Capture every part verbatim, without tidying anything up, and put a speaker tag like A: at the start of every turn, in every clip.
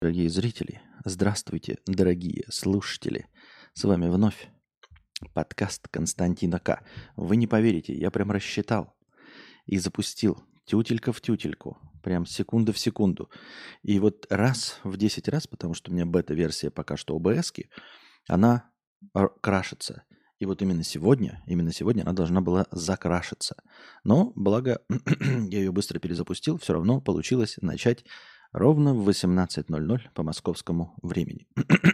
A: Дорогие зрители, здравствуйте, дорогие слушатели. С вами вновь подкаст Константина К. Вы не поверите, я прям рассчитал и запустил тютелька в тютельку, прям секунда в секунду. И вот раз в десять раз, потому что у меня бета-версия пока что о бэ эс-ки, она р- крашится. И вот именно сегодня, именно сегодня она должна была закрашиться. Но, благо, я ее быстро перезапустил, все равно получилось начать ровно в восемнадцать ноль ноль по московскому времени.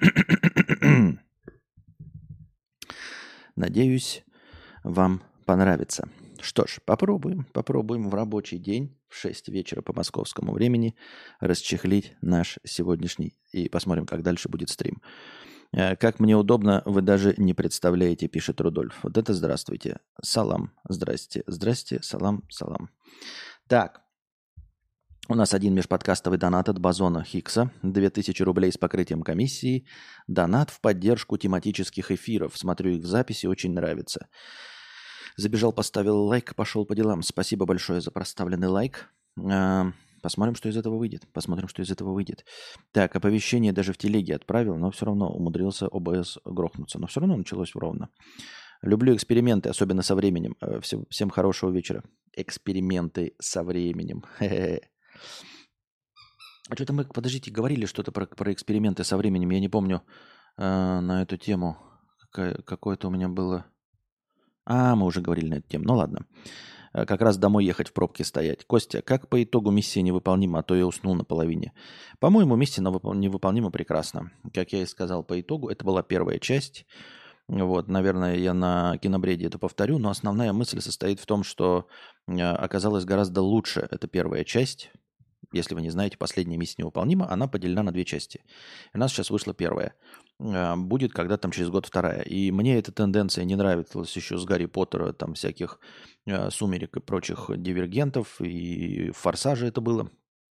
A: Надеюсь, вам понравится. Что ж, попробуем, попробуем в рабочий день в шесть вечера по московскому времени расчехлить наш сегодняшний и посмотрим, как дальше будет стрим. Э, Как мне удобно, вы даже не представляете, пишет Рудольф. Вот это здравствуйте. Салам. Здрасте. Здрасте. Салам. Салам. Так, у нас один межподкастовый донат от Базона Хикса. две тысячи рублей с покрытием комиссии. Донат в поддержку тематических эфиров. Смотрю их в записи, очень нравится. Забежал, поставил лайк, пошел по делам. Спасибо большое за проставленный лайк. А, Посмотрим, что из этого выйдет. Посмотрим, что из этого выйдет. Так, оповещение даже в телеге отправил, но все равно умудрился о бэ эс грохнуться. Но все равно началось ровно. Люблю эксперименты, особенно со временем. Э, Всем, всем хорошего вечера. Эксперименты со временем. Хе-хе. А что-то мы, подождите, говорили что-то про, про эксперименты со временем. Я не помню э, на эту тему. Какая- Какое-то у меня было... А, мы уже говорили на эту тему. Ну ладно. Э, Как раз домой ехать в пробке стоять. Костя, как по итогу миссия невыполнима, а то я уснул на половине. По-моему, миссия навыпол- невыполнима прекрасно. Как я и сказал по итогу, это была первая часть. Вот, наверное, я на кинобреде это повторю, но основная мысль состоит в том, что э, оказалось гораздо лучше эта первая часть. Если вы не знаете, последняя миссия невыполнима, она поделена на две части. У нас сейчас вышла первая. Э, Будет когда там через год вторая. И мне эта тенденция не нравилась еще с Гарри Поттера, там всяких э, сумерек и прочих дивергентов, и в Форсаже это было.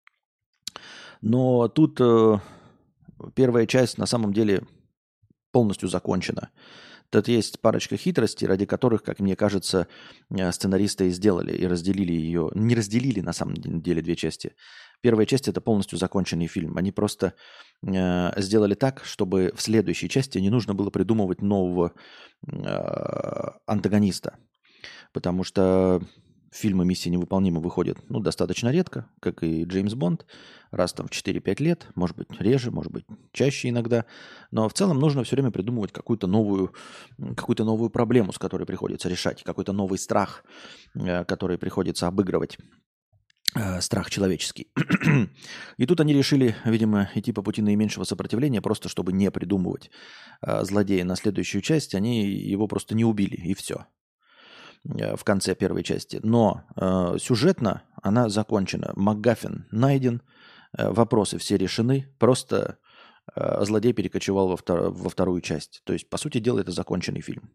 A: Но тут э, первая часть на самом деле полностью закончена. Тут есть парочка хитростей, ради которых, как мне кажется, э, сценаристы и сделали, и разделили ее. Не разделили, на самом деле, две части. Первая часть– это полностью законченный фильм. Они просто э, сделали так, чтобы в следующей части не нужно было придумывать нового э, антагониста. Потому что фильмы «Миссия невыполнима» выходят ну, достаточно редко, как и Джеймс Бонд, раз там в четыре-пять лет, может быть, реже, может быть, чаще иногда. Но в целом нужно все время придумывать какую-то новую, м, какую-то новую проблему, с которой приходится решать, какой-то новый страх, э, который приходится обыгрывать. э, Страх человеческий. И тут они решили, видимо, идти по пути наименьшего сопротивления, просто чтобы не придумывать э, злодея на следующую часть, они его просто не убили, и все э, в конце первой части. Но э, сюжетно она закончена. МакГаффин найден, э, вопросы все решены, просто э, злодей перекочевал во, втор- во вторую часть. То есть, по сути дела, это законченный фильм.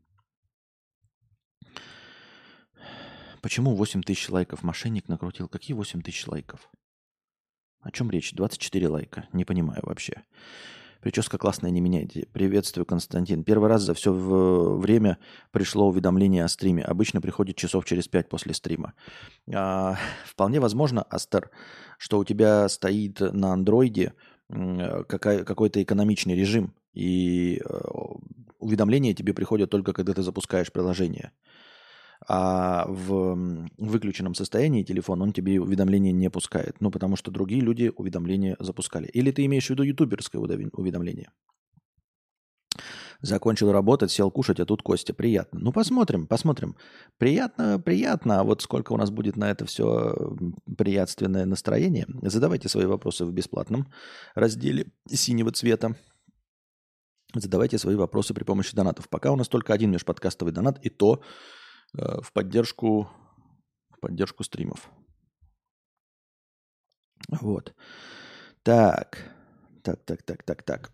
A: Почему восемь тысяч лайков мошенник накрутил? Какие восемь тысяч лайков? О чем речь? двадцать четыре лайка. Не понимаю вообще. Прическа классная, не меняйте. Приветствую, Константин. Первый раз за все время пришло уведомление о стриме. Обычно приходит часов через пять после стрима. А, вполне возможно, Астер, что у тебя стоит на андроиде м, какая- какой-то экономичный режим, и э, уведомления тебе приходят только, когда ты запускаешь приложение. А в м, выключенном состоянии телефон, он тебе уведомления не пускает. Ну, потому что другие люди уведомления запускали. Или ты имеешь в виду ютуберское удове- уведомление? Закончил работать, сел кушать, а тут Костя. Приятно. Ну, посмотрим, посмотрим. Приятно, приятно. А вот сколько у нас будет на это все приятственное настроение? Задавайте свои вопросы в бесплатном разделе синего цвета. Задавайте свои вопросы при помощи донатов. Пока у нас только один межподкастовый донат, и то э, в поддержку, в поддержку стримов. Вот. Так. Так, так, так, так, так.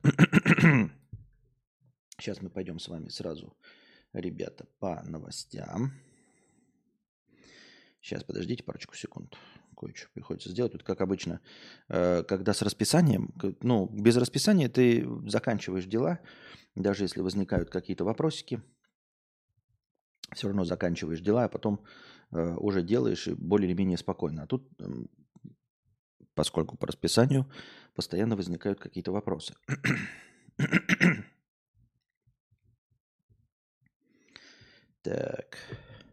A: Сейчас мы пойдем с вами сразу, ребята, по новостям. Сейчас, подождите парочку секунд. Кое-что приходится сделать. Тут, как обычно, э, когда с расписанием, к- ну, без расписания ты заканчиваешь дела, даже если возникают какие-то вопросики, все равно заканчиваешь дела, а потом э, уже делаешь и более или менее спокойно. А тут м, поскольку по расписанию постоянно возникают какие-то вопросы. Так.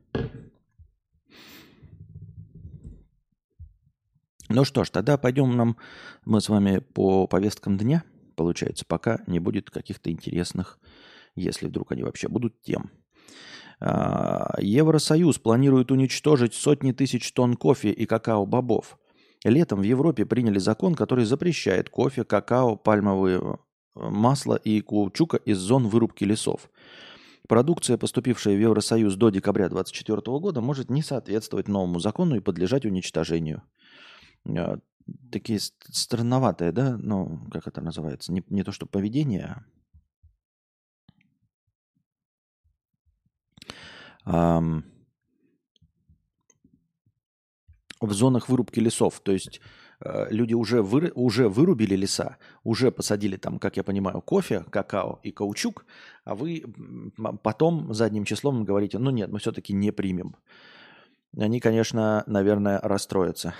A: Ну что ж, тогда пойдем нам мы с вами по повесткам дня, получается, пока не будет каких-то интересных, если вдруг они вообще будут, тем. А, Евросоюз планирует уничтожить сотни тысяч тонн кофе и какао-бобов. Летом в Европе приняли закон, который запрещает кофе, какао, пальмовое масло и каучука из зон вырубки лесов. Продукция, поступившая в Евросоюз до декабря две тысячи двадцать четвёртого года, может не соответствовать новому закону и подлежать уничтожению. А, Такие ст- странноватые, да? Ну, как это называется? Не, не то, что поведение, а ам, в зонах вырубки лесов. То есть э, люди уже, выры- уже вырубили леса, уже посадили там, как я понимаю, кофе, какао и каучук, а вы м, м, потом задним числом говорите, ну нет, мы все-таки не примем. Они, конечно, наверное, расстроятся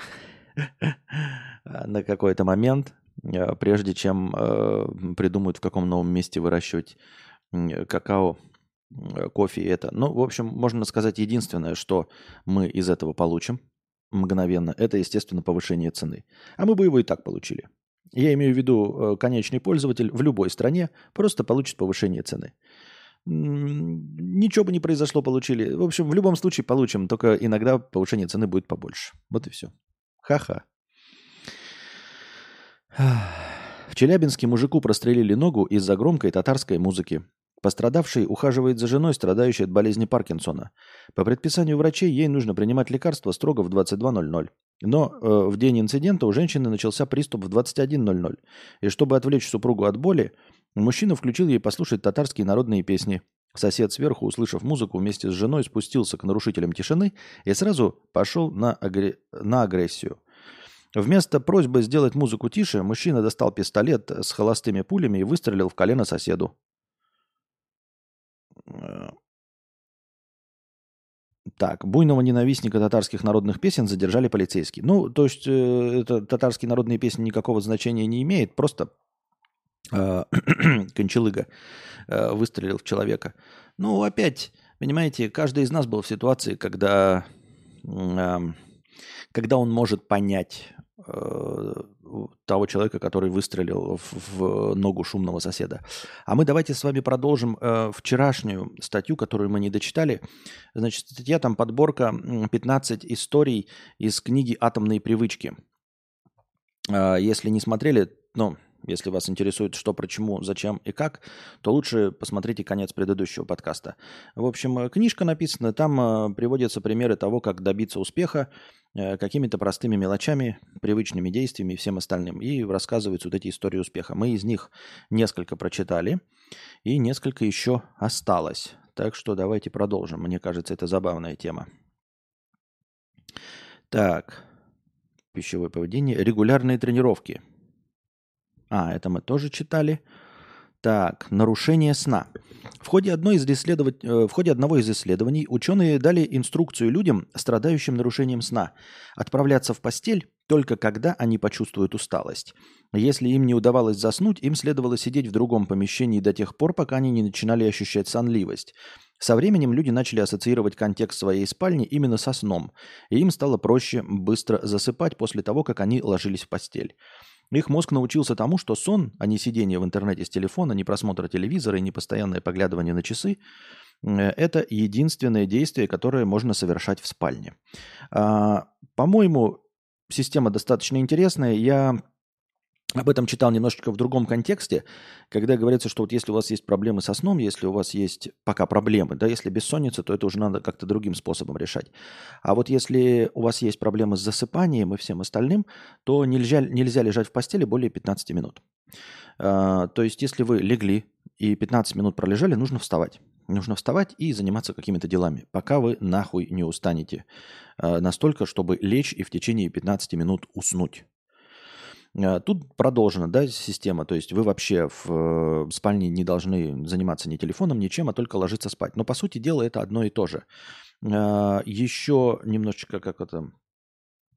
A: на какой-то момент, э, прежде чем э, придумают, в каком новом месте выращивать м, какао, э, кофе и это. Ну, в общем, можно сказать, единственное, что мы из этого получим мгновенно, это, естественно, повышение цены. А мы бы его и так получили. Я имею в виду, э, конечный пользователь в любой стране просто получит повышение цены. М, Ничего бы не произошло, получили. В общем, в любом случае получим, только иногда повышение цены будет побольше. Вот и все. Ха-ха. В Челябинске мужику прострелили ногу из-за громкой татарской музыки. Пострадавший ухаживает за женой, страдающей от болезни Паркинсона. По предписанию врачей ей нужно принимать лекарства строго в двадцать два ноль ноль. Но э, в день инцидента у женщины начался приступ в двадцать один ноль ноль. И чтобы отвлечь супругу от боли, мужчина включил ей послушать татарские народные песни. Сосед сверху, услышав музыку, вместе с женой спустился к нарушителям тишины и сразу пошел на, агре- на агрессию. Вместо просьбы сделать музыку тише, мужчина достал пистолет с холостыми пулями и выстрелил в колено соседу. Э, Так, буйного ненавистника татарских народных песен задержали полицейские. Ну, то есть, э, это татарские народные песни никакого значения не имеет, просто э, кончалыга э, выстрелил в человека. Ну, опять, понимаете, каждый из нас был в ситуации, когда м, ам, когда он может понять э, того человека, который выстрелил в, в ногу шумного соседа. А мы давайте с вами продолжим э, вчерашнюю статью, которую мы не дочитали. Значит, статья там подборка м, пятнадцать историй из книги «Атомные привычки». А, Если не смотрели, ну, если вас интересует, что, почему, зачем и как, то лучше посмотрите конец предыдущего подкаста. В общем, э, книжка написана, там э, приводятся примеры того, как добиться успеха э, какими-то простыми мелочами, привычными действиями и всем остальным. И рассказываются вот эти истории успеха. Мы из них несколько прочитали, и несколько еще осталось. Так что давайте продолжим. Мне кажется, это забавная тема. Так, пищевое поведение. Регулярные тренировки. А, это мы тоже читали. Так, нарушение сна. В ходе, одной из исследовать... э, в ходе одного из исследований ученые дали инструкцию людям, страдающим нарушением сна, отправляться в постель только когда они почувствуют усталость. Если им не удавалось заснуть, им следовало сидеть в другом помещении до тех пор, пока они не начинали ощущать сонливость. Со временем люди начали ассоциировать контекст своей спальни именно со сном, и им стало проще быстро засыпать после того, как они ложились в постель. Их мозг научился тому, что сон, а не сидение в интернете с телефона, не просмотр телевизора и не постоянное поглядывание на часы, э, это единственное действие, которое можно совершать в спальне. А, По-моему, система достаточно интересная. Я об этом читал немножечко в другом контексте, когда говорится, что вот если у вас есть проблемы со сном, если у вас есть пока проблемы, да, если бессонница, то это уже надо как-то другим способом решать. А вот если у вас есть проблемы с засыпанием и всем остальным, то нельзя, нельзя лежать в постели более пятнадцати минут. А, то есть если вы легли и пятнадцать минут пролежали, нужно вставать. Нужно вставать и заниматься какими-то делами, пока вы нахуй не устанете. А, настолько, чтобы лечь и в течение пятнадцати минут уснуть. А, Тут продолжена, да, система. То есть вы вообще в э, спальне не должны заниматься ни телефоном, ничем, а только ложиться спать. Но по сути дела это одно и то же. А, Еще немножечко как это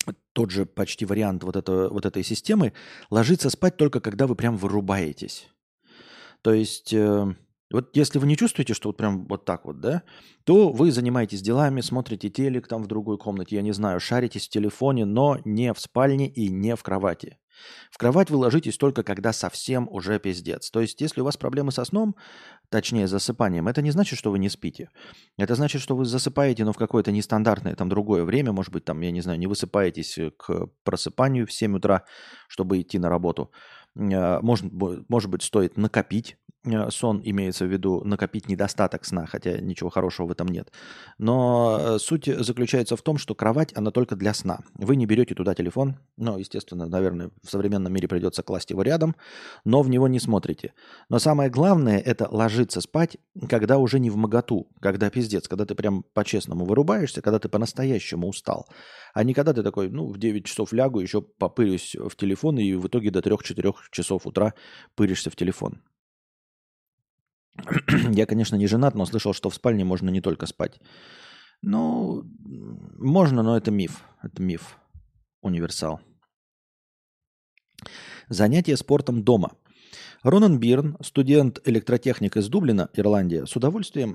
A: тот же почти вариант вот, этого, вот этой системы, ложиться спать только когда вы прям вырубаетесь. То есть, э, вот если вы не чувствуете, что вот прям вот так вот, да, то вы занимаетесь делами, смотрите телек там в другой комнате, я не знаю, шаритесь в телефоне, но не в спальне и не в кровати. В кровать вы ложитесь только когда совсем уже пиздец. То есть, если у вас проблемы со сном, точнее засыпанием, это не значит, что вы не спите. Это значит, что вы засыпаете, но в какое-то нестандартное, там другое время, может быть, там, я не знаю, не высыпаетесь э, к просыпанию в семь утра, чтобы идти на работу. Э, Может, бо- может быть, стоит накопить э, сон, имеется в виду накопить недостаток сна, хотя ничего хорошего в этом нет. Но э, суть заключается в том, что кровать, она только для сна. Вы не берете туда телефон, ну, естественно, наверное, в современном мире придется класть его рядом, но в него не смотрите. Но самое главное – это ложиться спать, когда уже не в моготу, когда пиздец, когда ты прям по-честному вырубаешься, когда ты по-настоящему устал. А не когда ты такой, ну, в девять часов лягу, еще попырюсь в телефон, и в итоге до трех-четырех часов утра пыришься в телефон. Я, конечно, не женат, но слышал, что в спальне можно не только спать. Ну, можно, но это миф. Это миф. Универсал. Занятие спортом дома. Ронан Бирн, студент-электротехник из Дублина, Ирландия, с удовольствием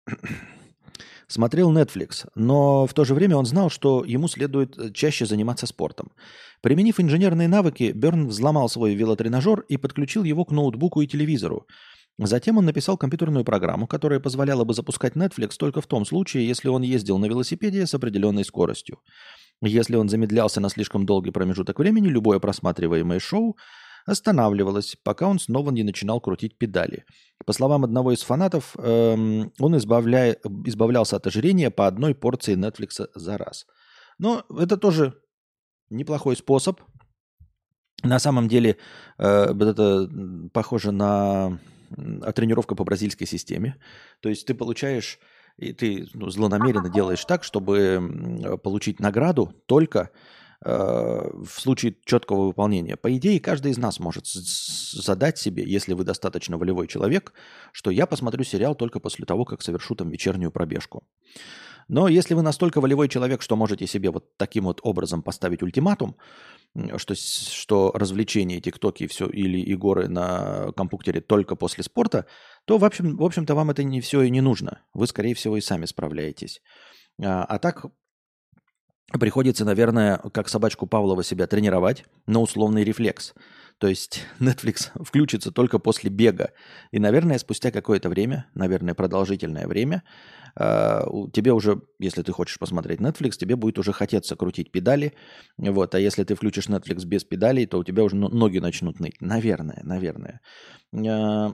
A: смотрел Netflix, но в то же время он знал, что ему следует чаще заниматься спортом. Применив инженерные навыки, Берн взломал свой велотренажер и подключил его к ноутбуку и телевизору. Затем он написал компьютерную программу, которая позволяла бы запускать Netflix только в том случае, если он ездил на велосипеде с определенной скоростью. Если он замедлялся на слишком долгий промежуток времени, любое просматриваемое шоу останавливалось, пока он снова не начинал крутить педали. По словам одного из фанатов, эм, он избавляя- избавлялся от ожирения по одной порции Netflix за раз. Но это тоже неплохой способ. На самом деле, э, вот это м, похоже на м, а, тренировка по бразильской системе. То есть ты получаешь, и ты ну, злонамеренно делаешь так, чтобы м, э, получить награду только э, в случае четкого выполнения. По идее, каждый из нас может с- с- задать себе, если вы достаточно волевой человек, что я посмотрю сериал только после того, как совершу там вечернюю пробежку. Но если вы настолько волевой человек, что можете себе вот таким вот образом поставить ультиматум, м, что, с- что развлечения, тиктоки и все, или и горы на компьютере только после спорта, то, в общем, в общем-то, вам это не все и не нужно. Вы, скорее всего, и сами справляетесь. А, а так приходится, наверное, как собачку Павлова себя тренировать на условный рефлекс. То есть Netflix включится только после бега. И, наверное, спустя какое-то время, наверное, продолжительное время, э, у- тебе уже, если ты хочешь посмотреть Netflix, тебе будет уже хотеться крутить педали. Вот. А если ты включишь Netflix без педалей, то у тебя уже но- ноги начнут ныть. Наверное, наверное. Э,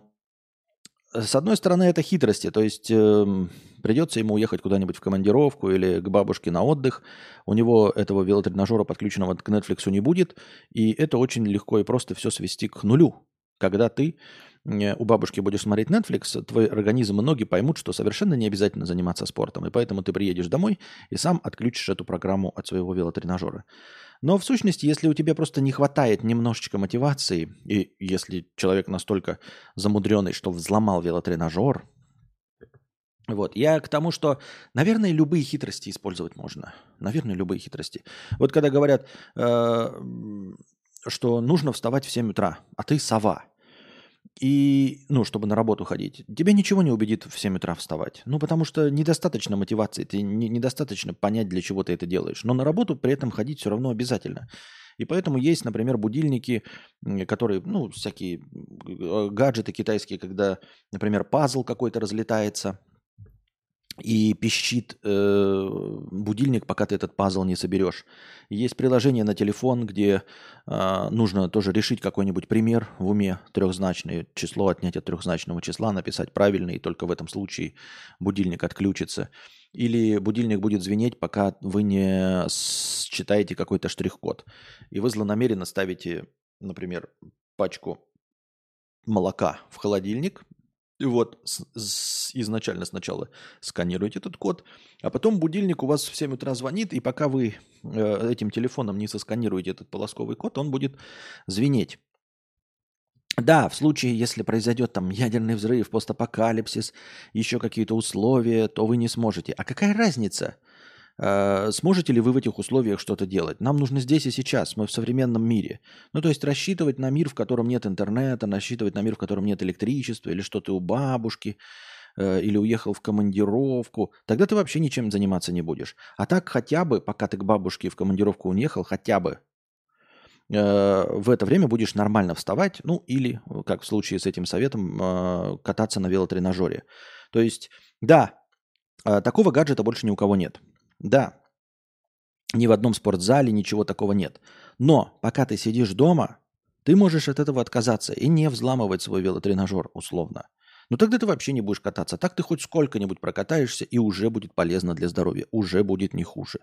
A: с одной стороны, это хитрости, то есть эм, придется ему уехать куда-нибудь в командировку или к бабушке на отдых. У него этого велотренажера, подключенного к Netflix, не будет, и это очень легко и просто все свести к нулю. Когда ты э, у бабушки будешь смотреть Netflix, твой организм и ноги поймут, что совершенно не обязательно заниматься спортом, и поэтому ты приедешь домой и сам отключишь эту программу от своего велотренажера. Но в сущности, если у тебя просто не хватает немножечко мотивации, и если человек настолько замудренный, что взломал велотренажер, вот, я к тому, что, наверное, любые хитрости использовать можно. Наверное, любые хитрости. Вот когда говорят, э, м, что нужно вставать в семь утра, а ты сова, и, ну, чтобы на работу ходить, тебя ничего не убедит в семь утра вставать. Ну, потому что недостаточно мотивации, ты не- недостаточно понять, для чего ты это делаешь. Но на работу при этом ходить все равно обязательно. И поэтому есть, например, будильники, м, которые, ну, всякие г- гаджеты китайские, когда, например, пазл какой-то разлетается, и пищит э, будильник, пока ты этот пазл не соберешь. Есть приложение на телефон, где а, нужно тоже решить какой-нибудь пример в уме, трехзначное число, отнять от трехзначного числа, написать правильно, и только в этом случае будильник отключится. Или будильник будет звенеть, пока вы не считаете какой-то штрих-код. И вы злонамеренно ставите, например, пачку молока в холодильник. И вот с- с- изначально сначала сканируете этот код, а потом будильник у вас в семь утра звонит, и пока вы э, этим телефоном не сосканируете этот полосковый код, он будет звенеть. Да, в случае, если произойдет там ядерный взрыв, постапокалипсис, еще какие-то условия, то вы не сможете. А какая разница? Э, сможете ли вы в этих условиях что-то делать? Нам нужно здесь и сейчас, мы в современном мире. Ну, то есть рассчитывать на мир, в котором нет интернета, рассчитывать на мир, в котором нет электричества, или что ты у бабушки, э, или уехал в командировку, тогда ты вообще ничем заниматься не будешь. А так хотя бы, пока ты к бабушке в командировку уехал, хотя бы э, в это время будешь нормально вставать, ну, или, как в случае с этим советом, э, кататься на велотренажере. То есть, да, э, такого гаджета больше ни у кого нет. Да, ни в одном спортзале ничего такого нет. Но пока ты сидишь дома, ты можешь от этого отказаться и не взламывать свой велотренажер условно. Ну тогда ты вообще не будешь кататься. Так ты хоть сколько-нибудь прокатаешься, и уже будет полезно для здоровья. Уже будет не хуже.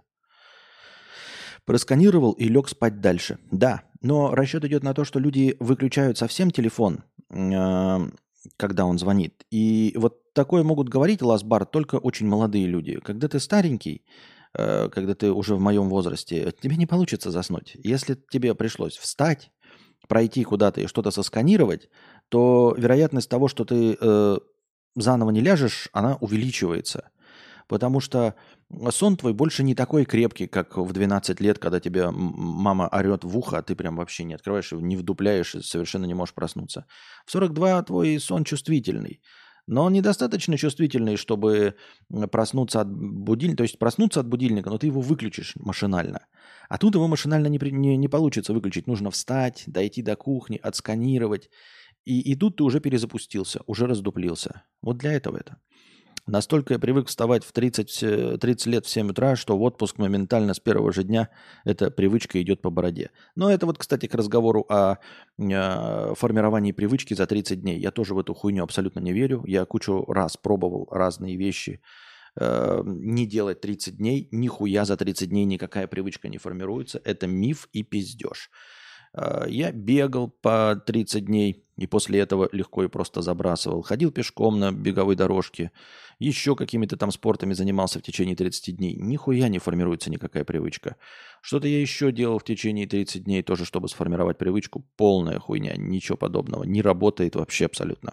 A: Просканировал и лег спать дальше. Да, но расчет идет на то, что люди выключают совсем телефон, э, когда он звонит. И вот такое могут говорить, Ласбар, только очень молодые люди. Когда ты старенький, э, когда ты уже в моем возрасте, тебе не получится заснуть. Если тебе пришлось встать, пройти куда-то и что-то сосканировать, то вероятность того, что ты э, заново не ляжешь, она увеличивается. Потому что сон твой больше не такой крепкий, как в двенадцать лет, когда тебе м- мама орет в ухо, а ты прям вообще не открываешь, его, не вдупляешь и совершенно не можешь проснуться. В сорок два твой сон чувствительный. Но он недостаточно чувствительный, чтобы м, проснуться от будильника, то есть проснуться от будильника, но ты его выключишь машинально. А тут его машинально не, при- не, не получится выключить. Нужно встать, дойти до кухни, отсканировать. И, и тут ты уже перезапустился, уже раздуплился. Вот для этого это. Настолько я привык вставать в тридцать, э, тридцать лет в семь утра, что в отпуск моментально с первого же дня эта привычка идет по бороде. Но это вот, кстати, к разговору о э, формировании привычки за тридцать дней. Я тоже в эту хуйню абсолютно не верю. Я кучу раз пробовал разные вещи. Э, не делать тридцать дней, нихуя за тридцать дней никакая привычка не формируется. Это миф и пиздеж. Э, Я бегал по тридцать дней и после этого легко и просто забрасывал. Ходил пешком на беговой дорожке, еще какими-то там спортами занимался в течение тридцати дней. Нихуя не формируется никакая привычка. Что-то я еще делал в течение тридцати дней тоже, чтобы сформировать привычку. Полная хуйня, ничего подобного. Не работает вообще абсолютно.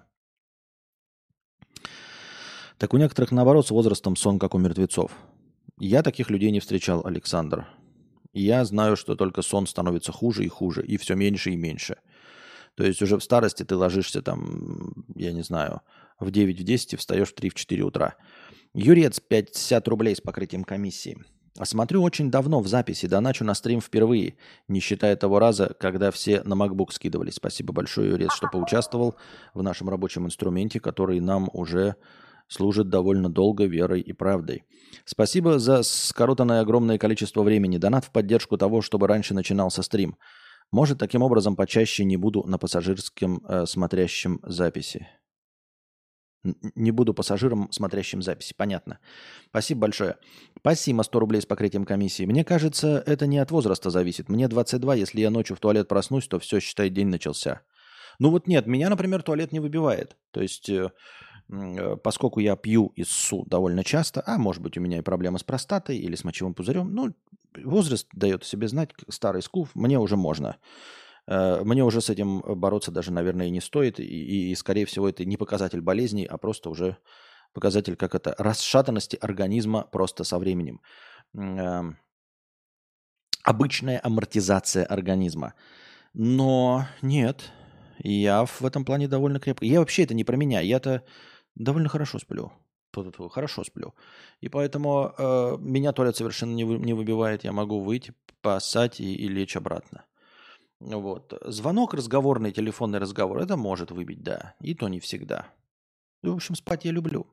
A: Так у некоторых, наоборот, с возрастом сон, как у мертвецов. Я таких людей не встречал, Александр. Я знаю, что только сон становится хуже и хуже, и все меньше и меньше. То есть уже в старости ты ложишься там, я не знаю, в девять, в десять и встаешь в три, в четыре утра. Юрец, пятьдесят рублей с покрытием комиссии. А смотрю очень давно в записи, доначу на стрим впервые, не считая того раза, когда все на MacBook скидывались. Спасибо большое, Юрец, что поучаствовал в нашем рабочем инструменте, который нам уже служит довольно долго верой и правдой. Спасибо за скоротанное огромное количество времени. Донат в поддержку того, чтобы раньше начинался стрим. Может, таким образом почаще не буду на пассажирском э, смотрящем записи. Н- Не буду пассажиром, смотрящим записи. Понятно. Спасибо большое. Спасибо, сто рублей с покрытием комиссии. Мне кажется, это не от возраста зависит. Мне двадцать два, если я ночью в туалет проснусь, то все, считай, день начался. Ну вот нет, меня, например, туалет не выбивает. То есть, э, м, э, поскольку я пью и ссу довольно часто, а может быть у меня и проблемы с простатой или с мочевым пузырем, ну, возраст дает о себе знать, к- старый скуф, мне уже можно. Э, Мне уже с этим бороться даже, наверное, и не стоит. И, и, скорее всего, это не показатель болезней, а просто уже показатель, как это, расшатанности организма просто со временем. М, эм, Обычная амортизация организма. Но нет, я в этом плане довольно крепко. Я вообще это не про меня. Я-то довольно хорошо сплю. Тьфу-тьфу-тьфу, хорошо сплю. И поэтому э, меня туалет совершенно не, вы- не выбивает. Я могу выйти, поссать и, и лечь обратно. Вот. Звонок, разговорный, телефонный разговор, это может выбить, да. И то не всегда. Ну, в общем, спать я люблю.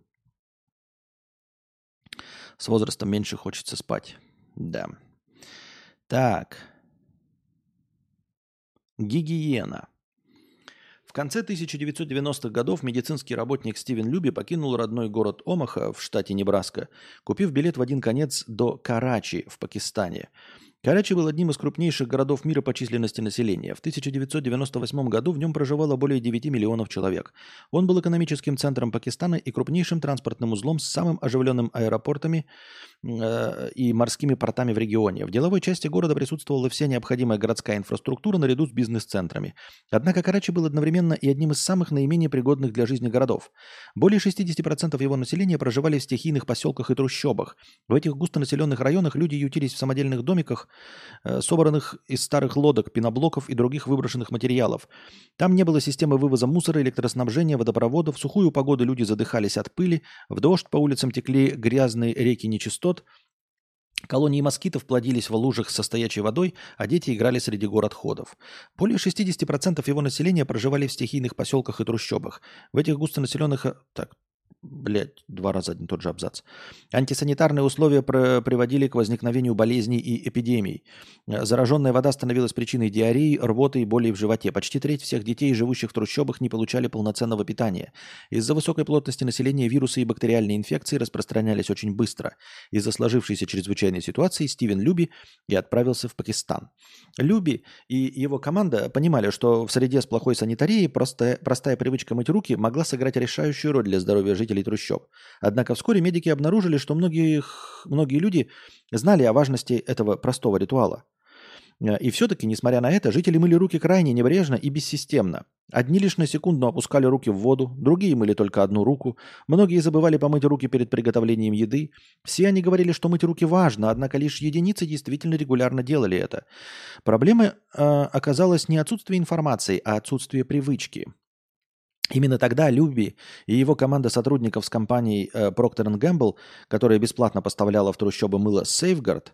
A: С возрастом меньше хочется спать. Да. Так. Гигиена. В конце тысяча девятьсот девяностых годов медицинский работник Стивен Люби покинул родной город Омаха в штате Небраска, купив билет в один конец до Карачи в Пакистане. Карачи был одним из крупнейших городов мира по численности населения. В тысяча девятьсот девяносто восьмом году в нем проживало более девяти миллионов человек. Он был экономическим центром Пакистана и крупнейшим транспортным узлом с самым оживленным аэропортами э, и морскими портами в регионе. В деловой части города присутствовала вся необходимая городская инфраструктура наряду с бизнес-центрами. Однако Карачи был одновременно и одним из самых наименее пригодных для жизни городов. Более шестьдесят процентов его населения проживали в стихийных поселках и трущобах. В этих густонаселенных районах люди ютились в самодельных домиках, собранных из старых лодок, пеноблоков и других выброшенных материалов. Там не было системы вывоза мусора, электроснабжения, водопроводов. В сухую погоду люди задыхались от пыли, в дождь по улицам текли грязные реки нечистот, колонии москитов плодились в лужах со стоячей водой, а дети играли среди гор отходов. Более шестьдесят процентов его населения проживали в стихийных поселках и трущобах. В этих густонаселенных... Так, блядь, два раза один тот же абзац. Антисанитарные условия про- приводили к возникновению болезней и эпидемий. Зараженная вода становилась причиной диареи, рвоты и болей в животе. Почти треть всех детей, живущих в трущобах, не получали полноценного питания. Из-за высокой плотности населения вирусы и бактериальные инфекции распространялись очень быстро. Из-за сложившейся чрезвычайной ситуации Стивен Люби и отправился в Пакистан. Люби и его команда понимали, что в среде с плохой санитарией простая, простая привычка мыть руки могла сыграть решающую роль для здоровья жителей трущоб. Однако вскоре медики обнаружили, что многих, многие люди знали о важности этого простого ритуала. И все-таки, несмотря на это, жители мыли руки крайне небрежно и бессистемно. Одни лишь на секунду опускали руки в воду, другие мыли только одну руку. Многие забывали помыть руки перед приготовлением еды. Все они говорили, что мыть руки важно, однако лишь единицы действительно регулярно делали это. Проблема э, оказалась не отсутствие информации, а отсутствие привычки. Именно тогда Люби и его команда сотрудников с компанией э, Procter энд Gamble, которая бесплатно поставляла в трущобы мыло Safeguard,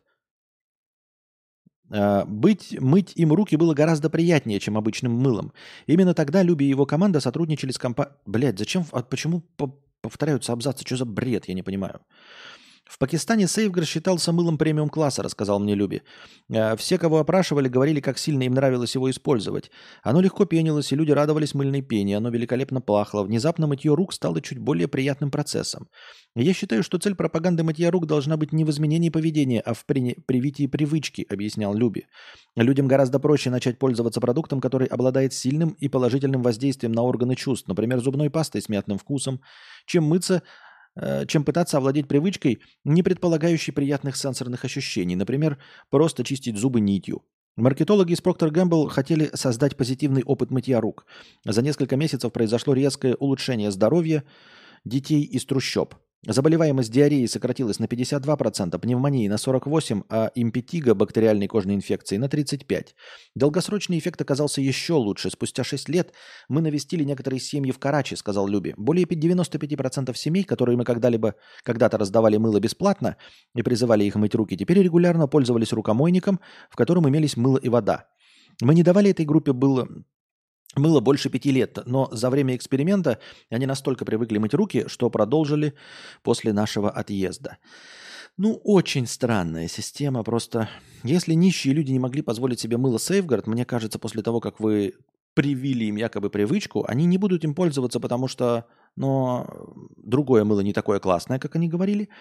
A: э, быть, мыть им руки было гораздо приятнее, чем обычным мылом. Именно тогда Люби и его команда сотрудничали с компанией... Блядь, зачем... А почему по- повторяются абзацы? Что за бред? Я не понимаю. В Пакистане Сейфгар считался мылом премиум-класса, рассказал мне Люби. Все, кого опрашивали, говорили, как сильно им нравилось его использовать. Оно легко пенилось, и люди радовались мыльной пене. Оно великолепно пахло. Внезапно мытье рук стало чуть более приятным процессом. Я считаю, что цель пропаганды мытья рук должна быть не в изменении поведения, а в при... привитии привычки, объяснял Люби. Людям гораздо проще начать пользоваться продуктом, который обладает сильным и положительным воздействием на органы чувств, например, зубной пастой с мятным вкусом, чем мыться чем пытаться овладеть привычкой, не предполагающей приятных сенсорных ощущений, например, просто чистить зубы нитью. Маркетологи из Procter энд Gamble хотели создать позитивный опыт мытья рук. За несколько месяцев произошло резкое улучшение здоровья детей из трущоб. Заболеваемость диареей сократилась на пятьдесят два процента, пневмонии на сорок восемь процентов, а импетиго, бактериальной кожной инфекции, на тридцать пять процентов. Долгосрочный эффект оказался еще лучше. Спустя шесть лет мы навестили некоторые семьи в Карачи, сказал Люби. Более девяносто пять процентов семей, которые мы когда-либо когда-то раздавали мыло бесплатно и призывали их мыть руки, теперь регулярно пользовались рукомойником, в котором имелись мыло и вода. Мы не давали этой группе было... Мыло больше пяти лет, но за время эксперимента они настолько привыкли мыть руки, что продолжили после нашего отъезда. Ну, очень странная система. Просто если нищие люди не могли позволить себе мыло Safeguard, мне кажется, после того, как вы привили им якобы привычку, они не будут им пользоваться, потому что но другое мыло не такое классное, как они говорили.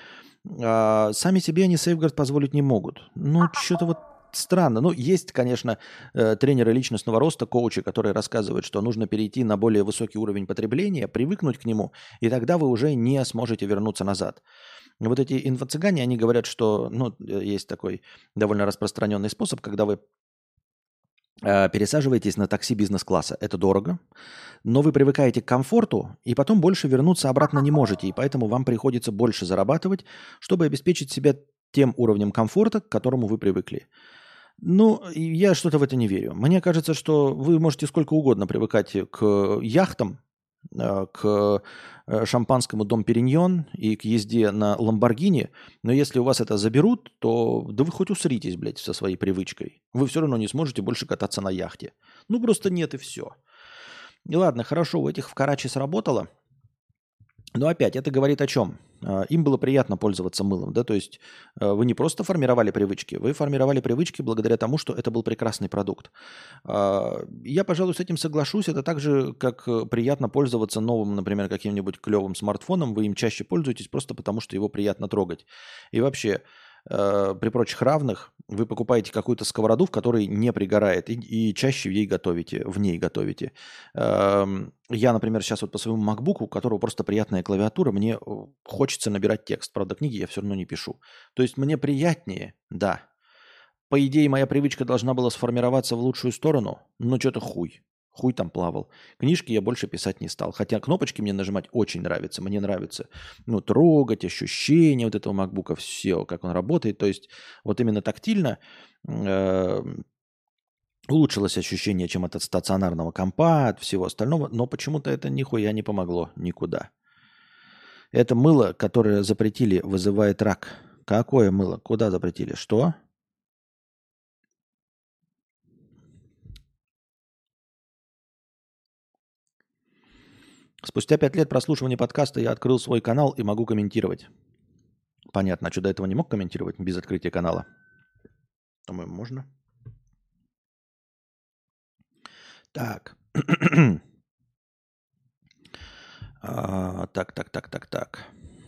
A: А сами себе они Safeguard позволить не могут. Ну, что-то вот странно. Ну, есть, конечно, тренеры личностного роста, коучи, которые рассказывают, что нужно перейти на более высокий уровень потребления, привыкнуть к нему, и тогда вы уже не сможете вернуться назад. Вот эти инфо-цыгане, они говорят, что ну, есть такой довольно распространенный способ, когда вы э, пересаживаетесь на такси бизнес-класса. Это дорого, но вы привыкаете к комфорту, и потом больше вернуться обратно не можете, и поэтому вам приходится больше зарабатывать, чтобы обеспечить себя тем уровнем комфорта, к которому вы привыкли. Ну, я что-то в это не верю. Мне кажется, что вы можете сколько угодно привыкать к яхтам, к шампанскому Дом Периньон и к езде на Ламборгини, но если у вас это заберут, то да вы хоть усритесь, блядь, со своей привычкой. Вы все равно не сможете больше кататься на яхте. Ну, просто нет, и все. И ладно, хорошо, у этих в Карачи сработало. Но опять, это говорит о чем? Им было приятно пользоваться мылом, да, то есть вы не просто формировали привычки, вы формировали привычки благодаря тому, что это был прекрасный продукт. Я, пожалуй, с этим соглашусь, это так же, как приятно пользоваться новым, например, каким-нибудь клевым смартфоном, вы им чаще пользуетесь просто потому, что его приятно трогать. И вообще, э, при прочих равных вы покупаете какую-то сковороду, в которой не пригорает, и, и чаще в ней готовите, в ней готовите. Эм, я, например, сейчас вот по своему макбуку, у которого просто приятная клавиатура, мне э, хочется набирать текст. Правда, книги я все равно не пишу. То есть мне приятнее, да. По идее, моя привычка должна была сформироваться в лучшую сторону, но что-то хуй. Хуй там плавал. Книжки я больше писать не стал. Хотя кнопочки мне нажимать очень нравится. Мне нравится ну, трогать, ощущение вот этого макбука, все, как он работает. То есть вот именно тактильно э, улучшилось ощущение, чем от стационарного компа, от всего остального. Но почему-то это нихуя не помогло никуда. Это мыло, которое запретили, вызывает рак. Какое мыло? Куда запретили? Что? Спустя пять лет прослушивания подкаста я открыл свой канал и могу комментировать. Понятно, а что до этого не мог комментировать без открытия канала? Думаю, можно. Так. а, так, так, так, так, так.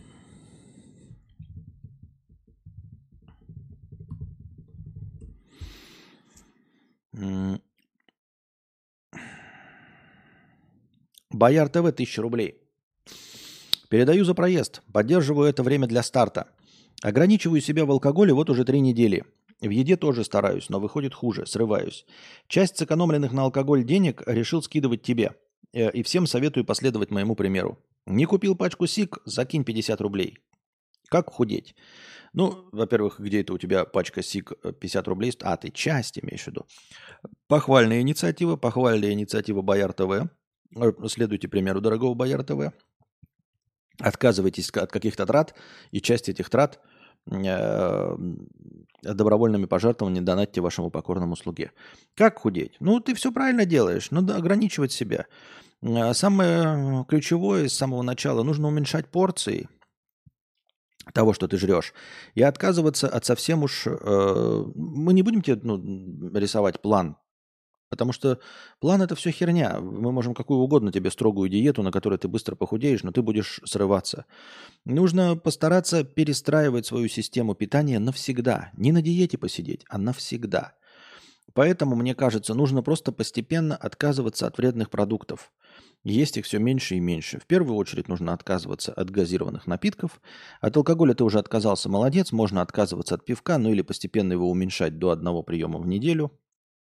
A: Бояр ТВ тысяча рублей. Передаю за проезд. Поддерживаю это время для старта. Ограничиваю себя в алкоголе вот уже три недели. В еде тоже стараюсь, но выходит хуже, срываюсь. Часть сэкономленных на алкоголь денег решил скидывать тебе. Э, И всем советую последовать моему примеру. Не купил пачку сик, закинь пятьдесят рублей. Как худеть? Ну, во-первых, где это у тебя пачка сик э, пятьдесят рублей? А, ты часть имеешь в виду. Похвальная инициатива, похвальная инициатива Бояр ТВ. Э, Следуйте примеру дорогого Бояр ТВ. Отказывайтесь от каких-то трат, и часть этих трат э, добровольными пожертвованиями донатьте вашему покорному слуге. Как худеть? Ну, ты все правильно делаешь, надо ограничивать себя. Э, Самое ключевое с самого начала, нужно уменьшать порции того, что ты жрешь, и отказываться от совсем уж... э, мы не будем тебе ну, рисовать план, потому что план – это все херня. Мы можем какую угодно тебе строгую диету, на которой ты быстро похудеешь, но ты будешь срываться. Нужно постараться перестраивать свою систему питания навсегда. Не на диете посидеть, а навсегда. Поэтому, мне кажется, нужно просто постепенно отказываться от вредных продуктов. Есть их все меньше и меньше. В первую очередь нужно отказываться от газированных напитков. От алкоголя ты уже отказался, молодец. Можно отказываться от пивка, ну или постепенно его уменьшать до одного приема в неделю.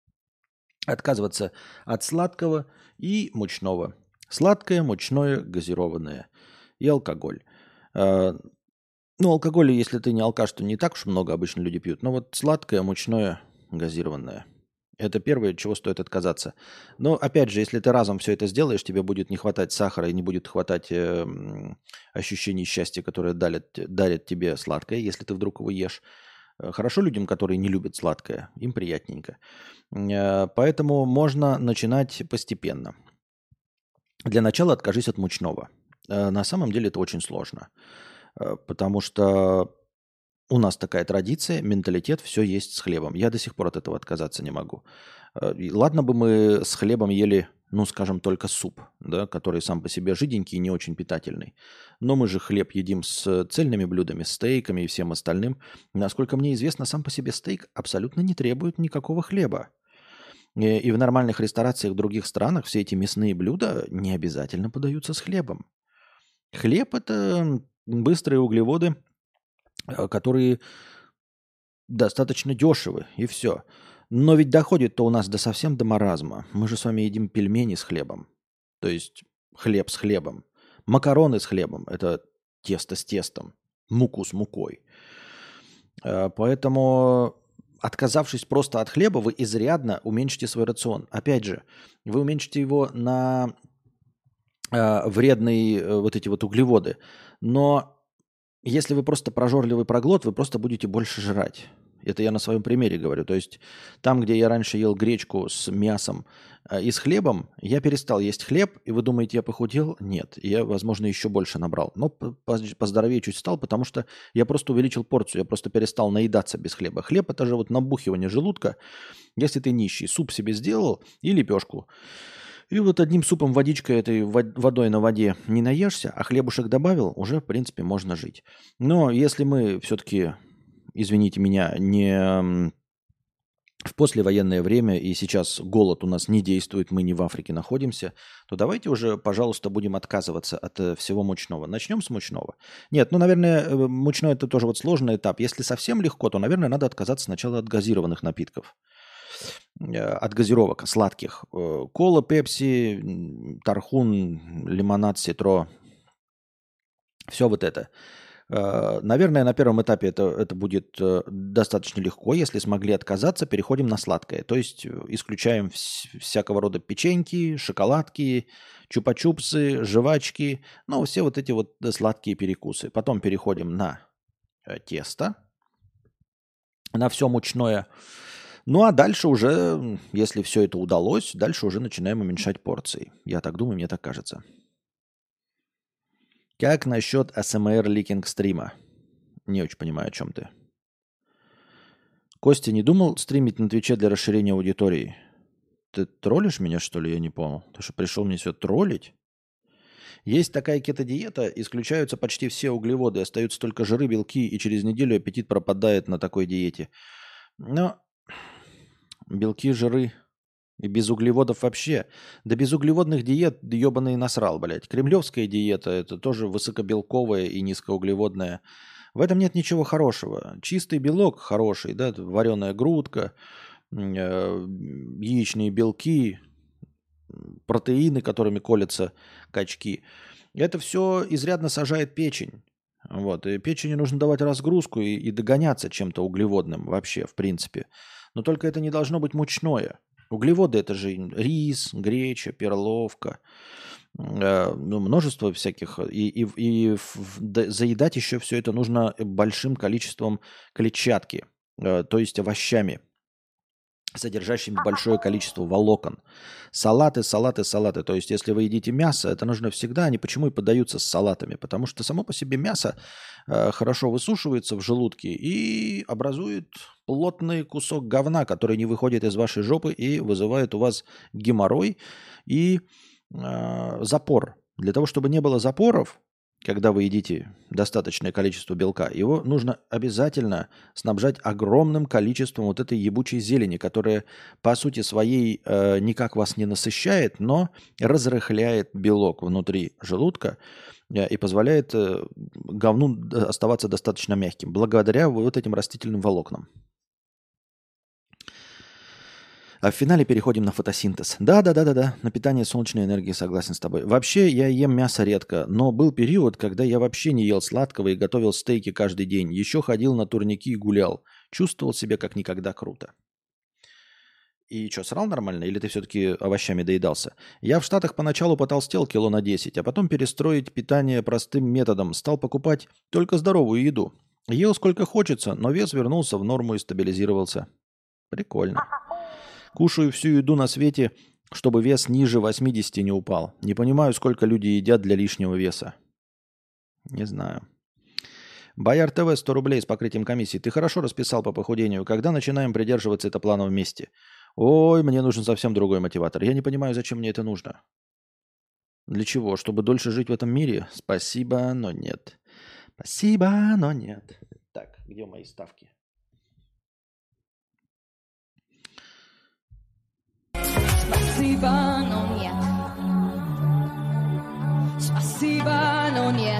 A: Отказываться от сладкого и мучного. Сладкое, мучное, газированное и алкоголь. А, Ну, алкоголя, если ты не алкаш, то не так уж много обычно люди пьют. Но вот сладкое, мучное, газированное. Это первое, от чего стоит отказаться. Но, опять же, если ты разом все это сделаешь, тебе будет не хватать сахара и не будет хватать э, м, ощущений счастья, которые дарят, дарят тебе сладкое, если ты вдруг его ешь. Э, Хорошо людям, которые не любят сладкое, им приятненько. Э, Поэтому можно начинать постепенно. Для начала откажись от мучного. Э, На самом деле это очень сложно, э, потому что у нас такая традиция, менталитет, все есть с хлебом. Я до сих пор от этого отказаться не могу. Э, и Ладно бы мы с хлебом ели, ну, скажем, только суп, да, который сам по себе жиденький и не очень питательный. Но мы же хлеб едим с цельными блюдами, стейками и всем остальным. Насколько мне известно, сам по себе стейк абсолютно не требует никакого хлеба. Э, И в нормальных ресторациях в других странах все эти мясные блюда не обязательно подаются с хлебом. Хлеб – это быстрые углеводы, э, которые достаточно дешевы, и все. Но ведь доходит-то у нас до совсем до маразма. Мы же с вами едим пельмени с хлебом. То есть хлеб с хлебом. Макароны с хлебом – это тесто с тестом. Муку с мукой. Э, Поэтому, отказавшись просто от хлеба, вы изрядно уменьшите свой рацион. Опять же, вы уменьшите его на э, вредные э, вот эти вот углеводы. Но если вы просто прожорливый проглот, вы просто будете больше жрать. Это я на своем примере говорю. То есть там, где я раньше ел гречку с мясом э, и с хлебом, я перестал есть хлеб, и вы думаете, я похудел? Нет, я, возможно, еще больше набрал. Но по- по- поздоровее чуть стал, потому что я просто увеличил порцию, я просто перестал наедаться без хлеба. Хлеб – это же вот набухивание желудка. Если ты нищий, суп себе сделал и лепешку. И вот одним супом, водичкой этой вод- водой на воде не наешься, а хлебушек добавил, уже, в принципе, можно жить. Но если мы все-таки извините меня, не в послевоенное время, и сейчас голод у нас не действует, мы не в Африке находимся, то давайте уже, пожалуйста, будем отказываться от э, всего мучного. Начнем с мучного. Нет, ну, наверное, э, мучной это тоже вот сложный этап. Если совсем легко, то, наверное, надо отказаться сначала от газированных напитков, э, от газировок сладких. Э, Кола, пепси, м, тархун, лимонад, ситро, все вот это. Э, Наверное, на первом этапе это, это будет э, достаточно легко. Если смогли отказаться, переходим на сладкое. То есть э, исключаем вс- всякого рода печеньки, шоколадки, чупа-чупсы, жвачки, ну, все вот эти вот э, сладкие перекусы. Потом переходим на э, тесто, на все мучное. Ну, а дальше уже, м, если все это удалось, дальше уже начинаем уменьшать порции. Я так думаю, мне так кажется. Как насчет эй эс эм ар ликинг стрима? Не очень понимаю, о чем ты. Костя, не думал стримить на Твиче для расширения аудитории? Ты троллишь меня, что ли? Я не понял. Ты что, пришел мне все троллить? Есть такая кето-диета, исключаются почти все углеводы, остаются только жиры, белки, и через неделю аппетит пропадает на такой диете. Но белки, жиры и без углеводов вообще. Да без углеводных диет ебаный насрал, блядь. Кремлевская диета – это тоже высокобелковая и низкоуглеводная. В этом нет ничего хорошего. Чистый белок хороший, да, вареная грудка, м, э, яичные белки, протеины, которыми колятся качки. Это все изрядно сажает печень. Вот. И печени нужно давать разгрузку и, и догоняться чем-то углеводным вообще, в принципе. Но только это не должно быть мучное. Углеводы – это же рис, греча, перловка, э, ну, множество всяких. И, и, и в- да- заедать еще все это нужно большим количеством клетчатки, э, то есть овощами, содержащими большое количество волокон. Салаты, салаты, салаты. То есть, если вы едите мясо, это нужно всегда. Они почему и подаются с салатами? Потому что само по себе мясо э, хорошо высушивается в желудке и образует плотный кусок говна, который не выходит из вашей жопы и вызывает у вас геморрой и э, запор. Для того, чтобы не было запоров, когда вы едите достаточное количество белка, его нужно обязательно снабжать огромным количеством вот этой ебучей зелени, которая по сути своей э, никак вас не насыщает, но разрыхляет белок внутри желудка э, и позволяет э, говну д- оставаться достаточно мягким, благодаря вот этим растительным волокнам. А в финале переходим на фотосинтез. Да-да-да-да-да, на питание солнечной энергии согласен с тобой. Вообще я ем мясо редко, но был период, когда я вообще не ел сладкого и готовил стейки каждый день. Еще ходил на турники и гулял. Чувствовал себя как никогда круто. И что, срал нормально? Или ты все-таки овощами доедался? Я в Штатах поначалу потолстел кило на десять, а потом перестроить питание простым методом. Стал покупать только здоровую еду. Ел сколько хочется, но вес вернулся в норму и стабилизировался. Прикольно. Кушаю всю еду на свете, чтобы вес ниже восьмидесяти не упал. Не понимаю, сколько люди едят для лишнего веса. Не знаю. Бояр ТВ сто рублей с покрытием комиссии. Ты хорошо расписал по похудению. Когда начинаем придерживаться этого плана вместе? Ой, мне нужен совсем другой мотиватор. Я не понимаю, зачем мне это нужно. Для чего? Чтобы дольше жить в этом мире? Спасибо, но нет. Спасибо, но нет. Так, где мои ставки?
B: Спасибо, но нет. Спасибо, но нет.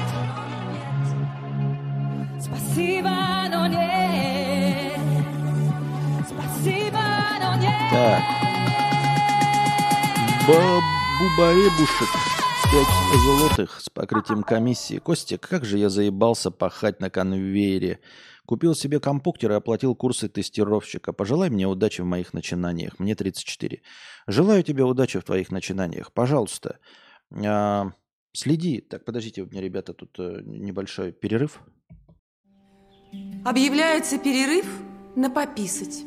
B: Спасибо, но нет. Спасибо, но нет.
A: Так. Бабубаребушек. пять золотых с покрытием комиссии. Костик, как же я заебался пахать на конвейере. Купил себе компьютер и оплатил курсы тестировщика. Пожелай мне удачи в моих начинаниях. Мне тридцать четыре. Желаю тебе удачи в твоих начинаниях. Пожалуйста, а, следи. Так, подождите, у меня, ребята, тут э, небольшой перерыв.
C: Объявляется перерыв на пописать.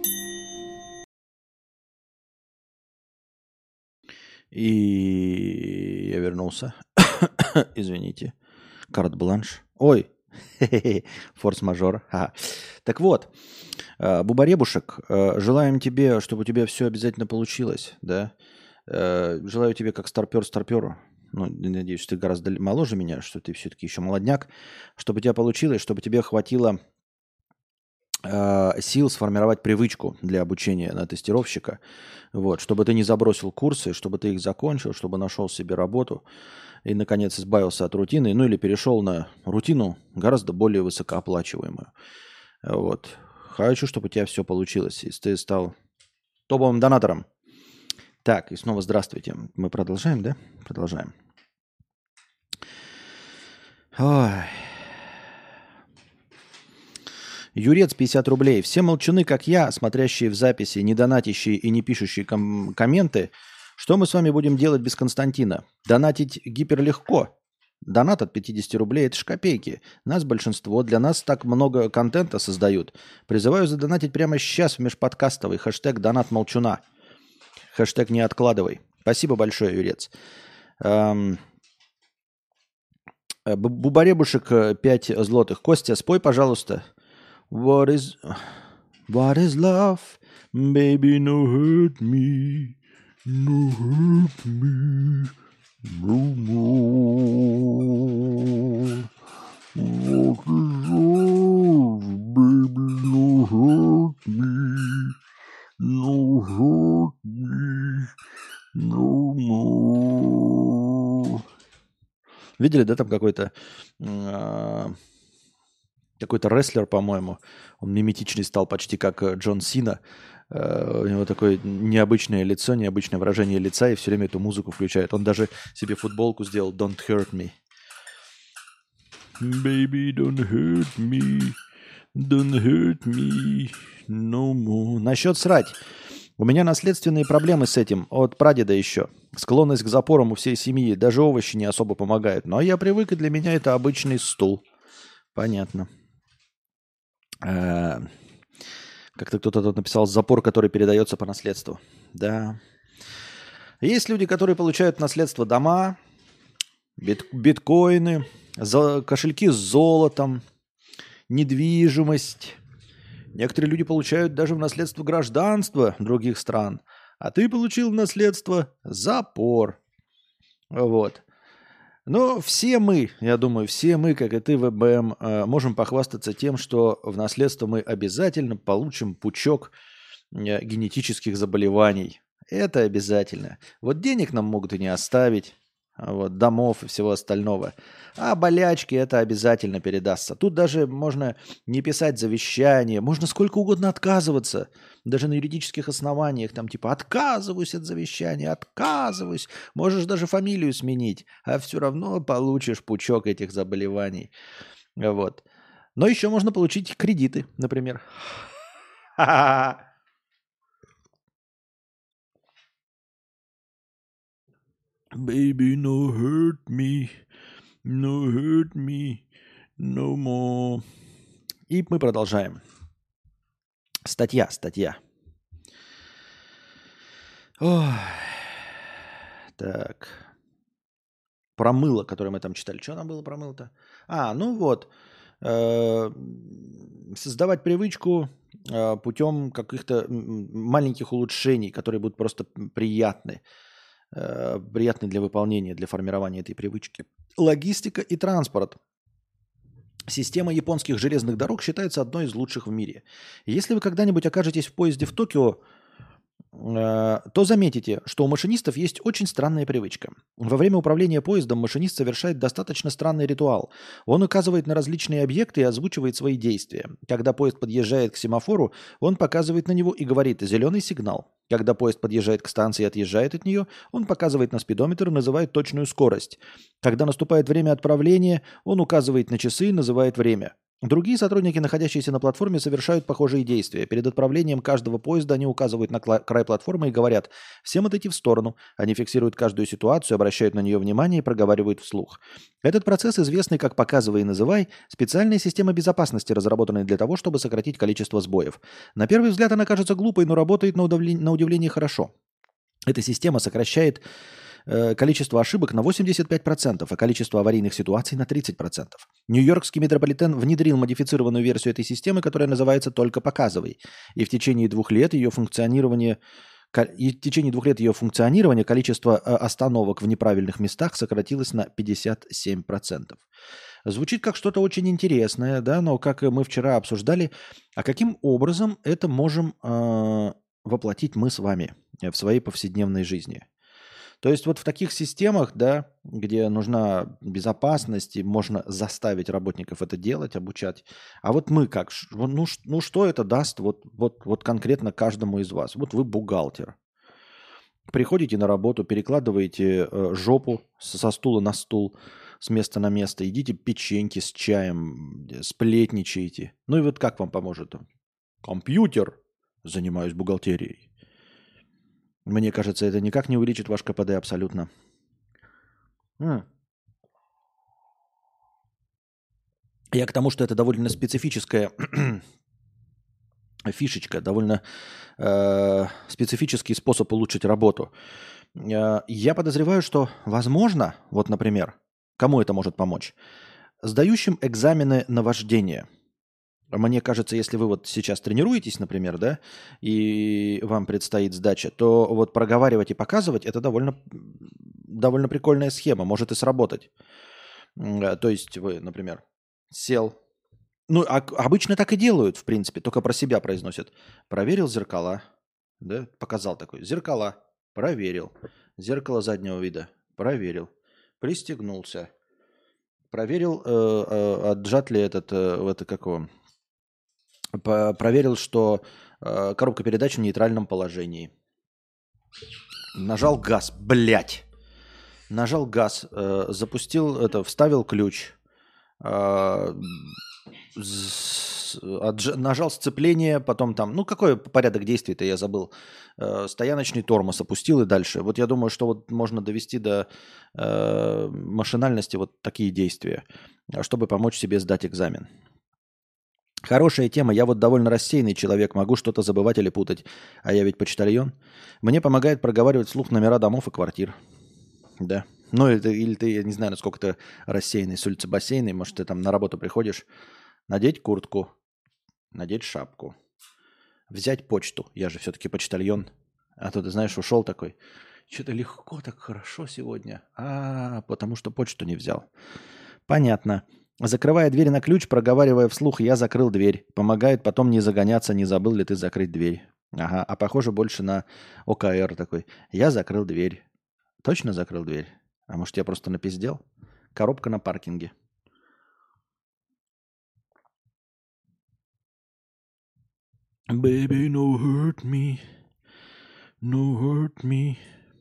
A: И я вернулся. Извините. Карт-бланш. Ой, форс-мажор. Ага. Так вот, э, Бубаребушек, э, желаем тебе, чтобы у тебя все обязательно получилось, да? Э, Желаю тебе как старпер старперу. Ну, надеюсь, ты гораздо л- моложе меня, что ты все-таки еще молодняк. Чтобы у тебя получилось, чтобы тебе хватило э, сил сформировать привычку для обучения на тестировщика. Вот, чтобы ты не забросил курсы, чтобы ты их закончил, чтобы нашел себе работу и, наконец, избавился от рутины, ну или перешел на рутину гораздо более высокооплачиваемую. Вот. Хочу, чтобы у тебя все получилось, если ты стал топовым донатором. Так, и снова здравствуйте. Мы продолжаем, да? Продолжаем. Ой. Юрец, пятьдесят рублей. Все молчуны, как я, смотрящие в записи, не донатящие и не пишущие ком- комменты. Что мы с вами будем делать без Константина? Донатить гиперлегко. Донат от пятьдесят рублей – это ж копейки. Нас большинство, для нас так много контента создают. Призываю задонатить прямо сейчас в межподкастовый. Хэштег донат молчуна. Хэштег не откладывай. Спасибо большое, Юрец. Эм... Бубаребушек пять злотых. Костя, спой, пожалуйста. What is, what is love? Baby, no hurt me. No hurt me. No more. What is love? Baby, no hurt me. No hurt me. No more. Видели, да, там какой-то... А- Какой-то рестлер, по-моему, он миметичный стал почти как Джон Сина. Uh, у него такое необычное лицо, необычное выражение лица, и все время эту музыку включает. Он даже себе футболку сделал «Don't hurt me». Baby, don't hurt me, don't hurt me no more. Насчет срать. У меня наследственные проблемы с этим, от прадеда еще. Склонность к запорам у всей семьи, даже овощи не особо помогают. Но я привык, и для меня это обычный стул. Понятно. Как-то кто-то тут написал запор, который передается по наследству. Да. Есть люди, которые получают наследство дома, бит- биткоины, за- кошельки с золотом, недвижимость. Некоторые люди получают даже в наследство гражданство других стран. А ты получил в наследство запор. Вот. Но все мы, я думаю, все мы, как и ты, ВБМ, можем похвастаться тем, что в наследство мы обязательно получим пучок генетических заболеваний. Это обязательно. Вот денег нам могут и не оставить, вот, домов и всего остального. А болячки это обязательно передастся. Тут даже можно не писать завещание, можно сколько угодно отказываться. Даже на юридических основаниях, там типа отказываюсь от завещания, отказываюсь. Можешь даже фамилию сменить, а все равно получишь пучок этих заболеваний. Вот. Но еще можно получить кредиты, например. Baby, no hurt me, no hurt me, no more. И мы продолжаем. Статья, статья. Ой. Так. Про мыло, которое мы там читали. Что там было про мыло-то? А, ну вот. Создавать привычку путем каких-то маленьких улучшений, которые будут просто приятны. Приятны для выполнения, для формирования этой привычки. Логистика и транспорт. Система японских железных дорог считается одной из лучших в мире. Если вы когда-нибудь окажетесь в поезде в Токио, то заметите, что у машинистов есть очень странная привычка. Во время управления поездом машинист совершает достаточно странный ритуал. Он указывает на различные объекты и озвучивает свои действия. Когда поезд подъезжает к семафору, он показывает на него и говорит «зеленый сигнал». Когда поезд подъезжает к станции и отъезжает от нее, он показывает на спидометр и называет точную скорость. Когда наступает время отправления, он указывает на часы и называет время. Другие сотрудники, находящиеся на платформе, совершают похожие действия. Перед отправлением каждого поезда они указывают на край платформы и говорят «всем отойти в сторону». Они фиксируют каждую ситуацию, обращают на нее внимание и проговаривают вслух. Этот процесс, известный как «показывай и называй», специальная система безопасности, разработанная для того, чтобы сократить количество сбоев. На первый взгляд она кажется глупой, но работает на удивление, на удивление хорошо. Эта система сокращает количество ошибок на восемьдесят пять процентов, а количество аварийных ситуаций на тридцать процентов. Нью-Йоркский метрополитен внедрил модифицированную версию этой системы, которая называется «Только показывай». И в течение двух лет ее функционирование И в течение двух лет ее функционирования количество э, остановок в неправильных местах сократилось на пятьдесят семь процентов. Звучит как что-то очень интересное, да, но как мы вчера обсуждали, а каким образом это можем э, воплотить мы с вами в своей повседневной жизни? То есть вот в таких системах, да, где нужна безопасность, и можно заставить работников это делать, обучать. А вот мы как? Ну, ну что это даст вот, вот, вот конкретно каждому из вас? Вот вы бухгалтер. Приходите на работу, перекладываете э, жопу со стула на стул, с места на место, едите печеньки с чаем, сплетничаете. Ну и вот как вам поможет? Компьютер. Занимаюсь бухгалтерией. Мне кажется, это никак не увеличит ваш ка пэ дэ абсолютно. М. Я к тому, что это довольно специфическая фишечка, довольно э, специфический способ улучшить работу. Э, я подозреваю, что, возможно, вот, например, кому это может помочь? Сдающим экзамены на вождение. Мне кажется, если вы вот сейчас тренируетесь, например, да, и вам предстоит сдача, то вот проговаривать и показывать – это довольно, довольно прикольная схема, может и сработать. То есть вы, например, сел. Ну, а, обычно так и делают, в принципе, только про себя произносят. Проверил зеркала, да, показал такой. Зеркала, проверил. Зеркало заднего вида, проверил. Пристегнулся. Проверил, э, э, отжат ли этот, э, это какого... Проверил, что э, коробка передач в нейтральном положении. Нажал газ, блять. Нажал газ, э, запустил это, вставил ключ, э, с, отж, нажал сцепление, потом там, ну какой порядок действий-то я забыл. Э, стояночный тормоз опустил и дальше. Вот я думаю, что вот можно довести до э, машинальности вот такие действия, чтобы помочь себе сдать экзамен. Хорошая тема. Я вот довольно рассеянный человек, могу что-то забывать или путать. А я ведь почтальон. Мне помогает проговаривать вслух номера домов и квартир. Да. Ну, это, или ты, я не знаю, насколько ты рассеянный с улицы Бассейной. Может, ты там на работу приходишь. Надеть куртку. Надеть шапку. Взять почту. Я же все-таки почтальон. А то, ты знаешь, ушел такой. Что-то легко, так хорошо сегодня. А, потому что почту не взял. Понятно. Закрывая дверь на ключ, проговаривая вслух, я закрыл дверь. Помогает потом не загоняться, не забыл ли ты закрыть дверь. Ага, а похоже больше на о ка эр такой. Я закрыл дверь. Точно закрыл дверь? А может, я просто напиздел? Коробка на паркинге. Baby, no hurt me. No hurt me.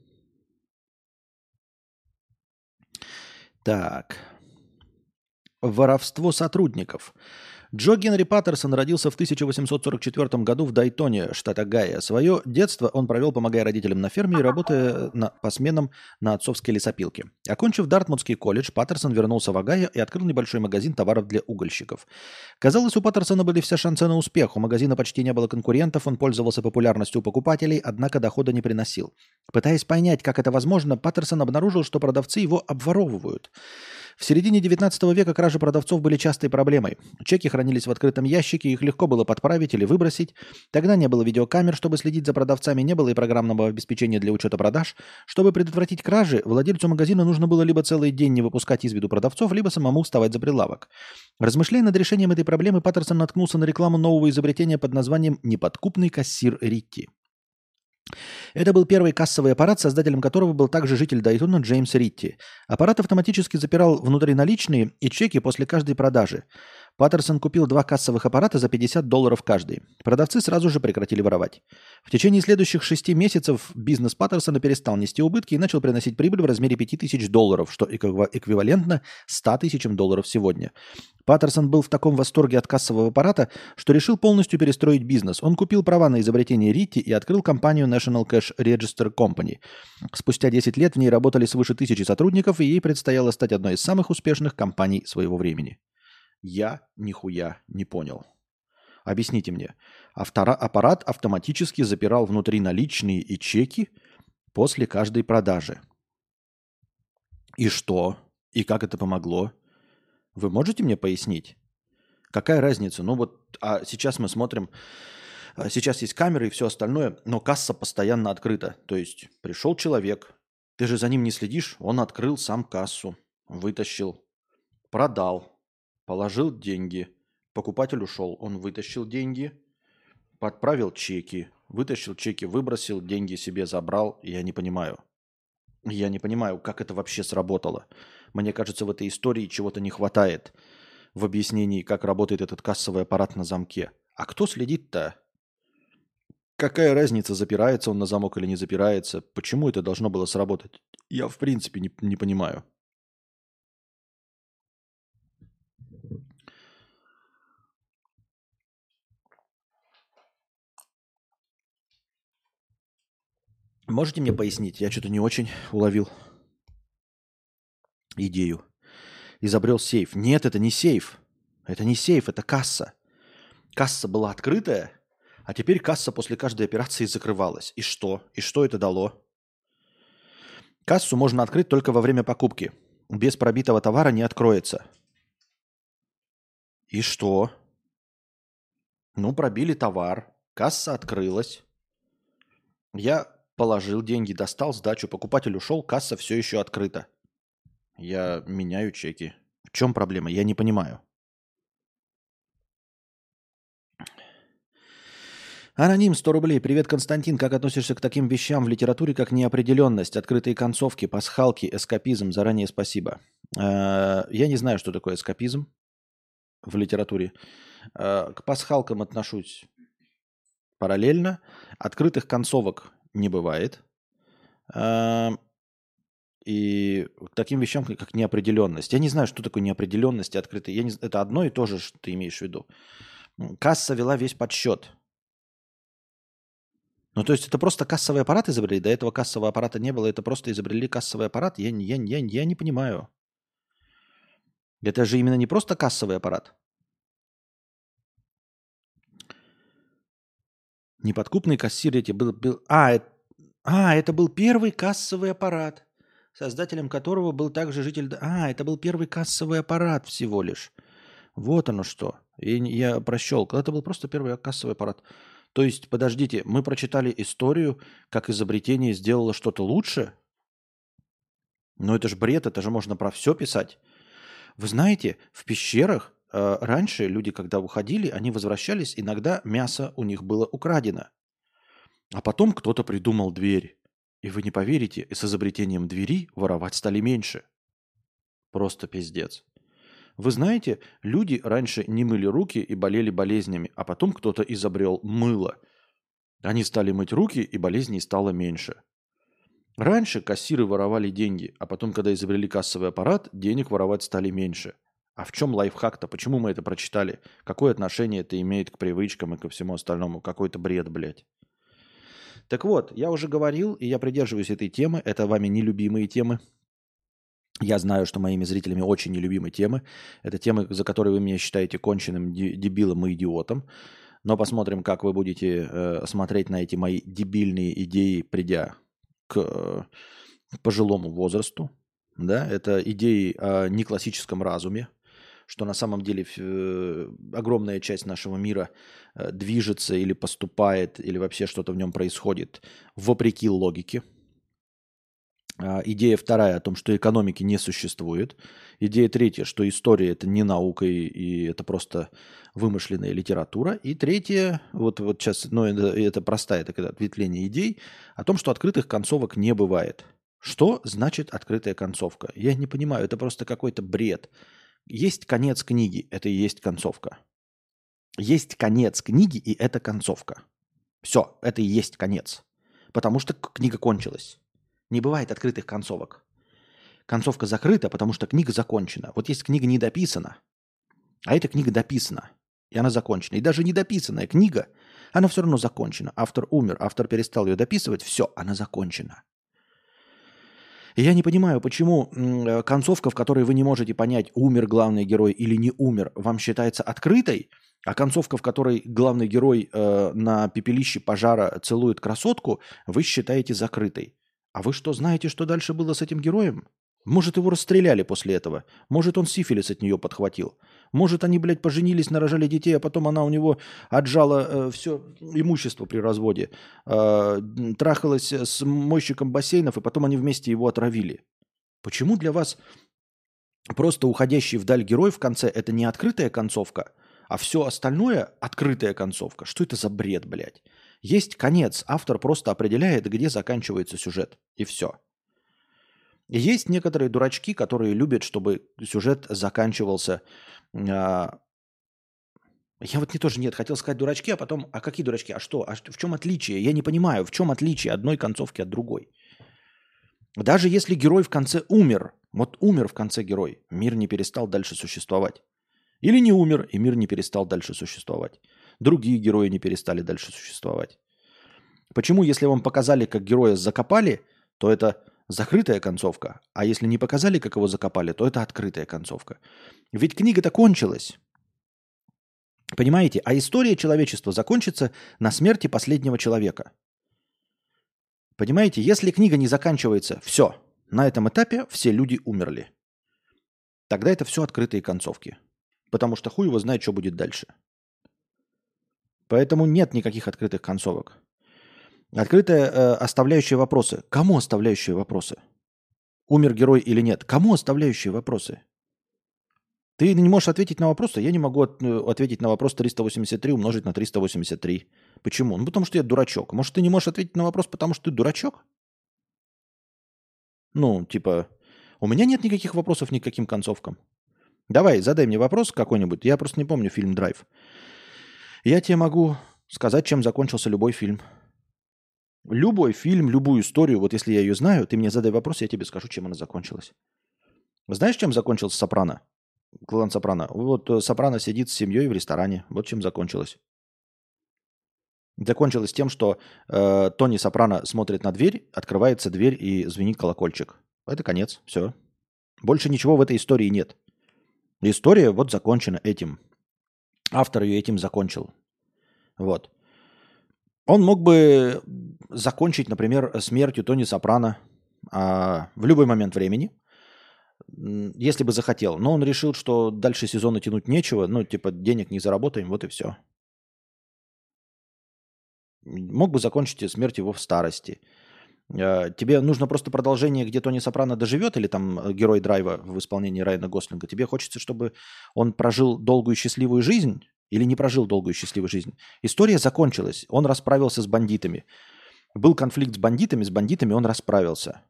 A: Так. Воровство сотрудников. Джо Генри Паттерсон родился в тысяча восемьсот сорок четвёртом году в Дайтоне, штат Огайо. Свое детство он провел, помогая родителям на ферме и работая на, по сменам на отцовской лесопилке. Окончив Дартмутский колледж, Паттерсон вернулся в Огайо и открыл небольшой магазин товаров для угольщиков. Казалось, у Паттерсона были все шансы на успех. У магазина почти не было конкурентов, он пользовался популярностью у покупателей, однако дохода не приносил. Пытаясь понять, как это возможно, Паттерсон обнаружил, что продавцы его обворовывают. В середине девятнадцатого века кражи продавцов были частой проблемой. Чеки хранились в открытом ящике, их легко было подправить или выбросить. Тогда не было видеокамер, чтобы следить за продавцами, не было и программного обеспечения для учета продаж. Чтобы предотвратить кражи, владельцу магазина нужно было либо целый день не выпускать из виду продавцов, либо самому вставать за прилавок. Размышляя над решением этой проблемы, Паттерсон наткнулся на рекламу нового изобретения под названием «Неподкупный кассир Ритти». Это был первый кассовый аппарат, создателем которого был также житель Дайтона Джеймс Ритти. Аппарат автоматически запирал внутри наличные и чеки после каждой продажи. Паттерсон купил два кассовых аппарата за пятьдесят долларов каждый. Продавцы сразу же прекратили воровать. В течение следующих шести месяцев бизнес Паттерсона перестал нести убытки и начал приносить прибыль в размере пяти тысяч долларов, что эквивалентно ста тысячам долларов сегодня. Паттерсон был в таком восторге от кассового аппарата, что решил полностью перестроить бизнес. Он купил права на изобретение Ритти и открыл компанию National Cash Register Company. Спустя десять лет в ней работали свыше тысячи сотрудников, и ей предстояло стать одной из самых успешных компаний своего времени. Я нихуя не понял. Объясните мне. Автора- аппарат автоматически запирал внутри наличные и чеки после каждой продажи. И что? И как это помогло? Вы можете мне пояснить? Какая разница? Ну вот, а сейчас мы смотрим А сейчас есть камеры и все остальное, но касса постоянно открыта. То есть пришел человек, ты же за ним не следишь, он открыл сам кассу, вытащил, продал, положил деньги, покупатель ушел, он вытащил деньги, подправил чеки, вытащил чеки, выбросил, деньги себе забрал. Я не понимаю. Я не понимаю, как это вообще сработало. Мне кажется, в этой истории чего-то не хватает в объяснении, как работает этот кассовый аппарат на замке. А кто следит-то? Какая разница, запирается он на замок или не запирается? Почему это должно было сработать? Я в принципе не, не понимаю. Можете мне пояснить? Я что-то не очень уловил идею. Изобрел сейф. Нет, это не сейф. Это не сейф, это касса. Касса была открытая, а теперь касса после каждой операции закрывалась. И что? И что это дало? Кассу можно открыть только во время покупки. Без пробитого товара не откроется. И что? Ну, пробили товар, касса открылась. Я положил деньги, достал сдачу, покупатель ушел, касса все еще открыта. Я меняю чеки. В чем проблема? Я не понимаю. Аноним, сто рублей. Привет, Константин. Как относишься к таким вещам в литературе, как неопределенность, открытые концовки, пасхалки, эскапизм? Заранее спасибо. Э, Я не знаю, что такое эскапизм в литературе. Э, К пасхалкам отношусь параллельно. Открытых концовок не бывает. Э, И к таким вещам, как неопределенность. Я не знаю, что такое неопределенность и открытые. Я не... з- Это одно и то же, что ты имеешь в виду. М, Касса вела весь подсчет. Ну, то есть это просто кассовый аппарат изобрели? До этого кассового аппарата не было, это просто изобрели кассовый аппарат? Я, не- я, не- я, не- я не понимаю. Это же именно не просто кассовый аппарат. Неподкупный кассир эти был... был... А, это... а, это был первый кассовый аппарат, создателем которого был также житель... Д- А, это был первый кассовый аппарат всего лишь. Вот оно что. И не- я прощелкал. Это был просто первый кассовый аппарат. То есть, подождите, мы прочитали историю, как изобретение сделало что-то лучше? Но это же бред, это же можно про все писать. Вы знаете, в пещерах э, раньше люди, когда уходили, они возвращались, иногда мясо у них было украдено. А потом кто-то придумал дверь. И вы не поверите, и с изобретением двери воровать стали меньше. Просто пиздец. Вы знаете, люди раньше не мыли руки и болели болезнями, а потом кто-то изобрел мыло. Они стали мыть руки, и болезней стало меньше. Раньше кассиры воровали деньги, а потом, когда изобрели кассовый аппарат, денег воровать стали меньше. А в чем лайфхак-то? Почему мы это прочитали? Какое отношение это имеет к привычкам и ко всему остальному? Какой-то бред, блядь. Так вот, я уже говорил, и я придерживаюсь этой темы. Это вами нелюбимые темы. Я знаю, что моими зрителями очень нелюбимые темы. Это темы, за которые вы меня считаете конченным де- дебилом и идиотом. Но посмотрим, как вы будете э, смотреть на эти мои дебильные идеи, придя к э, пожилому возрасту. Да? Это идеи о неклассическом разуме, что на самом деле э, огромная часть нашего мира э, движется или поступает, или вообще что-то в нем происходит вопреки логике. А, Идея вторая о том, что экономики не существует. Идея третья, что история это не наука и, и это просто вымышленная литература. И третья, вот, вот сейчас, ну это, это простая такая ответвление идей, о том, что открытых концовок не бывает. Что значит открытая концовка? Я не понимаю, это просто какой-то бред. Есть конец книги, это и есть концовка. Есть конец книги, и это концовка. Все, это и есть конец. Потому что к- книга кончилась. Не бывает открытых концовок. Концовка закрыта, потому что книга закончена. Вот есть книга не дописана, а эта книга дописана, и она закончена. И даже недописанная книга, она все равно закончена. Автор умер, автор перестал ее дописывать, все, она закончена. И я не понимаю, почему м, э, концовка, в которой вы не можете понять, умер главный герой или не умер, вам считается открытой, а концовка, в которой главный герой э, на пепелище пожара целует красотку, вы считаете закрытой. А вы что, знаете, что дальше было с этим героем? Может, его расстреляли после этого. Может, он сифилис от нее подхватил. Может, они, блядь, поженились, нарожали детей, а потом она у него отжала э, все имущество при разводе. Э, трахалась с мойщиком бассейнов, и потом они вместе его отравили. Почему для вас просто уходящий вдаль герой в конце – это не открытая концовка, а все остальное – открытая концовка? Что это за бред, блядь? Есть конец. Автор просто определяет, где заканчивается сюжет. И все. Есть некоторые дурачки, которые любят, чтобы сюжет заканчивался. а, Я вот не тоже нет, хотел сказать дурачки, а потом, а какие дурачки? А что? А что- в чем отличие? Я не понимаю, в чем отличие одной концовки от другой. Даже если герой в конце умер, вот умер в конце герой, мир не перестал дальше существовать. Или не умер, и мир не перестал дальше существовать. Другие герои не перестали дальше существовать. Почему, если вам показали, как героя закопали, то это закрытая концовка, а если не показали, как его закопали, то это открытая концовка. Ведь книга-то кончилась. Понимаете? А история человечества закончится на смерти последнего человека. Понимаете? Если книга не заканчивается, все. На этом этапе все люди умерли. Тогда это все открытые концовки. Потому что хуй его знает, что будет дальше. Поэтому нет никаких открытых концовок. Открытая, э, оставляющая вопросы. Кому оставляющие вопросы? Умер герой или нет? Кому оставляющие вопросы? Ты не можешь ответить на вопрос, а я не могу от- э, ответить на вопрос триста восемьдесят три умножить на триста восемьдесят три. Почему? Ну, потому что я дурачок. Может, ты не можешь ответить на вопрос, потому что ты дурачок? Ну, типа, у меня нет никаких вопросов ни к каким концовкам. Давай, задай мне вопрос какой-нибудь. Я просто не помню фильм «Драйв». Я тебе могу сказать, чем закончился любой фильм. Любой фильм, любую историю, вот если я ее знаю, ты мне задай вопрос, я тебе скажу, чем она закончилась. Знаешь, чем закончился «Сопрано»? Клан «Сопрано». Вот э, «Сопрано» сидит с семьей в ресторане. Вот чем закончилось. Закончилось тем, что э, Тони Сопрано смотрит на дверь, открывается дверь и звенит колокольчик. Это конец, все. Больше ничего в этой истории нет. История вот закончена этим. Автор ее этим закончил. Вот. Он мог бы закончить, например, смертью Тони Сопрано а, в любой момент времени, м, если бы захотел. Но он решил, что дальше сезона тянуть нечего, ну, типа, денег не заработаем, вот и все. Мог бы закончить смерть его в старости. Э, Тебе нужно просто продолжение, где Тони Сопрано доживет, или там э, герой Драйва в исполнении Райана Гослинга. Тебе хочется, чтобы он прожил долгую счастливую жизнь или не прожил долгую счастливую жизнь. История закончилась. Он расправился с бандитами. Был конфликт с бандитами, с бандитами он расправился.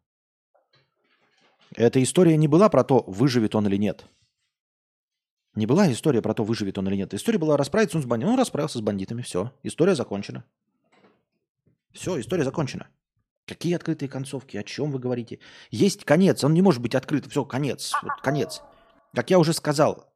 A: Эта история не была про то, выживет он или нет. Не была история про то, выживет он или нет. История была расправиться он с бандитами. Он расправился с бандитами, все. История закончена. Все, история закончена. Какие открытые концовки? О чем вы говорите? Есть конец, он не может быть открыт. Все, конец. Вот, конец. Как я уже сказал,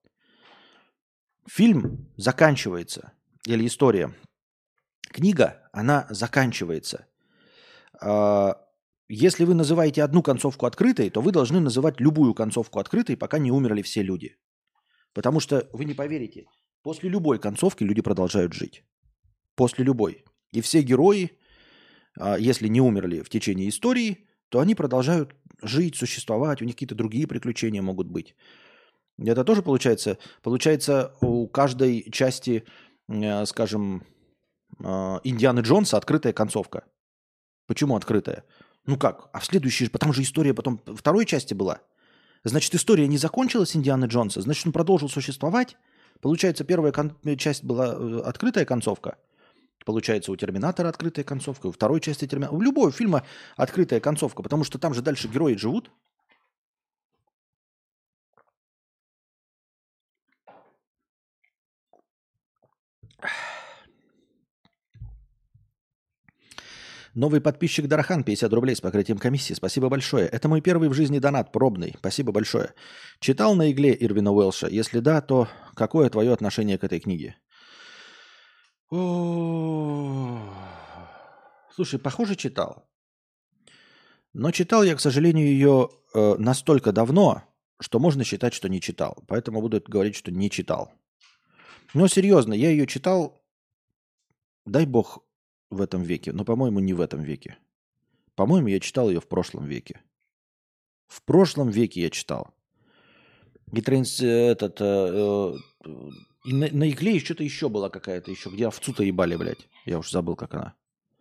A: фильм заканчивается. Или история. Книга, она заканчивается. А, Если вы называете одну концовку открытой, то вы должны называть любую концовку открытой, пока не умерли все люди. Потому что, вы не поверите, после любой концовки люди продолжают жить. После любой. И все герои, а, если не умерли в течение истории, то они продолжают жить, существовать, у них какие-то другие приключения могут быть. Это тоже получается, получается у каждой части, э, скажем, э, Индианы Джонса открытая концовка. Почему открытая? Ну как? А в следующей, потому же история потом второй части была. Значит, история не закончилась Индианы Джонса, значит, он продолжил существовать. Получается, первая кон- часть была э, открытая концовка. Получается, у Терминатора открытая концовка, у второй части Терминатора. У любого фильма открытая концовка, потому что там же дальше герои живут. Новый подписчик Дархан, пятьдесят рублей с покрытием комиссии. Спасибо большое. Это мой первый в жизни донат, пробный. Спасибо большое. Читал на игле Ирвина Уэлша? Если да, то какое твое отношение к этой книге? О, слушай, похоже, читал. Но читал я, к сожалению, ее э, настолько давно, что можно считать, что не читал. Поэтому буду говорить, что не читал. Но серьезно, я ее читал, дай бог, в этом веке. Но, по-моему, не в этом веке. По-моему, я читал ее в прошлом веке. В прошлом веке я читал. И тренс, этот, э, э, и на, на игле что-то еще была какая-то еще, где овцу-то ебали, блядь. Я уж забыл, как она.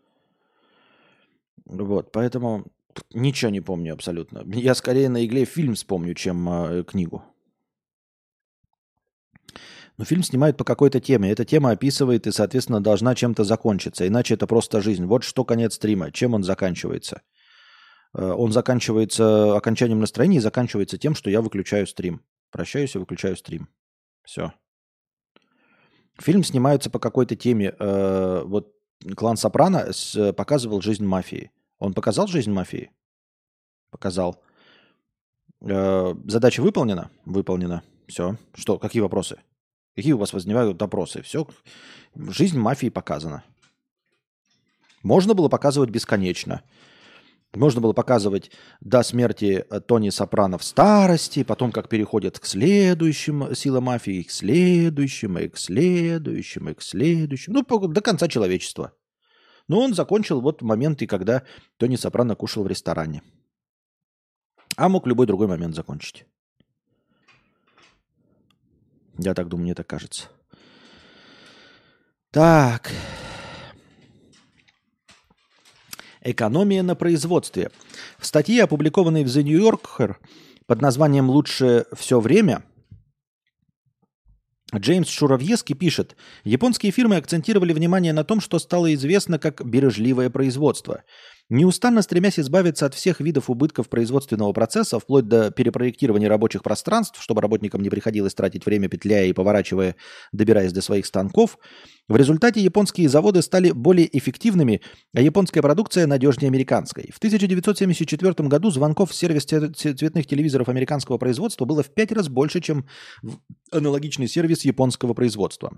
A: Вот, поэтому ничего не помню абсолютно. Я скорее на игле фильм вспомню, чем э, книгу. Но фильм снимают по какой-то теме. Эта тема описывает и, соответственно, должна чем-то закончиться. Иначе это просто жизнь. Вот что конец стрима. Чем он заканчивается? Э, Он заканчивается окончанием настроения и заканчивается тем, что я выключаю стрим. Прощаюсь и выключаю стрим. Все. Фильм снимается по какой-то теме. Э, Вот клан Сопрано с- показывал жизнь мафии. Он показал жизнь мафии? Показал. Э, Задача выполнена? Выполнена. Все. Что? Какие вопросы? Какие у вас возникают вопросы? Все. Жизнь мафии показана. Можно было показывать бесконечно. Можно было показывать до смерти э, Тони Сопрано в старости, потом как переходят к следующим силам мафии, и к следующим, и к следующим, и к следующим. Ну, по- до конца человечества. Но он закончил вот в моменты, когда Тони Сопрано кушал в ресторане. А мог любой другой момент закончить. Я так думаю, мне так кажется. Так. Экономия на производстве. В статье, опубликованной в The New Yorker под названием «Лучше все время», Джеймс Шуравьеский пишет, японские фирмы акцентировали внимание на том, что стало известно как бережливое производство. Неустанно стремясь избавиться от всех видов убытков производственного процесса, вплоть до перепроектирования рабочих пространств, чтобы работникам не приходилось тратить время петляя и поворачивая, добираясь до своих станков, в результате японские заводы стали более эффективными, а японская продукция надежнее американской. В тысяча девятьсот семьдесят четвёртом году звонков в сервис те- те- цветных телевизоров американского производства было в пять раз больше, чем в аналогичный сервис японского производства.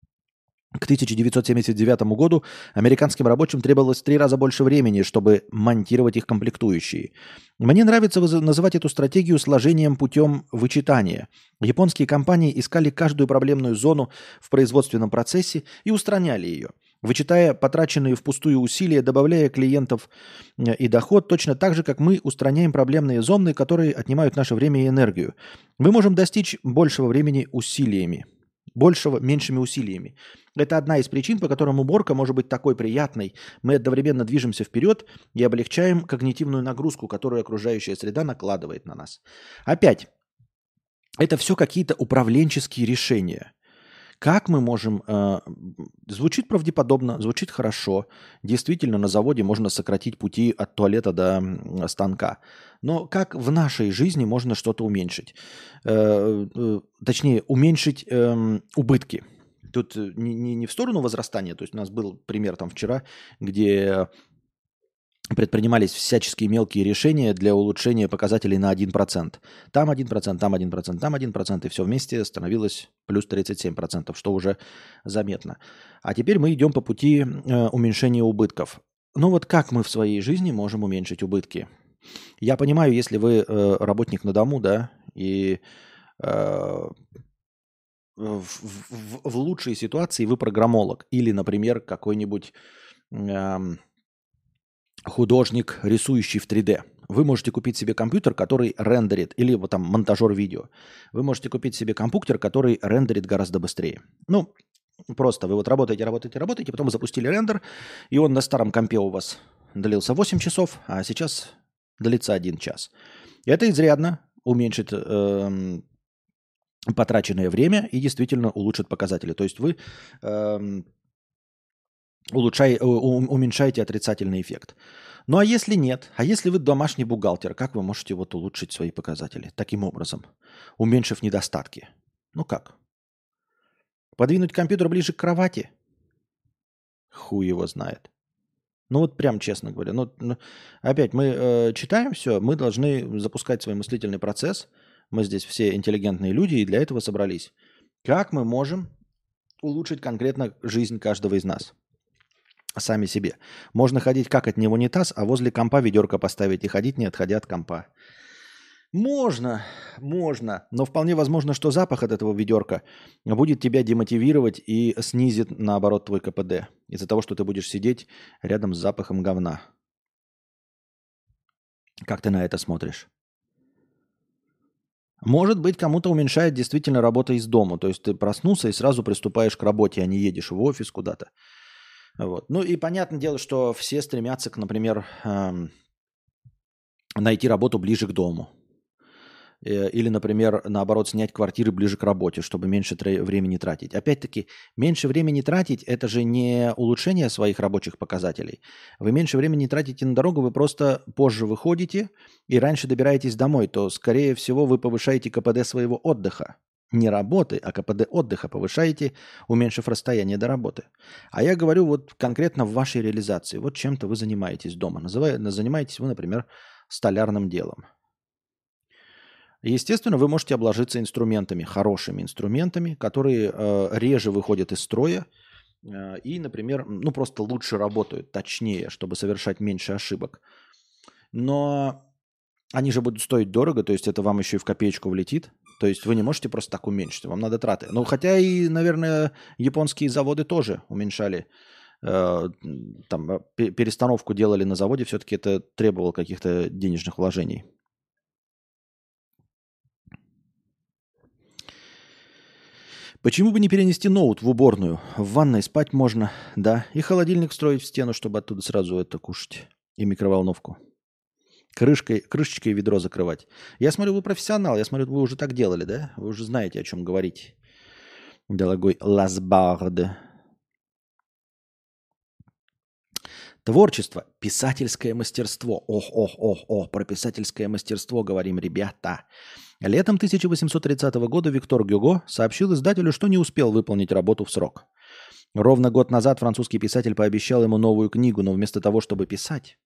A: К тысяча девятьсот семьдесят девятому году американским рабочим требовалось в три раза больше времени, чтобы монтировать их комплектующие. Мне нравится выз- называть эту стратегию сложением путем вычитания. Японские компании искали каждую проблемную зону в производственном процессе и устраняли ее, вычитая потраченные впустую усилия, добавляя клиентов э, и доход, точно так же, как мы устраняем проблемные зоны, которые отнимают наше время и энергию. Мы можем достичь большего времени усилиями. Большего меньшими усилиями. Это одна из причин, по которым уборка может быть такой приятной. Мы одновременно движемся вперед и облегчаем когнитивную нагрузку, которую окружающая среда накладывает на нас. Опять, это все какие-то управленческие решения. Как мы можем... э, звучит правдеподобно, звучит хорошо. Действительно, на заводе можно сократить пути от туалета до м, станка. Но как в нашей жизни можно что-то уменьшить? Э, э, точнее, уменьшить эм, убытки. Тут э, не, не, не в сторону возрастания. То есть у нас был пример там вчера, где предпринимались всяческие мелкие решения для улучшения показателей на один процент. Там один процент, там один процент, там один процент, и все вместе становилось плюс тридцать семь процентов, что уже заметно. А теперь мы идем по пути э, уменьшения убытков. Ну вот как мы в своей жизни можем уменьшить убытки? Я понимаю, если вы э, работник на дому, да, и э, в, в- в лучшей ситуации вы программолог или, например, какой-нибудь эм, художник, рисующий в три дэ. Вы можете купить себе компьютер, который рендерит, или вот там монтажер видео. Вы можете купить себе компьютер, который рендерит гораздо быстрее. Ну, просто вы вот работаете, работаете, работаете, потом запустили рендер, и он на старом компе у вас длился восемь часов, а сейчас длится один час. И это изрядно уменьшит эм, потраченное время и действительно улучшит показатели. То есть вы эм, улучшай, у- у- уменьшаете отрицательный эффект. Ну а если нет, а если вы домашний бухгалтер, как вы можете вот улучшить свои показатели таким образом, уменьшив недостатки? Ну как? Подвинуть компьютер ближе к кровати? Хуй его знает. Ну вот прям честно говоря. Ну, ну, опять, мы э, читаем все, мы должны запускать свой мыслительный процесс. Мы здесь все интеллигентные люди и для этого собрались. Как мы можем улучшить конкретно жизнь каждого из нас? Сами себе. Можно ходить как от него не таз, а возле компа ведерко поставить и ходить, не отходя от компа. Можно, можно, но вполне возможно, что запах от этого ведерка будет тебя демотивировать и снизит, наоборот, твой ка пэ дэ. Из-за того, что ты будешь сидеть рядом с запахом говна. Как ты на это смотришь? Может быть, кому-то уменьшает действительно работа из дома. То есть ты проснулся и сразу приступаешь к работе, а не едешь в офис куда-то. Вот. Ну и понятное дело, что все стремятся, к, например, эм, найти работу ближе к дому. Э, Или, например, наоборот, снять квартиры ближе к работе, чтобы меньше тра- времени тратить. Опять-таки, меньше времени тратить– это же не улучшение своих рабочих показателей. Вы меньше времени тратите на дорогу, вы просто позже выходите и раньше добираетесь домой, то, скорее всего, вы повышаете КПД своего отдыха. Не работы, а КПД отдыха повышаете, уменьшив расстояние до работы. А я говорю вот конкретно в вашей реализации. Вот чем-то вы занимаетесь дома. Называй- Занимаетесь вы, например, столярным делом. Естественно, вы можете обложиться инструментами, хорошими инструментами, которые э, реже выходят из строя э, и, например, ну просто лучше работают, точнее, чтобы совершать меньше ошибок. Но они же будут стоить дорого, то есть это вам еще и в копеечку влетит. То есть вы не можете просто так уменьшить, вам надо траты. Ну, хотя и, наверное, японские заводы тоже уменьшали, э, там, э, пе- перестановку делали на заводе, все-таки это требовало каких-то денежных вложений. Почему бы не перенести ноут в уборную? В ванной спать можно, да. И холодильник строить в стену, чтобы оттуда сразу это кушать. И микроволновку. Крышкой, крышечкой ведро закрывать. Я смотрю, вы профессионал. Я смотрю, вы уже так делали, да? Вы уже знаете, о чем говорить. Дорогой Ласбард. Творчество, писательское мастерство. Ох, ох, ох, ох, про писательское мастерство говорим, ребята. Летом тысяча восемьсот тридцатого года Виктор Гюго сообщил издателю, что не успел выполнить работу в срок. Ровно год назад французский писатель пообещал ему новую книгу, но вместо того, чтобы писать,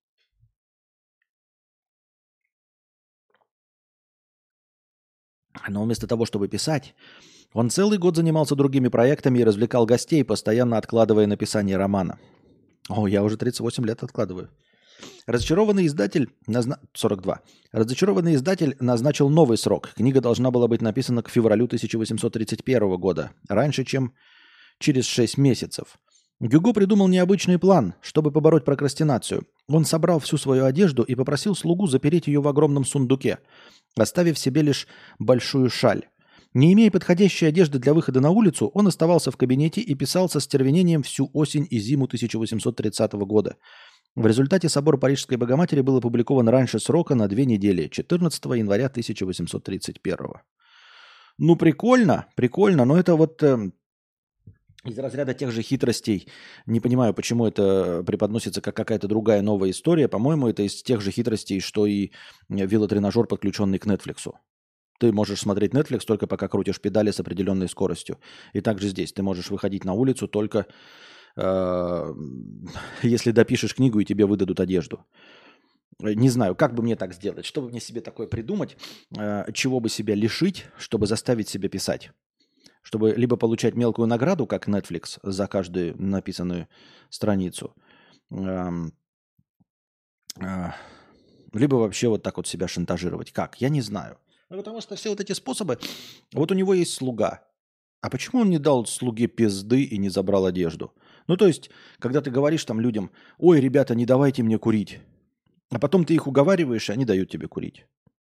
A: но вместо того, чтобы писать, он целый год занимался другими проектами и развлекал гостей, постоянно откладывая написание романа. О, я уже тридцать восемь лет откладываю. Разочарованный издатель назна... сорок два. Разочарованный издатель назначил новый срок. Книга должна была быть написана к февралю тысяча восемьсот тридцать первого года, раньше, чем через шесть месяцев. Гюго придумал необычный план, чтобы побороть прокрастинацию. Он собрал всю свою одежду и попросил слугу запереть ее в огромном сундуке, оставив себе лишь большую шаль. Не имея подходящей одежды для выхода на улицу, он оставался в кабинете и писал со стервенением всю осень и зиму тысяча восемьсот тридцатого года. В результате собор Парижской Богоматери был опубликован раньше срока на две недели, четырнадцатого января тысяча восемьсот тридцать первого. Ну, прикольно, прикольно, но это вот э, из разряда тех же хитростей. Не понимаю, почему это преподносится как какая-то другая новая история. По-моему, это из тех же хитростей, что и велотренажер, подключенный к Netflix. Ты можешь смотреть Netflix только пока крутишь педали с определенной скоростью. И также здесь ты можешь выходить на улицу только э, если допишешь книгу и тебе выдадут одежду. Не знаю, как бы мне так сделать, что бы мне себе такое придумать, э, чего бы себя лишить, чтобы заставить себя писать. Чтобы либо получать мелкую награду, как Netflix, за каждую написанную страницу, эм, э, либо вообще вот так вот себя шантажировать. Как? Я не знаю. Ну, потому что все вот эти способы... Вот у него есть слуга. А почему он не дал слуге пизды и не забрал одежду? Ну, то есть, когда ты говоришь там людям, ой, ребята, не давайте мне курить. А потом ты их уговариваешь, и они дают тебе курить.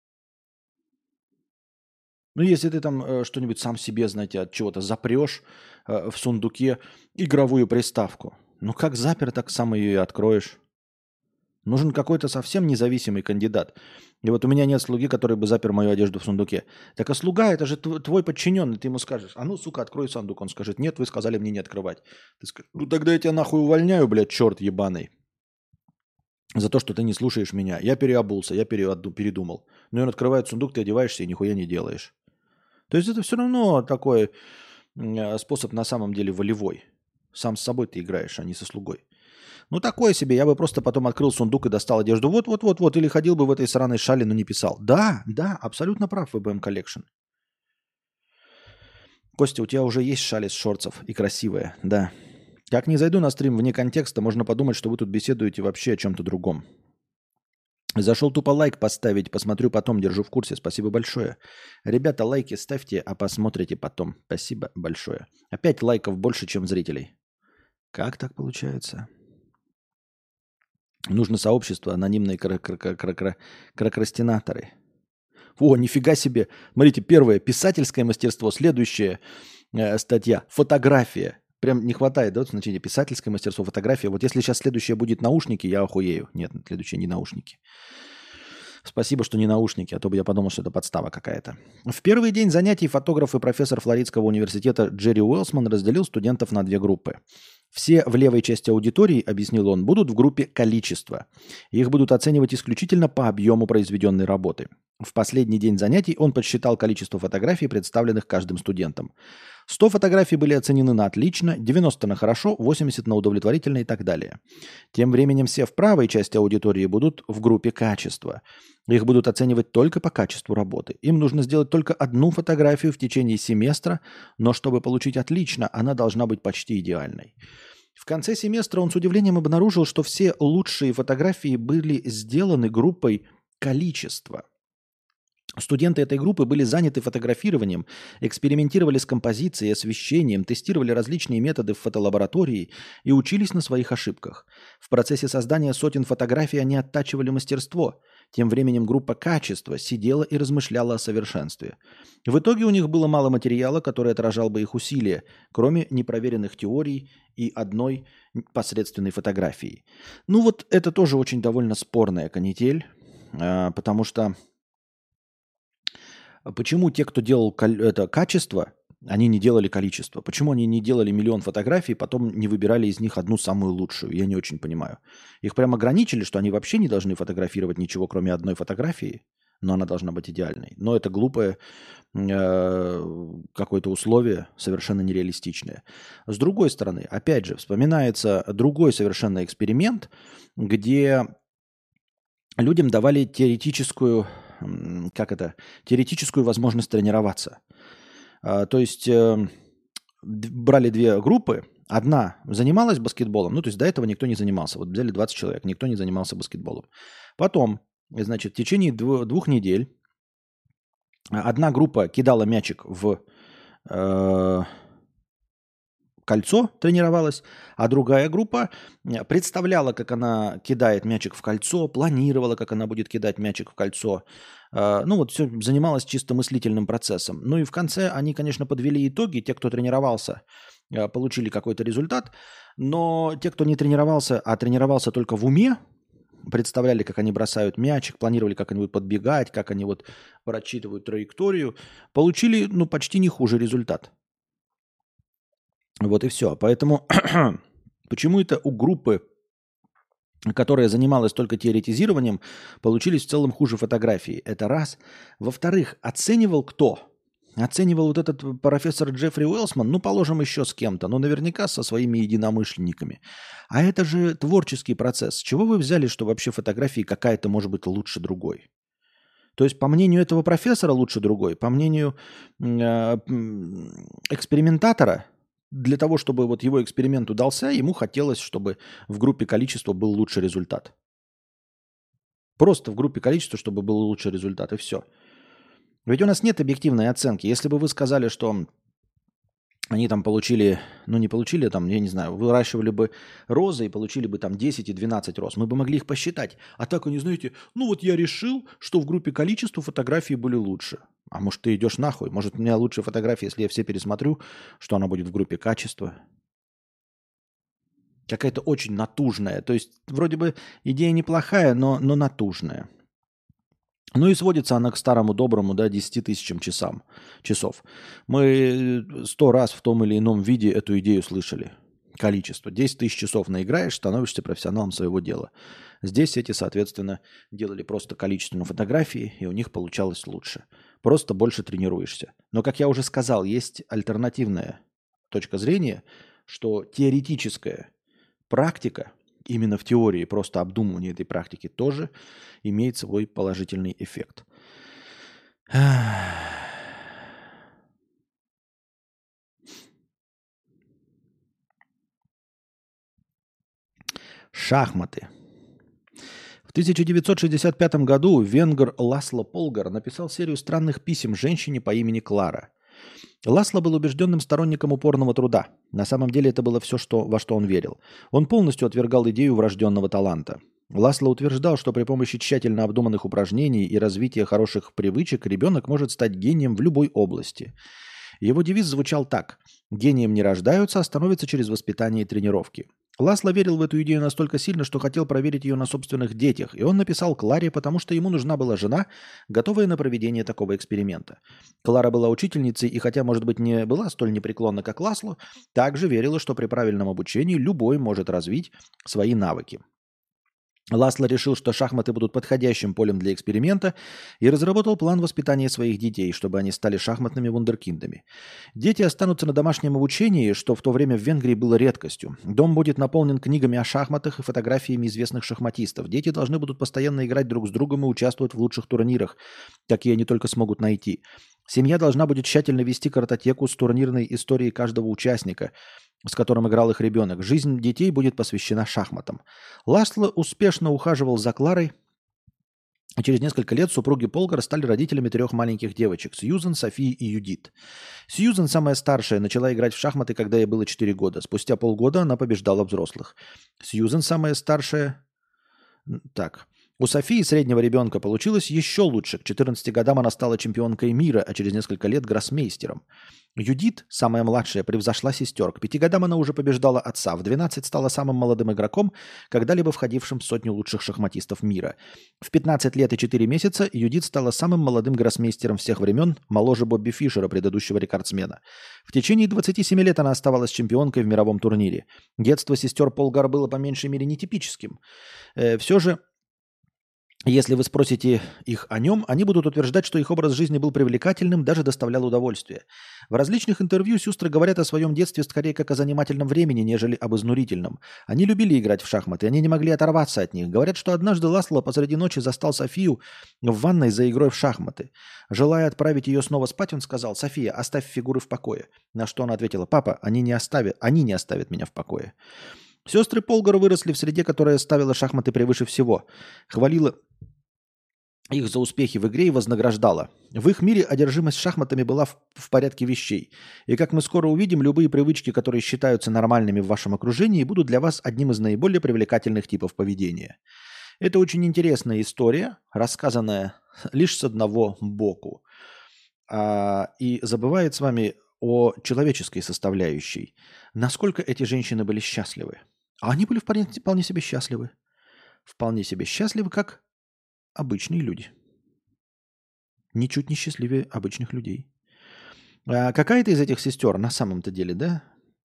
A: Ну, если ты там э, что-нибудь сам себе, знаете, от чего-то запрешь э, в сундуке игровую приставку. Ну, как запер, так сам ее и откроешь. Нужен какой-то совсем независимый кандидат. И вот у меня нет слуги, который бы запер мою одежду в сундуке. Так а слуга, это же тв- твой подчиненный. Ты ему скажешь, а ну, сука, открой сундук. Он скажет, нет, вы сказали мне не открывать. Ты скажешь, ну тогда я тебя нахуй увольняю, блядь, черт ебаный. За то, что ты не слушаешь меня. Я переобулся, я переоду- передумал. Но он открывает сундук, ты одеваешься и нихуя не делаешь. То есть это все равно такой м, способ на самом деле волевой. Сам с собой ты играешь, а не со слугой. Ну, такое себе. Я бы просто потом открыл сундук и достал одежду. Вот-вот-вот-вот. Или ходил бы в этой сраной шале, но не писал. Да, да, абсолютно прав, ви би эм Collection. Костя, у тебя уже есть шаль из шорцев и красивая. Да. Как не зайду на стрим вне контекста, можно подумать, что вы тут беседуете вообще о чем-то другом. Зашел тупо лайк поставить, посмотрю потом, держу в курсе. Спасибо большое. Ребята, лайки ставьте, а посмотрите потом. Спасибо большое. Опять лайков больше, чем зрителей. Как так получается? Нужно сообщество, анонимные кра- кра- кра- кра- кра- кракрастинаторы. О, нифига себе. Смотрите, первое писательское мастерство, следующая э, статья фотография. Прям не хватает, да, вот значение писательское мастерство, фотография. Вот если сейчас следующее будет наушники, я охуею. Нет, следующее не наушники. Спасибо, что не наушники, а то бы я подумал, что это подстава какая-то. В первый день занятий фотограф и профессор Флоридского университета Джерри Уэлсман разделил студентов на две группы. Все в левой части аудитории, объяснил он, будут в группе количества. Их будут оценивать исключительно по объему произведенной работы. В последний день занятий он подсчитал количество фотографий, представленных каждым студентом. сто фотографий были оценены на отлично, девяносто на хорошо, восемьдесят на удовлетворительно и так далее. Тем временем все в правой части аудитории будут в группе качества. Их будут оценивать только по качеству работы. Им нужно сделать только одну фотографию в течение семестра, но чтобы получить отлично, она должна быть почти идеальной. В конце семестра он с удивлением обнаружил, что все лучшие фотографии были сделаны группой количества. Студенты этой группы были заняты фотографированием, экспериментировали с композицией, освещением, тестировали различные методы в фотолаборатории и учились на своих ошибках. В процессе создания сотен фотографий они оттачивали мастерство. Тем временем группа качества сидела и размышляла о совершенстве. В итоге у них было мало материала, который отражал бы их усилия, кроме непроверенных теорий и одной посредственной фотографии. Ну вот это тоже очень довольно спорная канитель, потому что почему те, кто делал это качество, они не делали количество? Почему они не делали миллион фотографий, потом не выбирали из них одну самую лучшую? Я не очень понимаю. Их прям ограничили, что они вообще не должны фотографировать ничего, кроме одной фотографии, но она должна быть идеальной. Но это глупое э, какое-то условие, совершенно нереалистичное. С другой стороны, опять же, вспоминается другой совершенно эксперимент, где людям давали теоретическую, как это, теоретическую возможность тренироваться. То есть э, брали две группы. Одна занималась баскетболом. Ну, то есть до этого никто не занимался. Вот взяли двадцать человек, никто не занимался баскетболом. Потом, значит, в течение дв- двух недель одна группа кидала мячик в э, кольцо, тренировалась, а другая группа представляла, как она кидает мячик в кольцо, планировала, как она будет кидать мячик в кольцо. Ну вот все занималась чисто мыслительным процессом. Ну и в конце они, конечно, подвели итоги. Те, кто тренировался, получили какой-то результат. Но те, кто не тренировался, а тренировался только в уме, представляли, как они бросают мячик, планировали, как они будут подбегать, как они вот просчитывают траекторию, получили ну, почти не хуже результат. Вот и все. Поэтому почему это у группы, которая занималась только теоретизированием, получились в целом хуже фотографии? Это раз. Во-вторых, оценивал кто? Оценивал вот этот профессор Джеффри Уэлсман, ну, положим, еще с кем-то, но наверняка со своими единомышленниками. А это же творческий процесс. С чего вы взяли, что вообще фотографии какая-то может быть лучше другой? То есть, по мнению этого профессора, лучше другой, по мнению э, экспериментатора, для того, чтобы вот его эксперимент удался, ему хотелось, чтобы в группе количества был лучший результат. Просто в группе количества, чтобы был лучший результат, и все. Ведь у нас нет объективной оценки. Если бы вы сказали, что они там получили, ну не получили, там, я не знаю, выращивали бы розы и получили бы там десять и двенадцать роз, мы бы могли их посчитать. А так они, знаете, ну вот я решил, что в группе количества фотографии были лучше. А может, ты идешь нахуй? Может, у меня лучшая фотография, если я все пересмотрю, что она будет в группе качества? Какая-то очень натужная. То есть, вроде бы идея неплохая, но, но натужная. Ну и сводится она к старому доброму, да, десяти тысячам часам, часов. Мы сто раз в том или ином виде эту идею слышали. Количество. десять тысяч часов наиграешь, становишься профессионалом своего дела. Здесь эти, соответственно, делали просто количественно фотографии, и у них получалось лучше. Просто больше тренируешься. Но, как я уже сказал, есть альтернативная точка зрения, что теоретическая практика, именно в теории, просто обдумывание этой практики тоже имеет свой положительный эффект. Шахматы. В тысяча девятьсот шестьдесят пятом году венгр Ласло Полгар написал серию странных писем женщине по имени Клара. Ласло был убежденным сторонником упорного труда. На самом деле это было все, что, во что он верил. Он полностью отвергал идею врожденного таланта. Ласло утверждал, что при помощи тщательно обдуманных упражнений и развития хороших привычек ребенок может стать гением в любой области. Его девиз звучал так: «Гением не рождаются, а становятся через воспитание и тренировки». Ласло верил в эту идею настолько сильно, что хотел проверить ее на собственных детях, и он написал Кларе, потому что ему нужна была жена, готовая на проведение такого эксперимента. Клара была учительницей и, хотя, может быть, не была столь непреклонна, как Ласло, также верила, что при правильном обучении любой может развить свои навыки. Ласло решил, что шахматы будут подходящим полем для эксперимента, и разработал план воспитания своих детей, чтобы они стали шахматными вундеркиндами. Дети останутся на домашнем обучении, что в то время в Венгрии было редкостью. Дом будет наполнен книгами о шахматах и фотографиями известных шахматистов. Дети должны будут постоянно играть друг с другом и участвовать в лучших турнирах, какие они только смогут найти. Семья должна будет тщательно вести картотеку с турнирной историей каждого участника, с которым играл их ребенок. Жизнь детей будет посвящена шахматам. Ласло успешно ухаживал за Кларой, и через несколько лет супруги Полгар стали родителями трех маленьких девочек – Сьюзен, Софии и Юдит. Сьюзен, самая старшая, начала играть в шахматы, когда ей было четыре года. Спустя полгода она побеждала взрослых. Сьюзен, самая старшая… Так… У Софии, среднего ребенка, получилось еще лучше. К четырнадцати годам она стала чемпионкой мира, а через несколько лет гроссмейстером. Юдит, самая младшая, превзошла сестер. К пяти годам она уже побеждала отца. В двенадцать стала самым молодым игроком, когда-либо входившим в сотню лучших шахматистов мира. В пятнадцать лет и четыре месяца Юдит стала самым молодым гроссмейстером всех времен, моложе Бобби Фишера, предыдущего рекордсмена. В течение двадцати семи лет она оставалась чемпионкой в мировом турнире. Детство сестер Полгар было по меньшей мере нетипическим. Э, все же... Если вы спросите их о нем, они будут утверждать, что их образ жизни был привлекательным, даже доставлял удовольствие. В различных интервью сестры говорят о своем детстве скорее как о занимательном времени, нежели об изнурительном. Они любили играть в шахматы, они не могли оторваться от них. Говорят, что однажды Ласло посреди ночи застал Софию в ванной за игрой в шахматы. Желая отправить ее снова спать, он сказал: «София, оставь фигуры в покое». На что она ответила: «Папа, они не оставят, они не оставят меня в покое». Сестры Полгар выросли в среде, которая ставила шахматы превыше всего. Хвалила их за успехи в игре и вознаграждала. В их мире одержимость шахматами была в, в порядке вещей. И как мы скоро увидим, любые привычки, которые считаются нормальными в вашем окружении, будут для вас одним из наиболее привлекательных типов поведения. Это очень интересная история, рассказанная лишь с одного боку. А, и забывает с вами о человеческой составляющей. Насколько эти женщины были счастливы. А они были вполне, вполне себе счастливы. Вполне себе счастливы, как обычные люди. Ничуть не счастливее обычных людей. А какая-то из этих сестер на самом-то деле, да,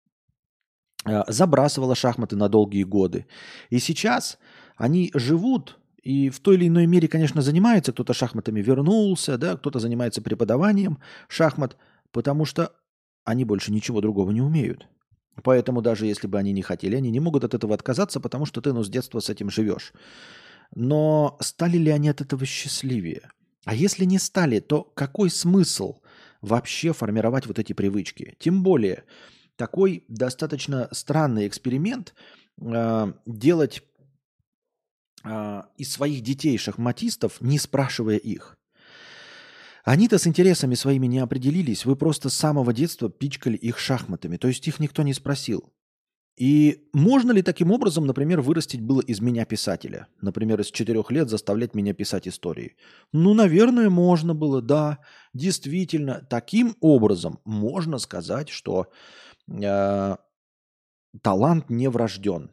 A: забрасывала шахматы на долгие годы. И сейчас они живут и в той или иной мере, конечно, занимаются. Кто-то шахматами вернулся, да, кто-то занимается преподаванием шахмат, потому что они больше ничего другого не умеют. Поэтому даже если бы они не хотели, они не могут от этого отказаться, потому что ты, ну, с детства с этим живешь. Но стали ли они от этого счастливее? А если не стали, то какой смысл вообще формировать вот эти привычки? Тем более, такой достаточно странный эксперимент э, делать э, из своих детей шахматистов, не спрашивая их. Они-то с интересами своими не определились, вы просто с самого детства пичкали их шахматами, то есть их никто не спросил. И можно ли таким образом, например, вырастить было из меня писателя? Например, из четырех лет заставлять меня писать истории? Ну, наверное, можно было, да. Действительно, таким образом можно сказать, что э, талант не врожден,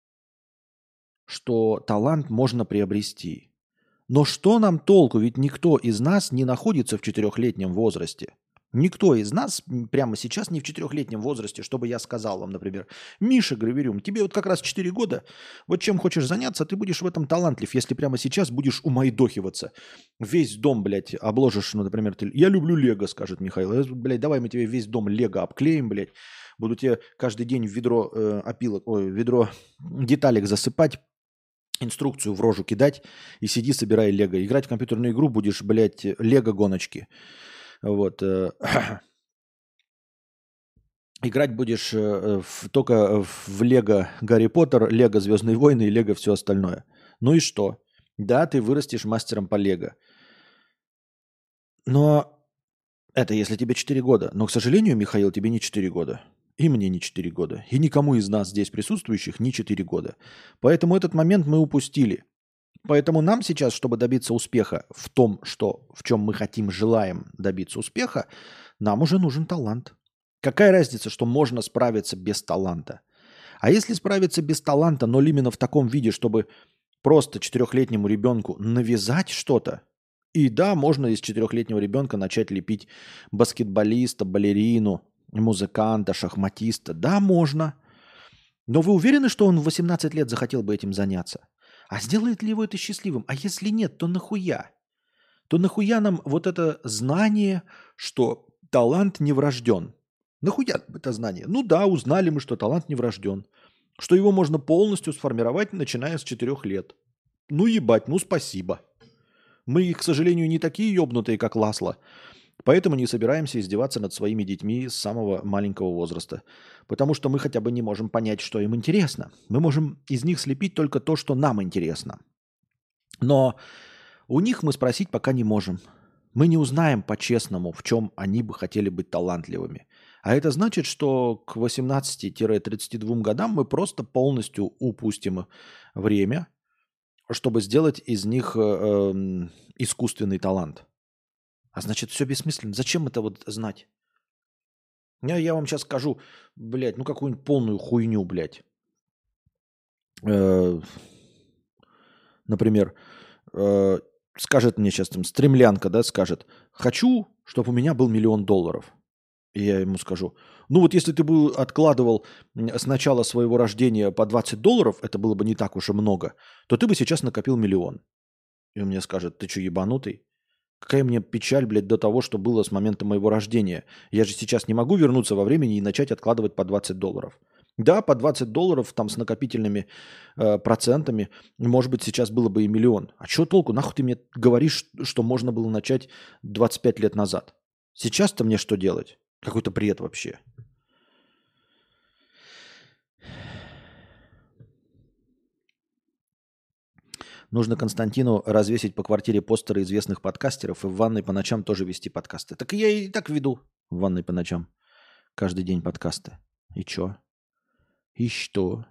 A: что талант можно приобрести. Но что нам толку? Ведь никто из нас не находится в четырехлетнем возрасте. Никто из нас прямо сейчас не в четырехлетнем возрасте, чтобы я сказал вам, например: «Миша Граверюм, тебе вот как раз четыре года, вот чем хочешь заняться, ты будешь в этом талантлив, если прямо сейчас будешь умайдохиваться. Весь дом, блядь, обложишь, ну, например, ты, я люблю лего», скажет Михаил, блядь, давай мы тебе весь дом лего обклеим, блядь, буду тебе каждый день в ведро э, опилок, ой, в ведро деталек засыпать, инструкцию в рожу кидать и сиди, собирай лего. Играть в компьютерную игру будешь, блядь, лего-гоночки. Вот. Играть будешь в, только в Лего Гарри Поттер, Лего Звездные войны и Лего все остальное. Ну и что? Да, ты вырастешь мастером по Лего. Но Это если тебе четыре года. Но, к сожалению, Михаил, тебе не четыре года. И мне не четыре года. И никому из нас здесь присутствующих не четыре года. Поэтому этот момент мы упустили. Поэтому нам сейчас, чтобы добиться успеха в том, что, в чем мы хотим, желаем добиться успеха, нам уже нужен талант. Какая разница, что можно справиться без таланта? А если справиться без таланта, но именно в таком виде, чтобы просто четырехлетнему ребенку навязать что-то, и да, можно из четырехлетнего ребенка начать лепить баскетболиста, балерину, музыканта, шахматиста. Да, можно. Но вы уверены, что он в восемнадцать лет захотел бы этим заняться? А сделает ли его это счастливым? А если нет, то нахуя? То нахуя нам вот это знание, что талант не врожден? Нахуя это знание? Ну да, узнали мы, что талант не врожден. Что его можно полностью сформировать, начиная с четырех лет. Ну ебать, ну спасибо. Мы, к сожалению, не такие ебнутые, как Ласло. Поэтому не собираемся издеваться над своими детьми с самого маленького возраста. Потому что мы хотя бы не можем понять, что им интересно. Мы можем из них слепить только то, что нам интересно. Но у них мы спросить пока не можем. Мы не узнаем по-честному, в чем они бы хотели быть талантливыми. А это значит, что к восемнадцати-тридцати двум годам мы просто полностью упустим время, чтобы сделать из них э, э, искусственный талант. А значит, все бессмысленно. Зачем это вот знать? Я, я вам сейчас скажу, блядь, ну какую-нибудь полную хуйню, блядь. Э, например, э, скажет мне сейчас там стремлянка, да, скажет, хочу, чтобы у меня был миллион долларов. И я ему скажу, ну вот если ты бы откладывал с начала своего рождения по двадцать долларов, это было бы не так уж и много, то ты бы сейчас накопил миллион. И он мне скажет, ты что, ебанутый? Какая мне печаль, блядь, до того, что было с момента моего рождения. Я же сейчас не могу вернуться во времени и начать откладывать по двадцать долларов. Да, по двадцать долларов там с накопительными э, процентами, может быть, сейчас было бы и миллион. А что толку? Нахуй ты мне говоришь, что можно было начать двадцать пять лет назад? Сейчас-то мне что делать? Какой-то бред вообще. Нужно Константину развесить по квартире постеры известных подкастеров и в ванной по ночам тоже вести подкасты. Так я и так веду в ванной по ночам. Каждый день подкасты. И чё? И что?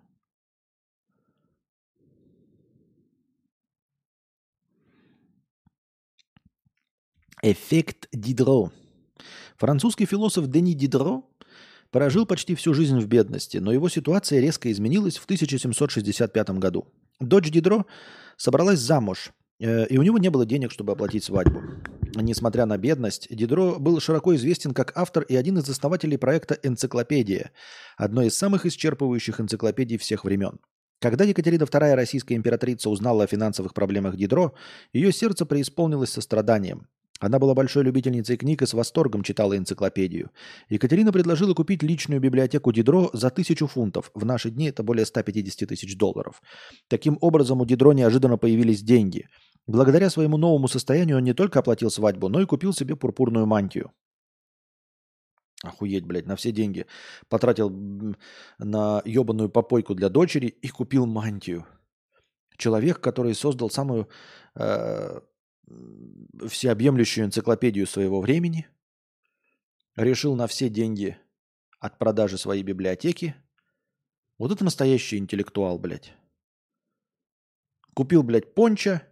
A: Эффект Дидро. Французский философ Дени Дидро прожил почти всю жизнь в бедности, но его ситуация резко изменилась в тысяча семьсот шестьдесят пятом году. Дочь Дидро собралась замуж, э, и у него не было денег, чтобы оплатить свадьбу. Несмотря на бедность, Дидро был широко известен как автор и один из основателей проекта «Энциклопедия», одной из самых исчерпывающих энциклопедий всех времен. Когда Екатерина вторая, российская императрица, узнала о финансовых проблемах Дидро, ее сердце преисполнилось состраданием. Она была большой любительницей книг и с восторгом читала энциклопедию. Екатерина предложила купить личную библиотеку Дидро за тысячу фунтов. В наши дни это более ста пятидесяти тысяч долларов. Таким образом, у Дидро неожиданно появились деньги. Благодаря своему новому состоянию он не только оплатил свадьбу, но и купил себе пурпурную мантию. Охуеть, блядь, на все деньги. Потратил на ебаную попойку для дочери и купил мантию. Человек, который создал самую... Э- всеобъемлющую энциклопедию своего времени, решил на все деньги от продажи своей библиотеки. Вот это настоящий интеллектуал, блядь. Купил, блядь, пончо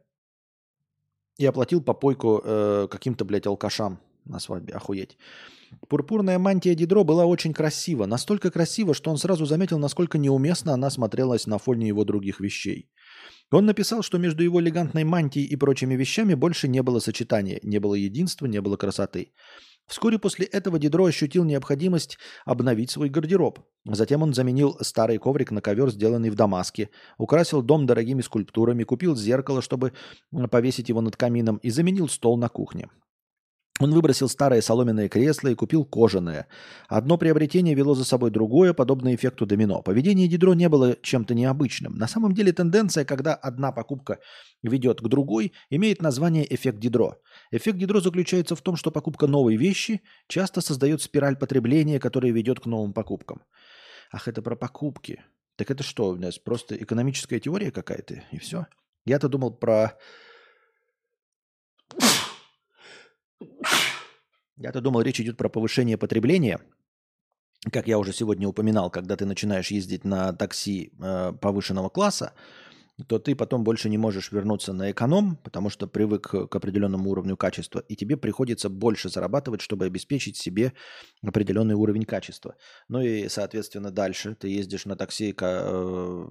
A: и оплатил попойку э, каким-то, блядь, алкашам на свадьбе. Охуеть. Пурпурная мантия Дидро была очень красива. Настолько красива, что он сразу заметил, насколько неуместно она смотрелась на фоне его других вещей. Он написал, что между его элегантной мантией и прочими вещами больше не было сочетания, не было единства, не было красоты. Вскоре после этого Дидро ощутил необходимость обновить свой гардероб. Затем он заменил старый коврик на ковер, сделанный в Дамаске, украсил дом дорогими скульптурами, купил зеркало, чтобы повесить его над камином, и заменил стол на кухне. Он выбросил старое соломенное кресло и купил кожаное. Одно приобретение вело за собой другое, подобно эффекту домино. Поведение Дидро не было чем-то необычным. На самом деле тенденция, когда одна покупка ведет к другой, имеет название эффект Дидро. Эффект Дидро заключается в том, что покупка новой вещи часто создает спираль потребления, которая ведет к новым покупкам. Ах, это про покупки. Так это что, у нас просто экономическая теория какая-то, и все? Я-то думал про... Я-то думал, речь идет про повышение потребления. Как я уже сегодня упоминал, когда ты начинаешь ездить на такси э, повышенного класса, то ты потом больше не можешь вернуться на эконом, потому что привык к определенному уровню качества, и тебе приходится больше зарабатывать, чтобы обеспечить себе определенный уровень качества. Ну и, соответственно, дальше ты ездишь на такси э,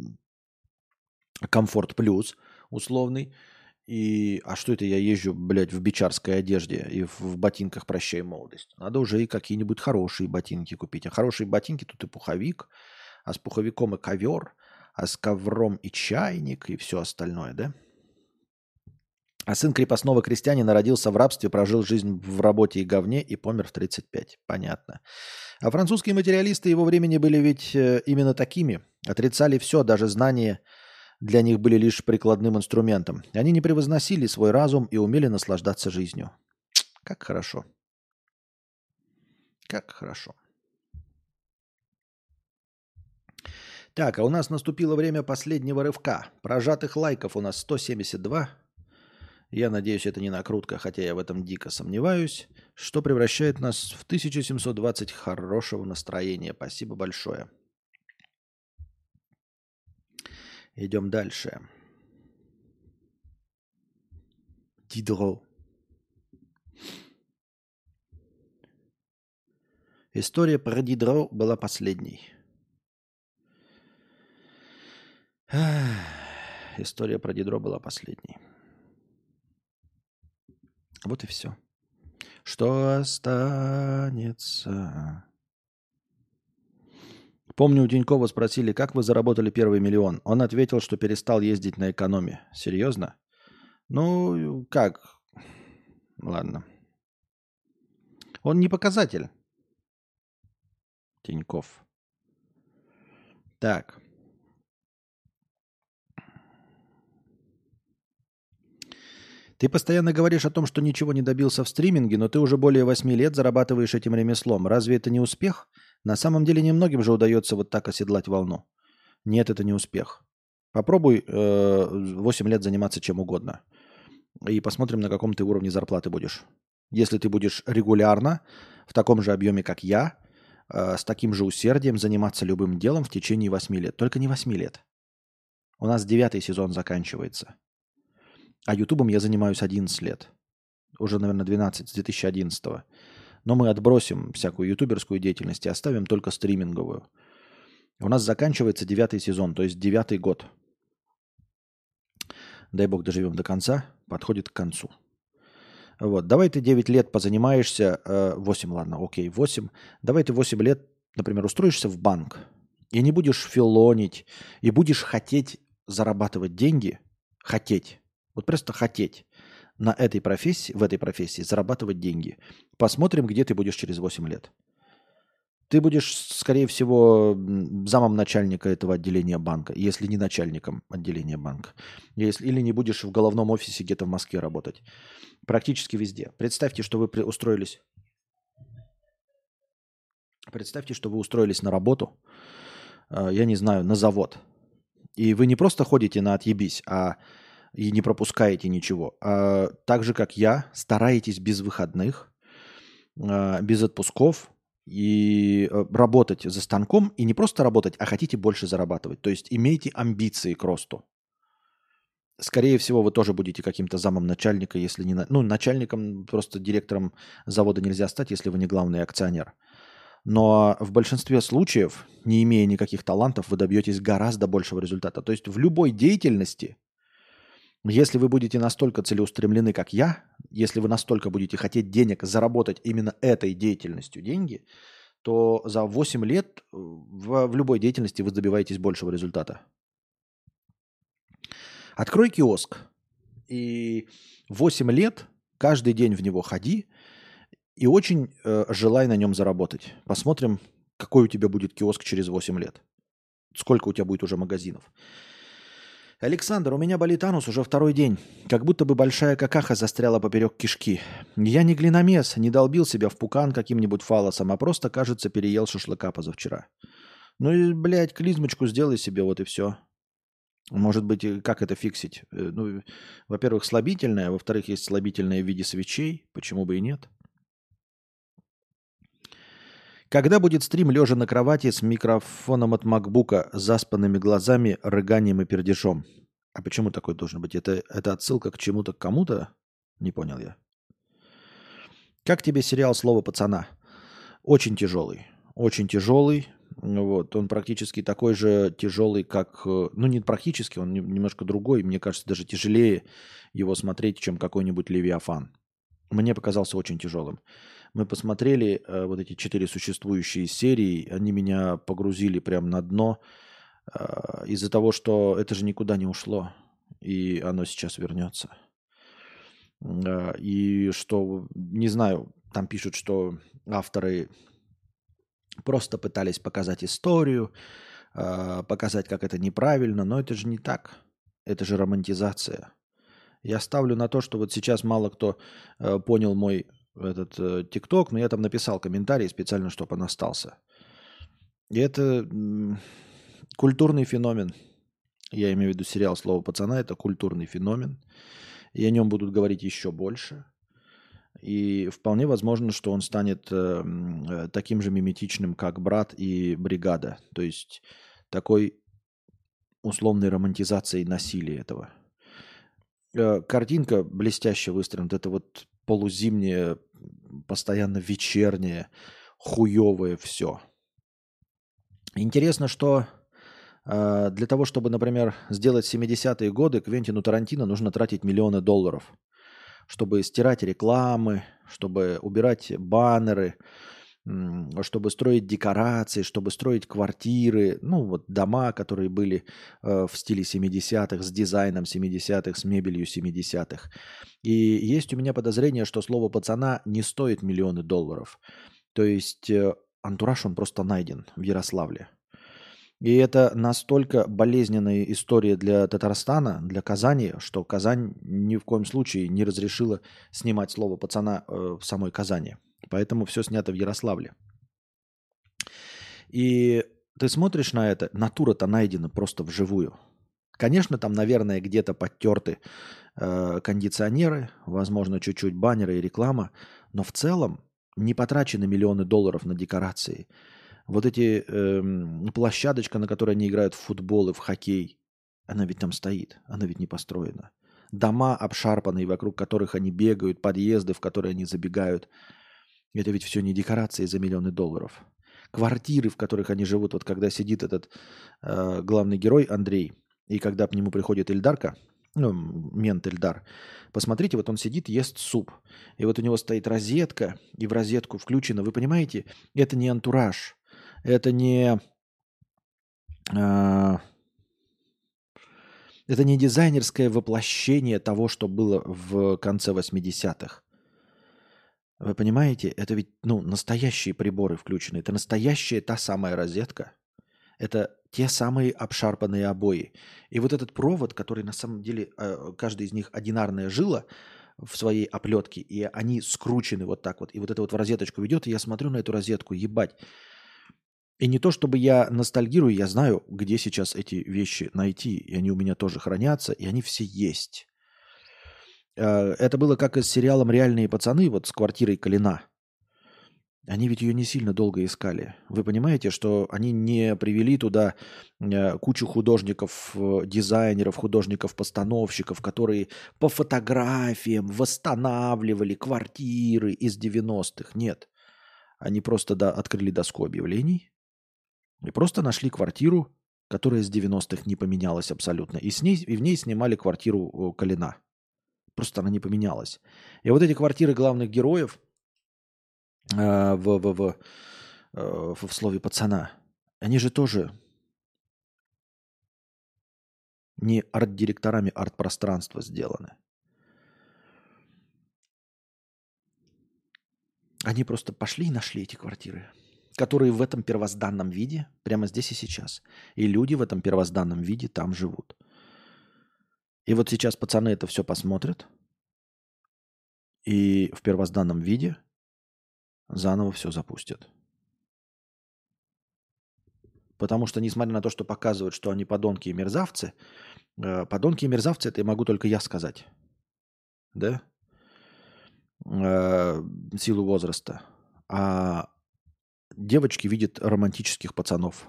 A: Комфорт Плюс условный, и а что это я езжу, блядь, в бичарской одежде и в, в ботинках «Прощай, молодость». Надо уже и какие-нибудь хорошие ботинки купить. А хорошие ботинки тут и пуховик, а с пуховиком и ковер, а с ковром и чайник, и все остальное, да? А сын крепостного крестьянина родился в рабстве, прожил жизнь в работе и говне и помер в тридцать пять. Понятно. А французские материалисты его времени были ведь э, именно такими. Отрицали все, даже знания для них были лишь прикладным инструментом. Они не превозносили свой разум и умели наслаждаться жизнью. Как хорошо. Как хорошо. Так, а у нас наступило время последнего рывка. Прожатых лайков у нас сто семьдесят два. Я надеюсь, это не накрутка, хотя я в этом дико сомневаюсь, что превращает нас в тысячу семьсот двадцать хорошего настроения. Спасибо большое. Идем дальше. Дидро. История про Дидро была последней. История про Дидро была последней. Вот и все. Что останется? Помню, у Денькова спросили, как вы заработали первый миллион. Он ответил, что перестал ездить на экономе. Серьезно? Ну, как? Ладно. Он не показатель. Тиньков. Так. Ты постоянно говоришь о том, что ничего не добился в стриминге, но ты уже более восьми лет зарабатываешь этим ремеслом. Разве это не успех? На самом деле немногим же удается вот так оседлать волну. Нет, это не успех. Попробуй э, восемь лет заниматься чем угодно. И посмотрим, на каком ты уровне зарплаты будешь. Если ты будешь регулярно, в таком же объеме, как я, э, с таким же усердием заниматься любым делом в течение восьми лет. Только не восьми лет. У нас девятый сезон заканчивается. А ютубом я занимаюсь одиннадцать лет. Уже, наверное, двенадцать, с две тысячи одиннадцатого. Но мы отбросим всякую ютуберскую деятельность и оставим только стриминговую. У нас заканчивается девятый сезон, то есть девятый год. Дай бог доживем до конца, подходит к концу. Вот, давай ты девять лет позанимаешься, э, восемь, ладно, окей, восемь. Давай ты восемь лет, например, устроишься в банк и не будешь филонить, и будешь хотеть зарабатывать деньги, хотеть, вот просто хотеть на этой профессии, в этой профессии зарабатывать деньги. Посмотрим, где ты будешь через восемь лет. Ты будешь, скорее всего, замом начальника этого отделения банка, если не начальником отделения банка. Если, или не будешь в головном офисе где-то в Москве работать. Практически везде. Представьте, что вы устроились. Представьте, что вы устроились на работу, я не знаю, на завод. И вы не просто ходите на отъебись, а и не пропускаете ничего. А так же, как я, стараетесь без выходных, без отпусков, и работать за станком, и не просто работать, а хотите больше зарабатывать. То есть имейте амбиции к росту. Скорее всего, вы тоже будете каким-то замом начальника, если не... Ну, начальником, просто директором завода нельзя стать, если вы не главный акционер. Но в большинстве случаев, не имея никаких талантов, вы добьетесь гораздо большего результата. То есть в любой деятельности, если вы будете настолько целеустремлены, как я, если вы настолько будете хотеть денег, заработать именно этой деятельностью деньги, то за восемь лет в, в любой деятельности вы добиваетесь большего результата. Открой киоск и восемь лет каждый день в него ходи и очень э, желай на нем заработать. Посмотрим, какой у тебя будет киоск через восемь лет. Сколько у тебя будет уже магазинов. Александр, у меня болит анус уже второй день. Как будто бы большая какаха застряла поперек кишки. Я не глиномес, не долбил себя в пукан каким-нибудь фалосом, а просто, кажется, переел шашлыка позавчера. Ну и, блядь, клизмочку сделай себе, вот и все. Может быть, как это фиксить? Ну, во-первых, слабительное, во-вторых, есть слабительное в виде свечей. Почему бы и нет? Когда будет стрим лежа на кровати с микрофоном от макбука, заспанными глазами, рыганием и пердежом? А почему такой должен быть? Это, это отсылка к чему-то, к кому-то? Не понял я. Как тебе сериал «Слово пацана»? Очень тяжелый. Очень тяжелый. Вот. Он практически такой же тяжелый, как... Ну, не практически, он немножко другой. Мне кажется, даже тяжелее его смотреть, чем какой-нибудь «Левиафан». Мне показался очень тяжелым. Мы посмотрели э, вот эти четыре существующие серии. Они меня погрузили прямо на дно. Э, из-за того, что это же никуда не ушло. И оно сейчас вернется. Э, и что, не знаю, там пишут, что авторы просто пытались показать историю, э, показать, как это неправильно. Но это же не так. Это же романтизация. Я ставлю на то, что вот сейчас мало кто э, понял мой этот ТикТок, но я там написал комментарий специально, чтобы он остался. И это м, культурный феномен. Я имею в виду сериал «Слово пацана». Это культурный феномен. И о нем будут говорить еще больше. И вполне возможно, что он станет э, таким же миметичным, как «Брат» и «Бригада». То есть такой условной романтизацией насилия этого. Э, картинка блестяще выстроена. Это вот полузимнее, постоянно вечернее, хуевое все. Интересно, что э, для того, чтобы, например, сделать семидесятые годы, Квентину Тарантино нужно тратить миллионы долларов, чтобы стирать рекламы, чтобы убирать баннеры, чтобы строить декорации, чтобы строить квартиры, ну вот дома, которые были э, в стиле семидесятых, с дизайном семидесятых, с мебелью семидесятых. И есть у меня подозрение, что «Слово пацана» не стоит миллионы долларов. То есть э, антураж, он просто найден в Ярославле. И это настолько болезненная история для Татарстана, для Казани, что Казань ни в коем случае не разрешила снимать «Слово пацана» э, в самой Казани. Поэтому все снято в Ярославле. И ты смотришь на это, натура-то найдена просто вживую. Конечно, там, наверное, где-то подтерты э, кондиционеры, возможно, чуть-чуть баннеры и реклама, но в целом не потрачены миллионы долларов на декорации. Вот эти э, площадочка, на которой они играют в футбол и в хоккей, она ведь там стоит, она ведь не построена. Дома обшарпанные, вокруг которых они бегают, подъезды, в которые они забегают. Это ведь все не декорации за миллионы долларов. Квартиры, в которых они живут, вот когда сидит этот э, главный герой Андрей, и когда к нему приходит Эльдарка, ну, мент Эльдар, посмотрите, вот он сидит, ест суп. И вот у него стоит розетка, и в розетку включено. Вы понимаете, это не антураж, это не... Э, это не дизайнерское воплощение того, что было в конце восьмидесятых. Вы понимаете, это ведь ну, настоящие приборы включены. Это настоящая та самая розетка. Это те самые обшарпанные обои. И вот этот провод, который на самом деле, каждый из них одинарная жила в своей оплетке, и они скручены вот так вот. И вот это вот в розеточку ведет, и я смотрю на эту розетку, ебать. И не то, чтобы я ностальгирую, я знаю, где сейчас эти вещи найти. И они у меня тоже хранятся, и они все есть. Это было как и с сериалом «Реальные пацаны», вот с квартирой Калина. Они ведь ее не сильно долго искали. Вы понимаете, что они не привели туда кучу художников, дизайнеров, художников-постановщиков, которые по фотографиям восстанавливали квартиры из девяностых. Нет. Они просто да, открыли доску объявлений и просто нашли квартиру, которая с девяностых не поменялась абсолютно. И, с ней, и в ней снимали квартиру Калина. Просто она не поменялась. И вот эти квартиры главных героев э, в, в, в, э, в слове пацана, они же тоже не арт-директорами арт-пространства сделаны. Они просто пошли и нашли эти квартиры, которые в этом первозданном виде, прямо здесь и сейчас. И люди в этом первозданном виде там живут. И вот сейчас пацаны это все посмотрят и в первозданном виде заново все запустят. Потому что, несмотря на то, что показывают, что они подонки и мерзавцы, э, подонки и мерзавцы, это могу только я сказать. Да? Э, силу возраста. А девочки видят романтических пацанов.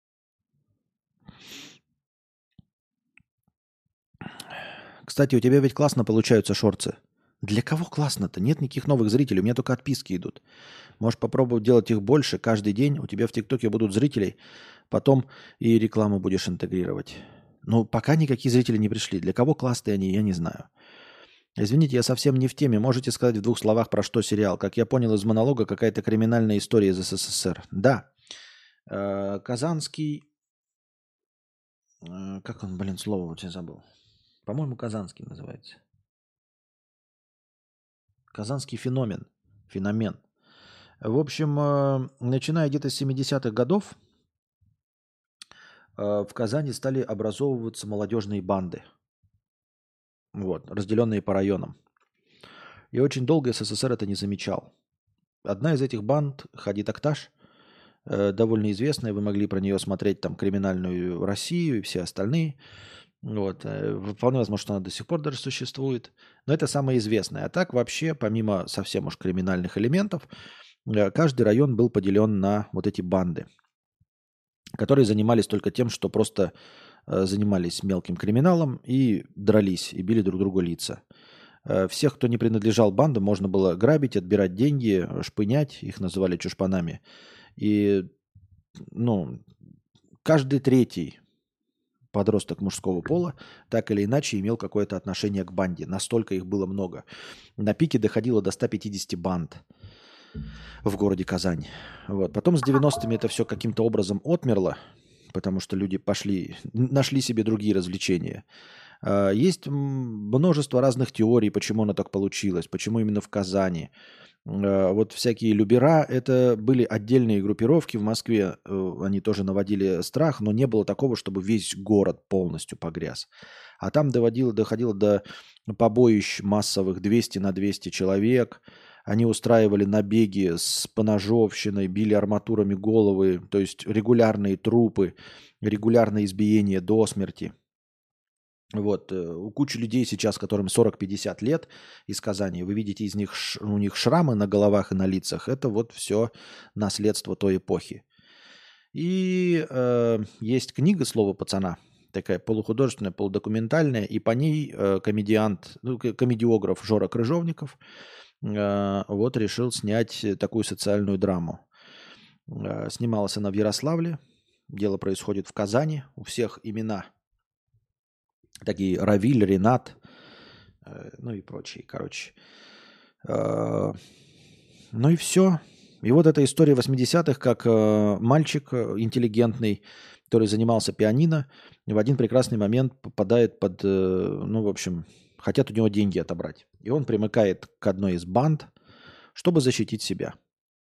A: Кстати, у тебя ведь классно получаются шорцы. Для кого классно-то? Нет никаких новых зрителей, у меня только отписки идут. Можешь попробовать делать их больше каждый день. У тебя в ТикТоке будут зрители, потом и рекламу будешь интегрировать. Но пока никакие зрители не пришли. Для кого классные они, я не знаю. Извините, я совсем не в теме. Можете сказать в двух словах, про что сериал? Как я понял из монолога, какая-то криминальная история из СССР. Да. Э, Казанский... э, Как он, блин, слово вот я забыл. По-моему, Казанский называется. Казанский феномен. Феномен. В общем, э, начиная где-то с семидесятых годов э, в Казани стали образовываться молодежные банды. Вот, разделенные по районам. И очень долго СССР это не замечал. Одна из этих банд, Хади Такташ, э, довольно известная, вы могли про нее смотреть там «Криминальную Россию» и все остальные. Вот. э, Вполне возможно, что она до сих пор даже существует. Но это самое известное. А так вообще, помимо совсем уж криминальных элементов, э, каждый район был поделен на вот эти банды, которые занимались только тем, что просто э, занимались мелким криминалом и дрались, и били друг другу лица. Э, Всех, кто не принадлежал бандам, можно было грабить, отбирать деньги, шпынять, их называли чушпанами. И, ну, каждый третий подросток мужского пола так или иначе имел какое-то отношение к банде. Настолько их было много. На пике доходило до ста пятидесяти банд в городе Казань. Вот. Потом с девяностыми это все каким-то образом отмерло, потому что люди пошли, нашли себе другие развлечения. А, Есть м, множество разных теорий, почему оно так получилось, почему именно в Казани. А, Вот всякие любера, это были отдельные группировки в Москве, э, они тоже наводили страх, но не было такого, чтобы весь город полностью погряз. А там доводило, доходило до побоищ массовых двести на двести человек. Они устраивали набеги с поножовщиной, били арматурами головы, то есть регулярные трупы, регулярные избиения до смерти. Вот, э, у кучи людей сейчас, которым сорок-пятьдесят лет из Казани, вы видите из них, ш- у них шрамы на головах и на лицах, это вот все наследство той эпохи. И э, есть книга «Слово пацана», такая полухудожественная, полудокументальная, и по ней э, комедиант, ну, к- комедиограф Жора Крыжовников э, вот решил снять такую социальную драму. Э, Снималась она в Ярославле, дело происходит в Казани, у всех имена такие Равиль, Ренат, э, ну и прочие, короче. Э, Ну и все. И вот эта история восьмидесятых, как э, мальчик э, интеллигентный, который занимался пианино, в один прекрасный момент попадает под, э, ну, в общем, хотят у него деньги отобрать. И он примыкает к одной из банд, чтобы защитить себя.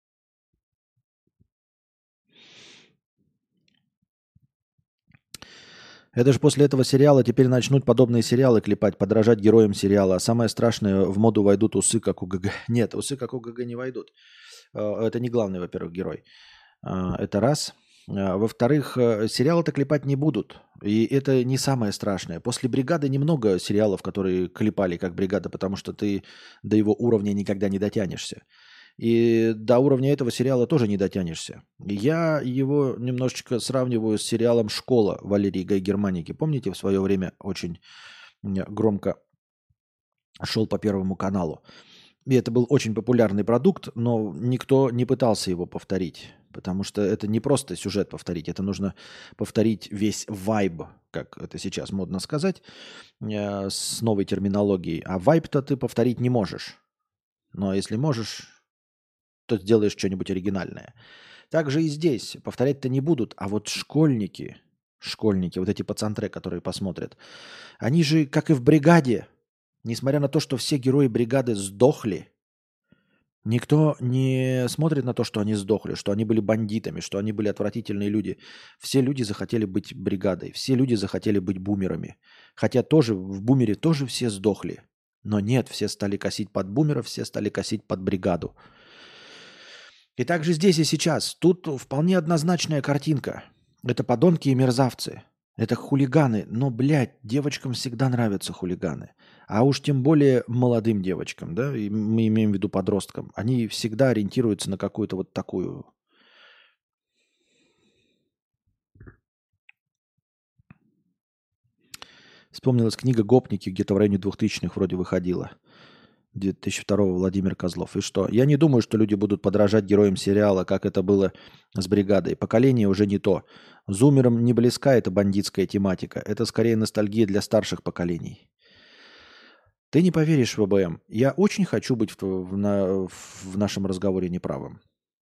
A: Это же после этого сериала теперь начнут подобные сериалы клепать, подражать героям сериала. А самое страшное, в моду войдут усы, как у ГГ. Нет, усы, как у ГГ, не войдут. Э, Это не главный, во-первых, герой. Э, Это раз. Э, Во-вторых, э, сериалы-то клепать не будут. И это не самое страшное. После «Бригады» немного сериалов, которые клепали как «Бригада», потому что ты до его уровня никогда не дотянешься. И до уровня этого сериала тоже не дотянешься. Я его немножечко сравниваю с сериалом «Школа» Валерии Гай Германики. Помните, в свое время очень м, громко шел по Первому каналу. И это был очень популярный продукт, но никто не пытался его повторить. Потому что это не просто сюжет повторить, это нужно повторить весь вайб, как это сейчас модно сказать, э, с новой терминологией. А вайб-то ты повторить не можешь. Но если можешь, то сделаешь что-нибудь оригинальное. Также и здесь повторять-то не будут, а вот школьники, школьники, вот эти пацантры, которые посмотрят, они же, как и в «Бригаде», несмотря на то, что все герои «Бригады» сдохли, никто не смотрит на то, что они сдохли, что они были бандитами, что они были отвратительные люди. Все люди захотели быть бригадой, все люди захотели быть бумерами. Хотя тоже в бумере тоже все сдохли. Но нет, все стали косить под бумеров, все стали косить под бригаду. И также здесь и сейчас. Тут вполне однозначная картинка. Это подонки и мерзавцы. Это хулиганы. Но, блядь, девочкам всегда нравятся хулиганы. А уж тем более молодым девочкам, да, и мы имеем в виду подросткам. Они всегда ориентируются на какую-то вот такую Вспомнилась книга «Гопники», где-то в районе двухтысячных вроде выходила. две тысячи второго Владимир Козлов. И что? Я не думаю, что люди будут подражать героям сериала, как это было с «Бригадой». Поколение уже не то. Зумерам не близка эта бандитская тематика. Это скорее ностальгия для старших поколений. Ты не поверишь в ВБМ. Я очень хочу быть в, в, на, в нашем разговоре неправым.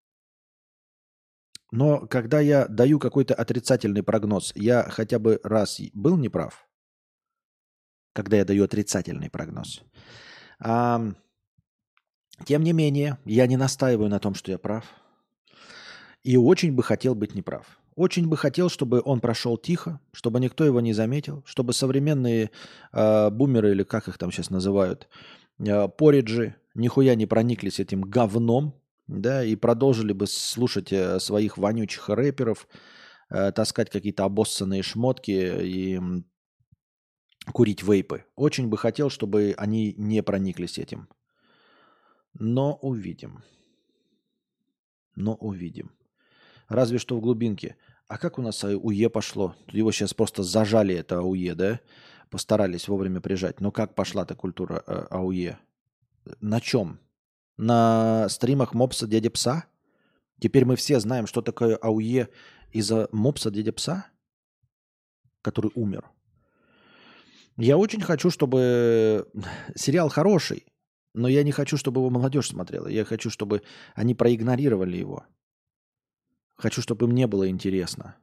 A: Но когда я даю какой-то отрицательный прогноз, я хотя бы раз был неправ? Когда я даю отрицательный прогноз. А, тем не менее, я не настаиваю на том, что я прав. И очень бы хотел быть неправ. Очень бы хотел, чтобы он прошел тихо, чтобы никто его не заметил, чтобы современные э, бумеры, или как их там сейчас называют, э, пориджи, нихуя не прониклись этим говном, да, и продолжили бы слушать э, своих вонючих рэперов, э, таскать какие-то обоссанные шмотки и курить вейпы. Очень бы хотел, чтобы они не прониклись этим. Но увидим. Но увидим. Разве что в глубинке. А как у нас АУЕ пошло? Его сейчас просто зажали, это АУЕ, да? Постарались вовремя прижать. Но как пошла-то культура э, АУЕ? На чем? На стримах мопса дяди Пса? Теперь мы все знаем, что такое АУЕ из-за мопса дяди Пса, который умер. Я очень хочу, чтобы сериал хороший, но я не хочу, чтобы его молодежь смотрела. Я хочу, чтобы они проигнорировали его. Хочу, чтобы им не было интересно.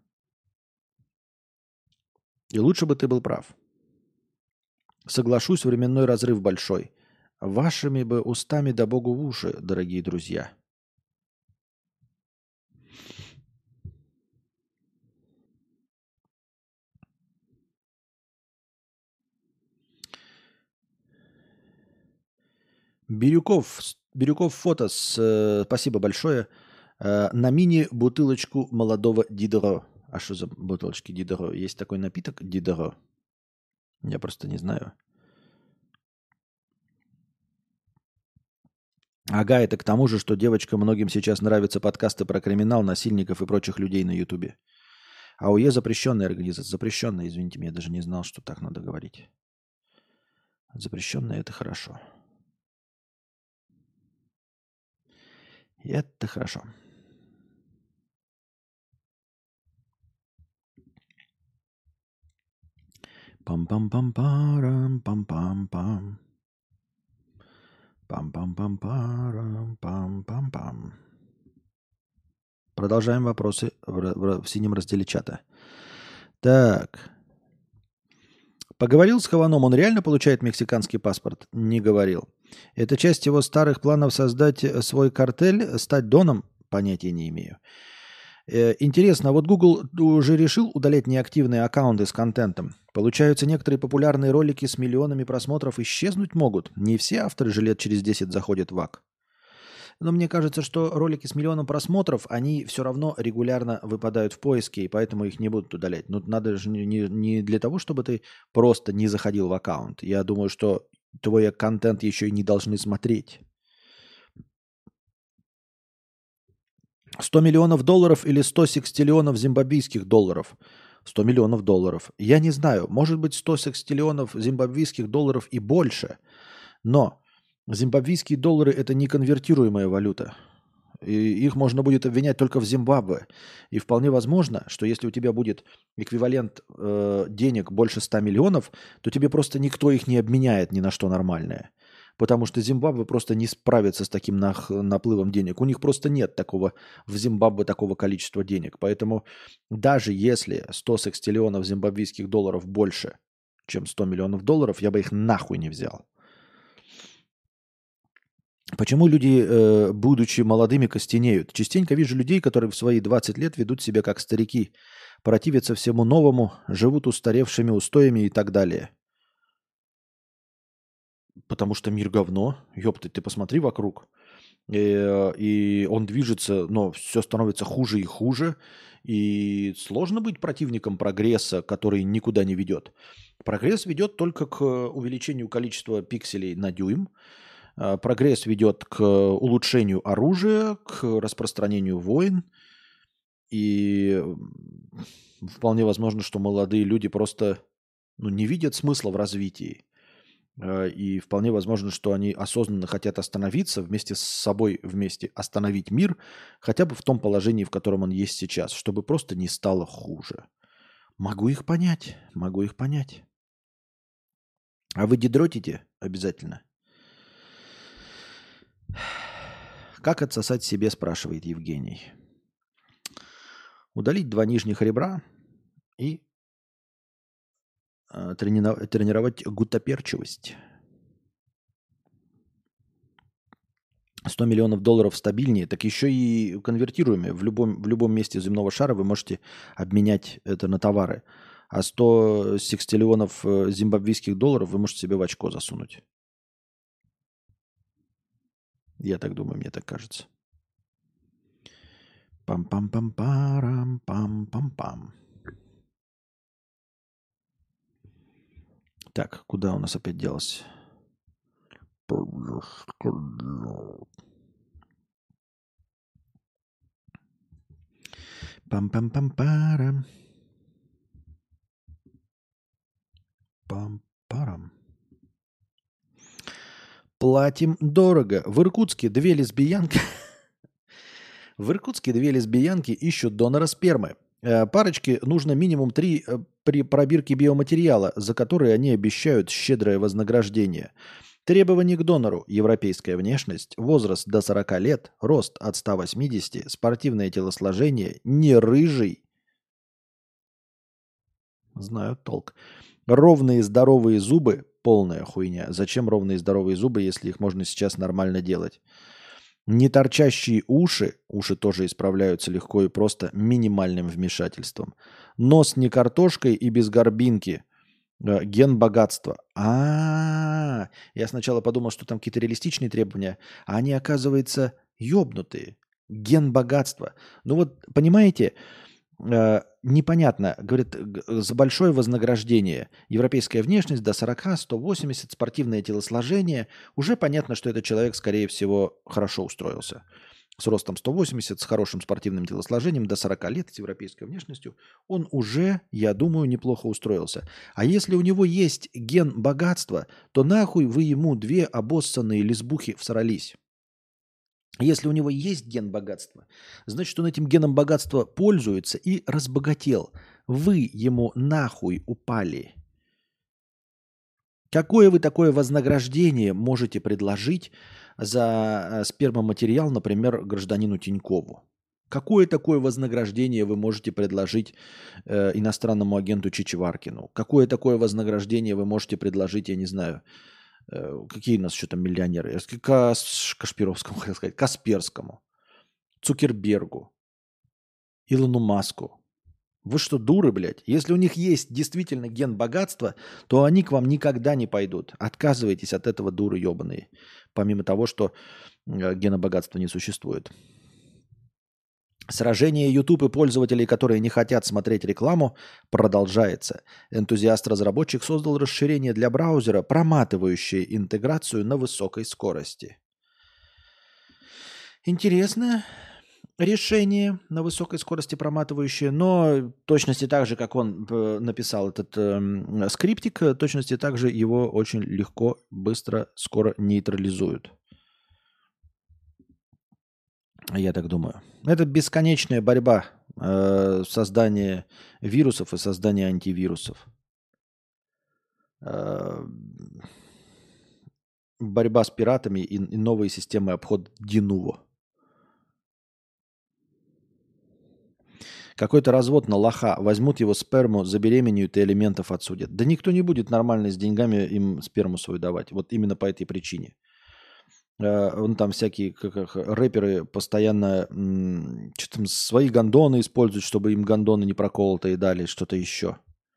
A: И лучше бы ты был прав. Соглашусь, временной разрыв большой. Вашими бы устами да богу в уши, дорогие друзья. Бирюков, Бирюков фото, с, э, спасибо большое, э, на мини-бутылочку молодого Дидро. А что за бутылочки Дидро? Есть такой напиток Дидро? Я просто не знаю. Ага, это к тому же, что девочкам многим сейчас нравятся подкасты про криминал, насильников и прочих людей на Ютубе. АУЕ запрещенная организация. Запрещенная, извините, я даже не знал, что так надо говорить. Запрещенная – это хорошо. И это хорошо. Пам-пам-пам-парам, пам-пам-пам. Пам-пам-пам-парам, пам-пам-пам. Продолжаем вопросы в, в, в синем разделе чата. Так. Поговорил с Хованом, он реально получает мексиканский паспорт? Не говорил. Это часть его старых планов создать свой картель, стать доном? Понятия не имею. Интересно, вот Google уже решил удалять неактивные аккаунты с контентом. Получаются, некоторые популярные ролики с миллионами просмотров исчезнуть могут. Не все авторы же лет через десять заходят в ак. Но мне кажется, что ролики с миллионом просмотров, они все равно регулярно выпадают в поиске, и поэтому их не будут удалять. Но надо же не, не для того, чтобы ты просто не заходил в аккаунт. Я думаю, что твой контент еще и не должны смотреть. сто миллионов долларов или сто секстиллионов зимбабвийских долларов? сто миллионов долларов. Я не знаю, может быть сто секстиллионов зимбабвийских долларов и больше, но зимбабвийские доллары – это неконвертируемая валюта. И их можно будет обвинять только в Зимбабве. И вполне возможно, что если у тебя будет эквивалент э, денег больше ста миллионов, то тебе просто никто их не обменяет ни на что нормальное. Потому что Зимбабве просто не справится с таким нах- наплывом денег. У них просто нет такого в Зимбабве такого количества денег. Поэтому даже если сто секстиллионов зимбабвийских долларов больше, чем сто миллионов долларов, я бы их нахуй не взял. Почему люди, э, будучи молодыми, костенеют? Частенько вижу людей, которые в свои двадцать лет ведут себя как старики, противятся всему новому, живут устаревшими устоями и так далее. Потому что мир говно. Ёпта, ты посмотри вокруг. И, и он движется, но все становится хуже и хуже. И сложно быть противником прогресса, который никуда не ведет. Прогресс ведет только к увеличению количества пикселей на дюйм. Прогресс ведет к улучшению оружия, к распространению войн. И вполне возможно, что молодые люди просто ну, не видят смысла в развитии. Э, И вполне возможно, что они осознанно хотят остановиться вместе с собой, вместе остановить мир, хотя бы в том положении, в котором он есть сейчас, чтобы просто не стало хуже. Могу их понять, могу их понять. А вы дедротите обязательно? Как отсосать себе, спрашивает Евгений. Удалить два нижних ребра и э, тренина- тренировать гутоперчивость. сто миллионов долларов стабильнее, так еще и конвертируемые. В любом, в любом месте земного шара вы можете обменять это на товары. А сто секстиллионов э, зимбабвийских долларов вы можете себе в очко засунуть. Я так думаю, мне так кажется. Пам-пам-пам-парам, пам-пам-пам. Так, куда у нас опять делось? Пам-пам-пам-парам. Пам-парам. Платим дорого. В Иркутске две лесбиянки... В Иркутске две лесбиянки ищут донора спермы. Э, Парочке нужно минимум три э, при пробирке биоматериала, за которые они обещают щедрое вознаграждение. Требования к донору: европейская внешность, возраст до сорока лет, рост от ста восьмидесяти, спортивное телосложение, не рыжий. Знаю толк. Ровные здоровые зубы, полная хуйня. Зачем ровные здоровые зубы, если их можно сейчас нормально делать? Не торчащие уши, уши тоже исправляются легко и просто минимальным вмешательством. Нос не картошкой и без горбинки. Э, Ген богатства. А, я сначала подумал, что там какие-то реалистичные требования, а они, оказывается, ёбнутые. Ген богатства. Ну вот, понимаете, э, непонятно. Говорит, г- за большое вознаграждение. Европейская внешность до сорока, сто восемьдесят, спортивное телосложение. Уже понятно, что этот человек, скорее всего, хорошо устроился. С ростом сто восемьдесят, с хорошим спортивным телосложением, до сорока лет, с европейской внешностью. Он уже, я думаю, неплохо устроился. А если у него есть ген богатства, то нахуй вы ему две обоссанные лесбухи всрались. Если у него есть ген богатства, значит, он этим геном богатства пользуется и разбогател. Вы ему нахуй упали. Какое вы такое вознаграждение можете предложить за э, спермоматериал, например, гражданину Тинькову? Какое такое вознаграждение вы можете предложить э, иностранному агенту Чичваркину? Какое такое вознаграждение вы можете предложить, я не знаю, э, какие у нас еще там миллионеры? Кас- Кашпировскому, хотел сказать, Касперскому, Цукербергу, Илону Маску. Вы что, дуры, блядь? Если у них есть действительно ген богатства, то они к вам никогда не пойдут. Отказывайтесь от этого, дуры ебаные. Помимо того, что э, гена богатства не существует. Сражение YouTube и пользователей, которые не хотят смотреть рекламу, продолжается. Энтузиаст-разработчик создал расширение для браузера, проматывающее интеграцию на высокой скорости. Интересно. Решение на высокой скорости проматывающее, но точности так же, как он э, написал этот э, скриптик, точности так же его очень легко, быстро, скоро нейтрализуют. Я так думаю. Это бесконечная борьба э, создания вирусов и создания антивирусов. Э, борьба с пиратами и, и новые системы обхода Динуво. Какой-то развод на лоха. Возьмут его сперму, забеременеют и элементов отсудят. Да никто не будет нормально с деньгами им сперму свою давать. Вот именно по этой причине. Э, Вон там всякие как, их, рэперы постоянно м, что там свои гондоны используют, чтобы им гондоны не проколото и дали что-то еще.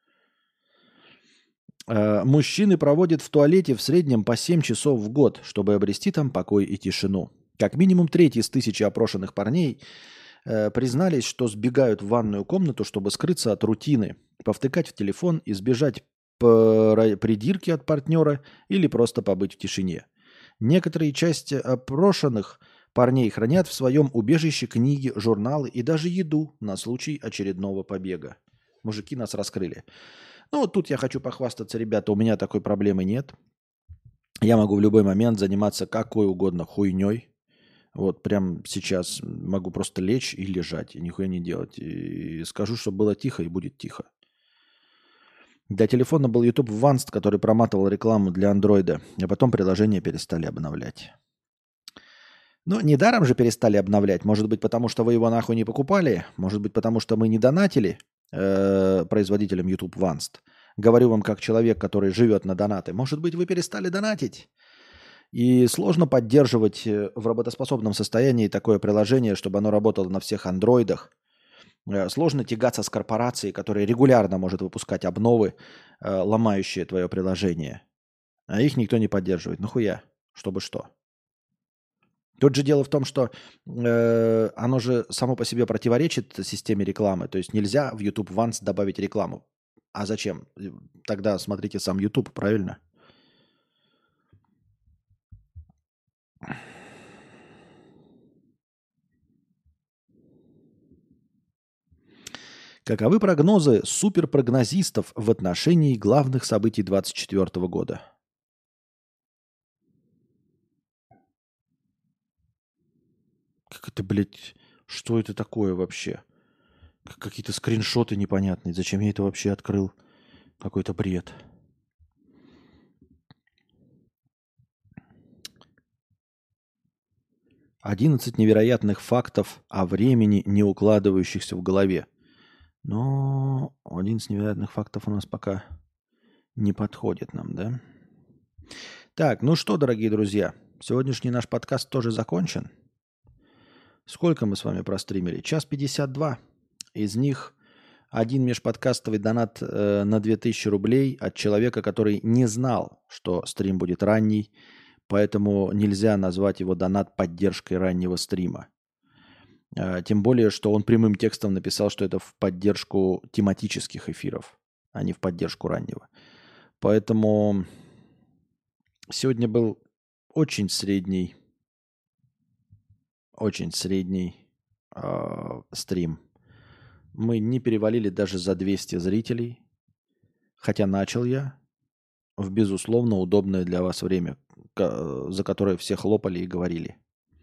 A: Э, Мужчины проводят в туалете в среднем по семь часов в год, чтобы обрести там покой и тишину. Как минимум треть из тысячи опрошенных парней э, признались, что сбегают в ванную комнату, чтобы скрыться от рутины, повтыкать в телефон, избежать пора- придирки от партнера или просто побыть в тишине. Некоторые части опрошенных парней хранят в своем убежище книги, журналы и даже еду на случай очередного побега. Мужики нас раскрыли. Ну, вот тут я хочу похвастаться, ребята, у меня такой проблемы нет. Я могу в любой момент заниматься какой угодно хуйней. Вот прям сейчас могу просто лечь и лежать, и нихуя не делать. И скажу, что было тихо, и будет тихо. Для телефона был YouTube Advanced, который проматывал рекламу для андроида, а потом приложение перестали обновлять. Ну, недаром же перестали обновлять. Может быть, потому что вы его нахуй не покупали. Может быть, потому что мы не донатили э, производителям YouTube Advanced. Говорю вам как человек, который живет на донаты. Может быть, вы перестали донатить. И сложно поддерживать э, в работоспособном состоянии такое приложение, чтобы оно работало на всех андроидах. Э, Сложно тягаться с корпорацией, которая регулярно может выпускать обновы, э, ломающие твое приложение. А их никто не поддерживает. Нахуя? Чтобы что? Тут же дело в том, что э, оно же само по себе противоречит системе рекламы. То есть нельзя в YouTube Advanced добавить рекламу. А зачем? Тогда смотрите сам YouTube, правильно? Каковы прогнозы суперпрогнозистов в отношении главных событий двадцать четвёртого года? Как это, блядь, что это такое вообще? К- Какие-то скриншоты непонятные. Зачем я это вообще открыл? Какой-то бред. Одиннадцать невероятных фактов о времени, не укладывающихся в голове. Но одиннадцать невероятных фактов у нас пока не подходит нам, да? Так, ну что, дорогие друзья, сегодняшний наш подкаст тоже закончен. Сколько мы с вами простримили? Час пятьдесят два. Из них один межподкастовый донат э, на две тысячи рублей от человека, который не знал, что стрим будет ранний, поэтому нельзя назвать его донат поддержкой раннего стрима. Э, тем более, что он прямым текстом написал, что это в поддержку тематических эфиров, а не в поддержку раннего. Поэтому сегодня был очень средний, очень средний э, стрим. Мы не перевалили даже за двести зрителей, хотя начал я в безусловно удобное для вас время, ка- за которое все хлопали и говорили.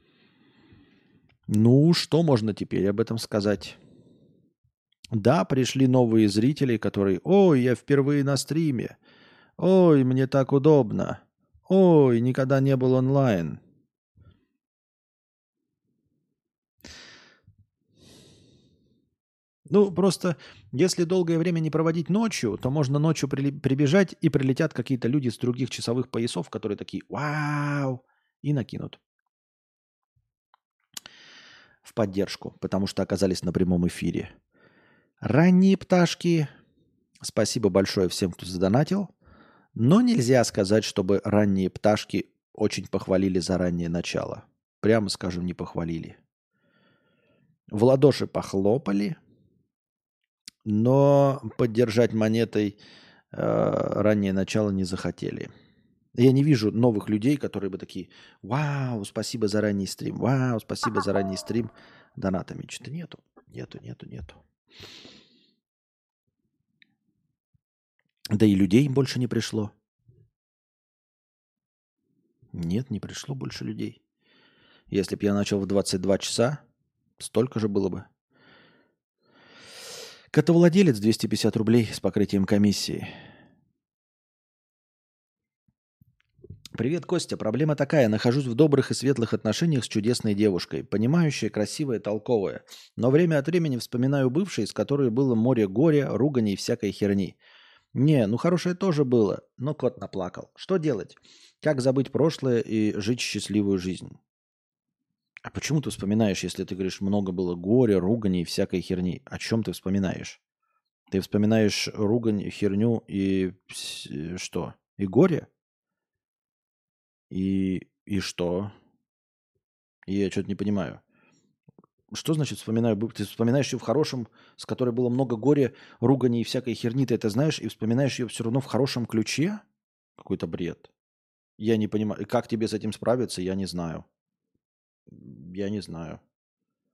A: Ну, что можно теперь об этом сказать? Да, пришли новые зрители, которые: «Ой, я впервые на стриме! Ой, мне так удобно! Ой, никогда не был онлайн!» Ну, просто если долгое время не проводить ночью, то можно ночью прили- прибежать, и прилетят какие-то люди с других часовых поясов, которые такие: «Вау!» и накинут в поддержку, потому что оказались на прямом эфире. Ранние пташки, спасибо большое всем, кто задонатил, но нельзя сказать, чтобы ранние пташки очень похвалили за раннее начало. Прямо скажем, не похвалили. В ладоши похлопали, но поддержать монетой э, раннее начало не захотели. Я не вижу новых людей, которые бы такие: «Вау, спасибо за ранний стрим! Вау, спасибо за ранний стрим!» Донатами что-то нету. Нету, нету, нету. Да и людей больше не пришло. Нет, не пришло больше людей. Если бы я начал в двадцать два часа, столько же было бы. Котовладелец двести пятьдесят рублей с покрытием комиссии. Привет, Костя. Проблема такая. Нахожусь в добрых и светлых отношениях с чудесной девушкой. Понимающая, красивая, толковая. Но время от времени вспоминаю бывшие, с которой было море горя, ругани и всякой херни. Не, ну хорошее тоже было, но кот наплакал. Что делать? Как забыть прошлое и жить счастливую жизнь? А почему ты вспоминаешь, если ты говоришь, много было горя, ругани и всякой херни? О чем ты вспоминаешь? Ты вспоминаешь ругань, херню и пс- что? И горе? И, и что? И я что-то не понимаю. Что значит вспоминаю? быв- Ты вспоминаешь ее в хорошем, с которой было много горя, ругани и всякой херни, ты это знаешь, и вспоминаешь ее все равно в хорошем ключе? Какой-то бред. Я не понимаю. И как тебе с этим справиться, я не знаю. Я не знаю.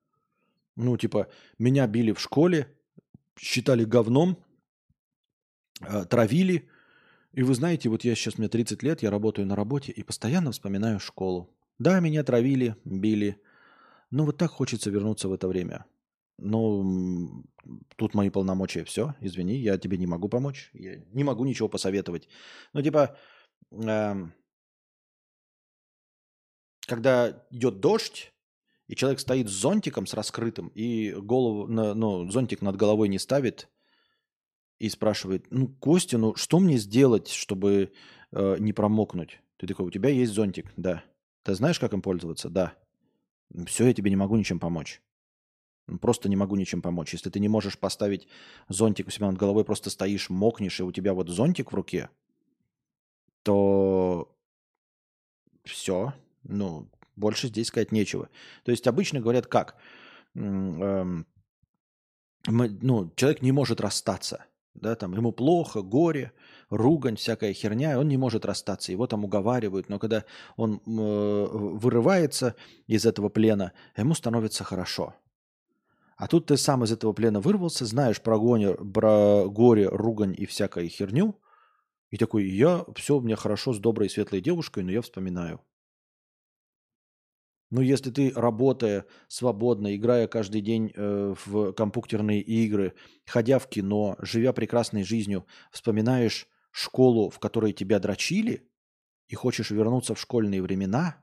A: Ну, типа, меня били в школе, считали говном, э, травили. И вы знаете, вот я сейчас, мне тридцать лет, я работаю на работе и постоянно вспоминаю школу. Да, меня травили, били. Но вот так хочется вернуться в это время. Но м, тут мои полномочия. Все, извини, я тебе не могу помочь. Я не могу ничего посоветовать. Ну, типа, эм, когда идет дождь, и человек стоит с зонтиком, с раскрытым, и голову, на- ну, зонтик над головой не ставит, и спрашивает, ну, Костя, ну, что мне сделать, чтобы э, не промокнуть? Ты такой, у тебя есть зонтик? Да. Ты знаешь, как им пользоваться? Да. Все, я тебе не могу ничем помочь. Ну, просто не могу ничем помочь. Если ты не можешь поставить зонтик у себя над головой, просто стоишь, мокнешь, и у тебя вот зонтик в руке, то все. Ну, больше здесь сказать нечего. То есть обычно говорят как? М, эм, мы- ну, человек не может расстаться. Да, там, ему плохо, горе, ругань, всякая херня, и он не может расстаться. Его там уговаривают. Но когда он м, э, вырывается из этого плена, ему становится хорошо. А тут ты сам из этого плена вырвался, знаешь про, горе, про горе, ругань и всякую херню, и такой, я, все, у меня хорошо с доброй и светлой девушкой, но я вспоминаю. Ну, если ты, работая свободно, играя каждый день э, в компьютерные игры, ходя в кино, живя прекрасной жизнью, вспоминаешь школу, в которой тебя дрочили, и хочешь вернуться в школьные времена,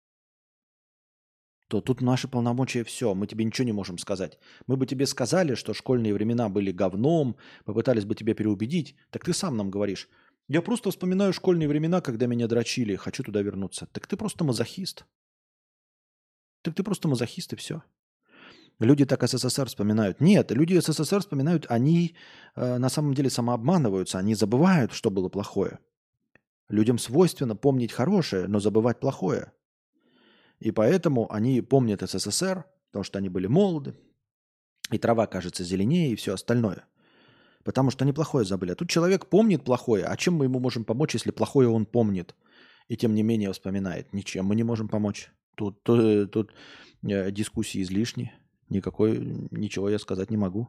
A: то тут наши полномочия все, мы тебе ничего не можем сказать. Мы бы тебе сказали, что школьные времена были говном, попытались бы тебя переубедить, так ты сам нам говоришь. Я просто вспоминаю школьные времена, когда меня дрочили, хочу туда вернуться. Так ты просто мазохист. Так ты просто мазохист и все. Люди так СССР вспоминают. Нет, люди СССР вспоминают, они э, на самом деле самообманываются, они забывают, что было плохое. Людям свойственно помнить хорошее, но забывать плохое. И поэтому они помнят СССР, потому что они были молоды, и трава кажется зеленее, и все остальное. Потому что они плохое забыли. А тут человек помнит плохое. А чем мы ему можем помочь, если плохое он помнит и тем не менее вспоминает? Ничем мы не можем помочь. Тут, тут, тут э, дискуссии излишни. Никакой, ничего я сказать не могу.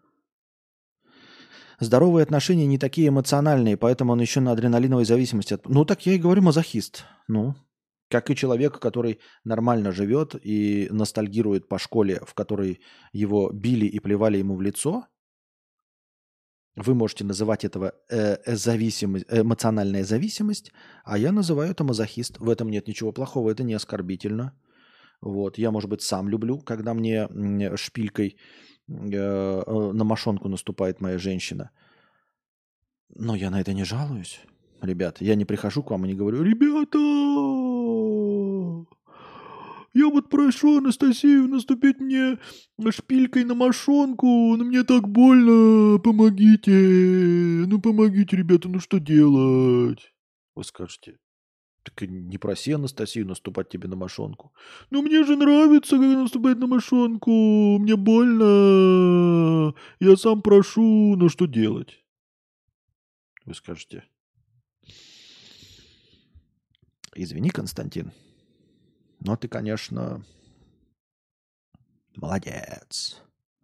A: Здоровые отношения не такие эмоциональные, поэтому он еще на адреналиновой зависимости. От... Ну, так я и говорю, мазохист. Ну, как и человек, который нормально живет и ностальгирует по школе, в которой его били и плевали ему в лицо, вы можете называть этого э, э, зависимость, эмоциональная зависимость, а я называю это мазохист. В этом нет ничего плохого, это не оскорбительно. Вот. Я, может быть, сам люблю, когда мне м, шпилькой э, э, на мошонку наступает моя женщина. Но я на это не жалуюсь. Ребята, я не прихожу к вам и не говорю, ребята, я вот прошу Анастасию наступить мне шпилькой на мошонку, но мне так больно, помогите, ну помогите, ребята, ну что делать? Вы скажете, так и не проси Анастасию наступать тебе на мошонку. Ну мне же нравится, когда наступает на мошонку, мне больно, я сам прошу, но что делать? Вы скажете, извини, Константин, но ты, конечно, молодец.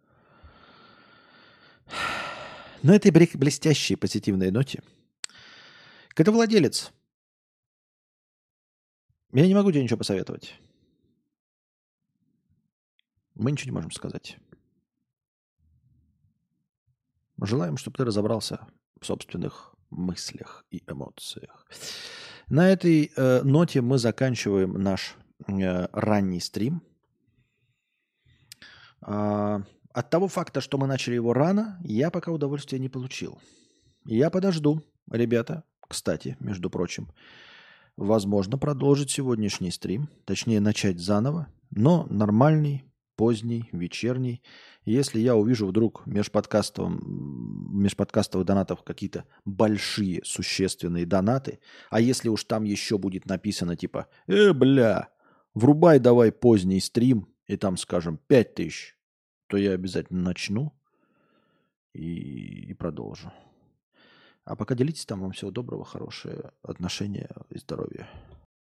A: На этой бре- блестящей позитивной ноте, когда владелец, я не могу тебе ничего посоветовать. Мы ничего не можем сказать. Желаем, чтобы ты разобрался в собственных мыслях и эмоциях. На этой э, ноте мы заканчиваем наш э, ранний стрим. А, от того факта, что мы начали его рано, я пока удовольствия не получил. Я подожду, ребята. Кстати, между прочим, возможно продолжить сегодняшний стрим, точнее начать заново, но нормальный, поздний, вечерний. Если я увижу вдруг межподкастовым, межподкастовых донатов какие-то большие, существенные донаты, а если уж там еще будет написано типа «Э, бля, врубай давай поздний стрим», и там, скажем, пять тысяч, то я обязательно начну и, и продолжу. А пока делитесь там. Вам всего доброго, хорошего отношения и здоровья.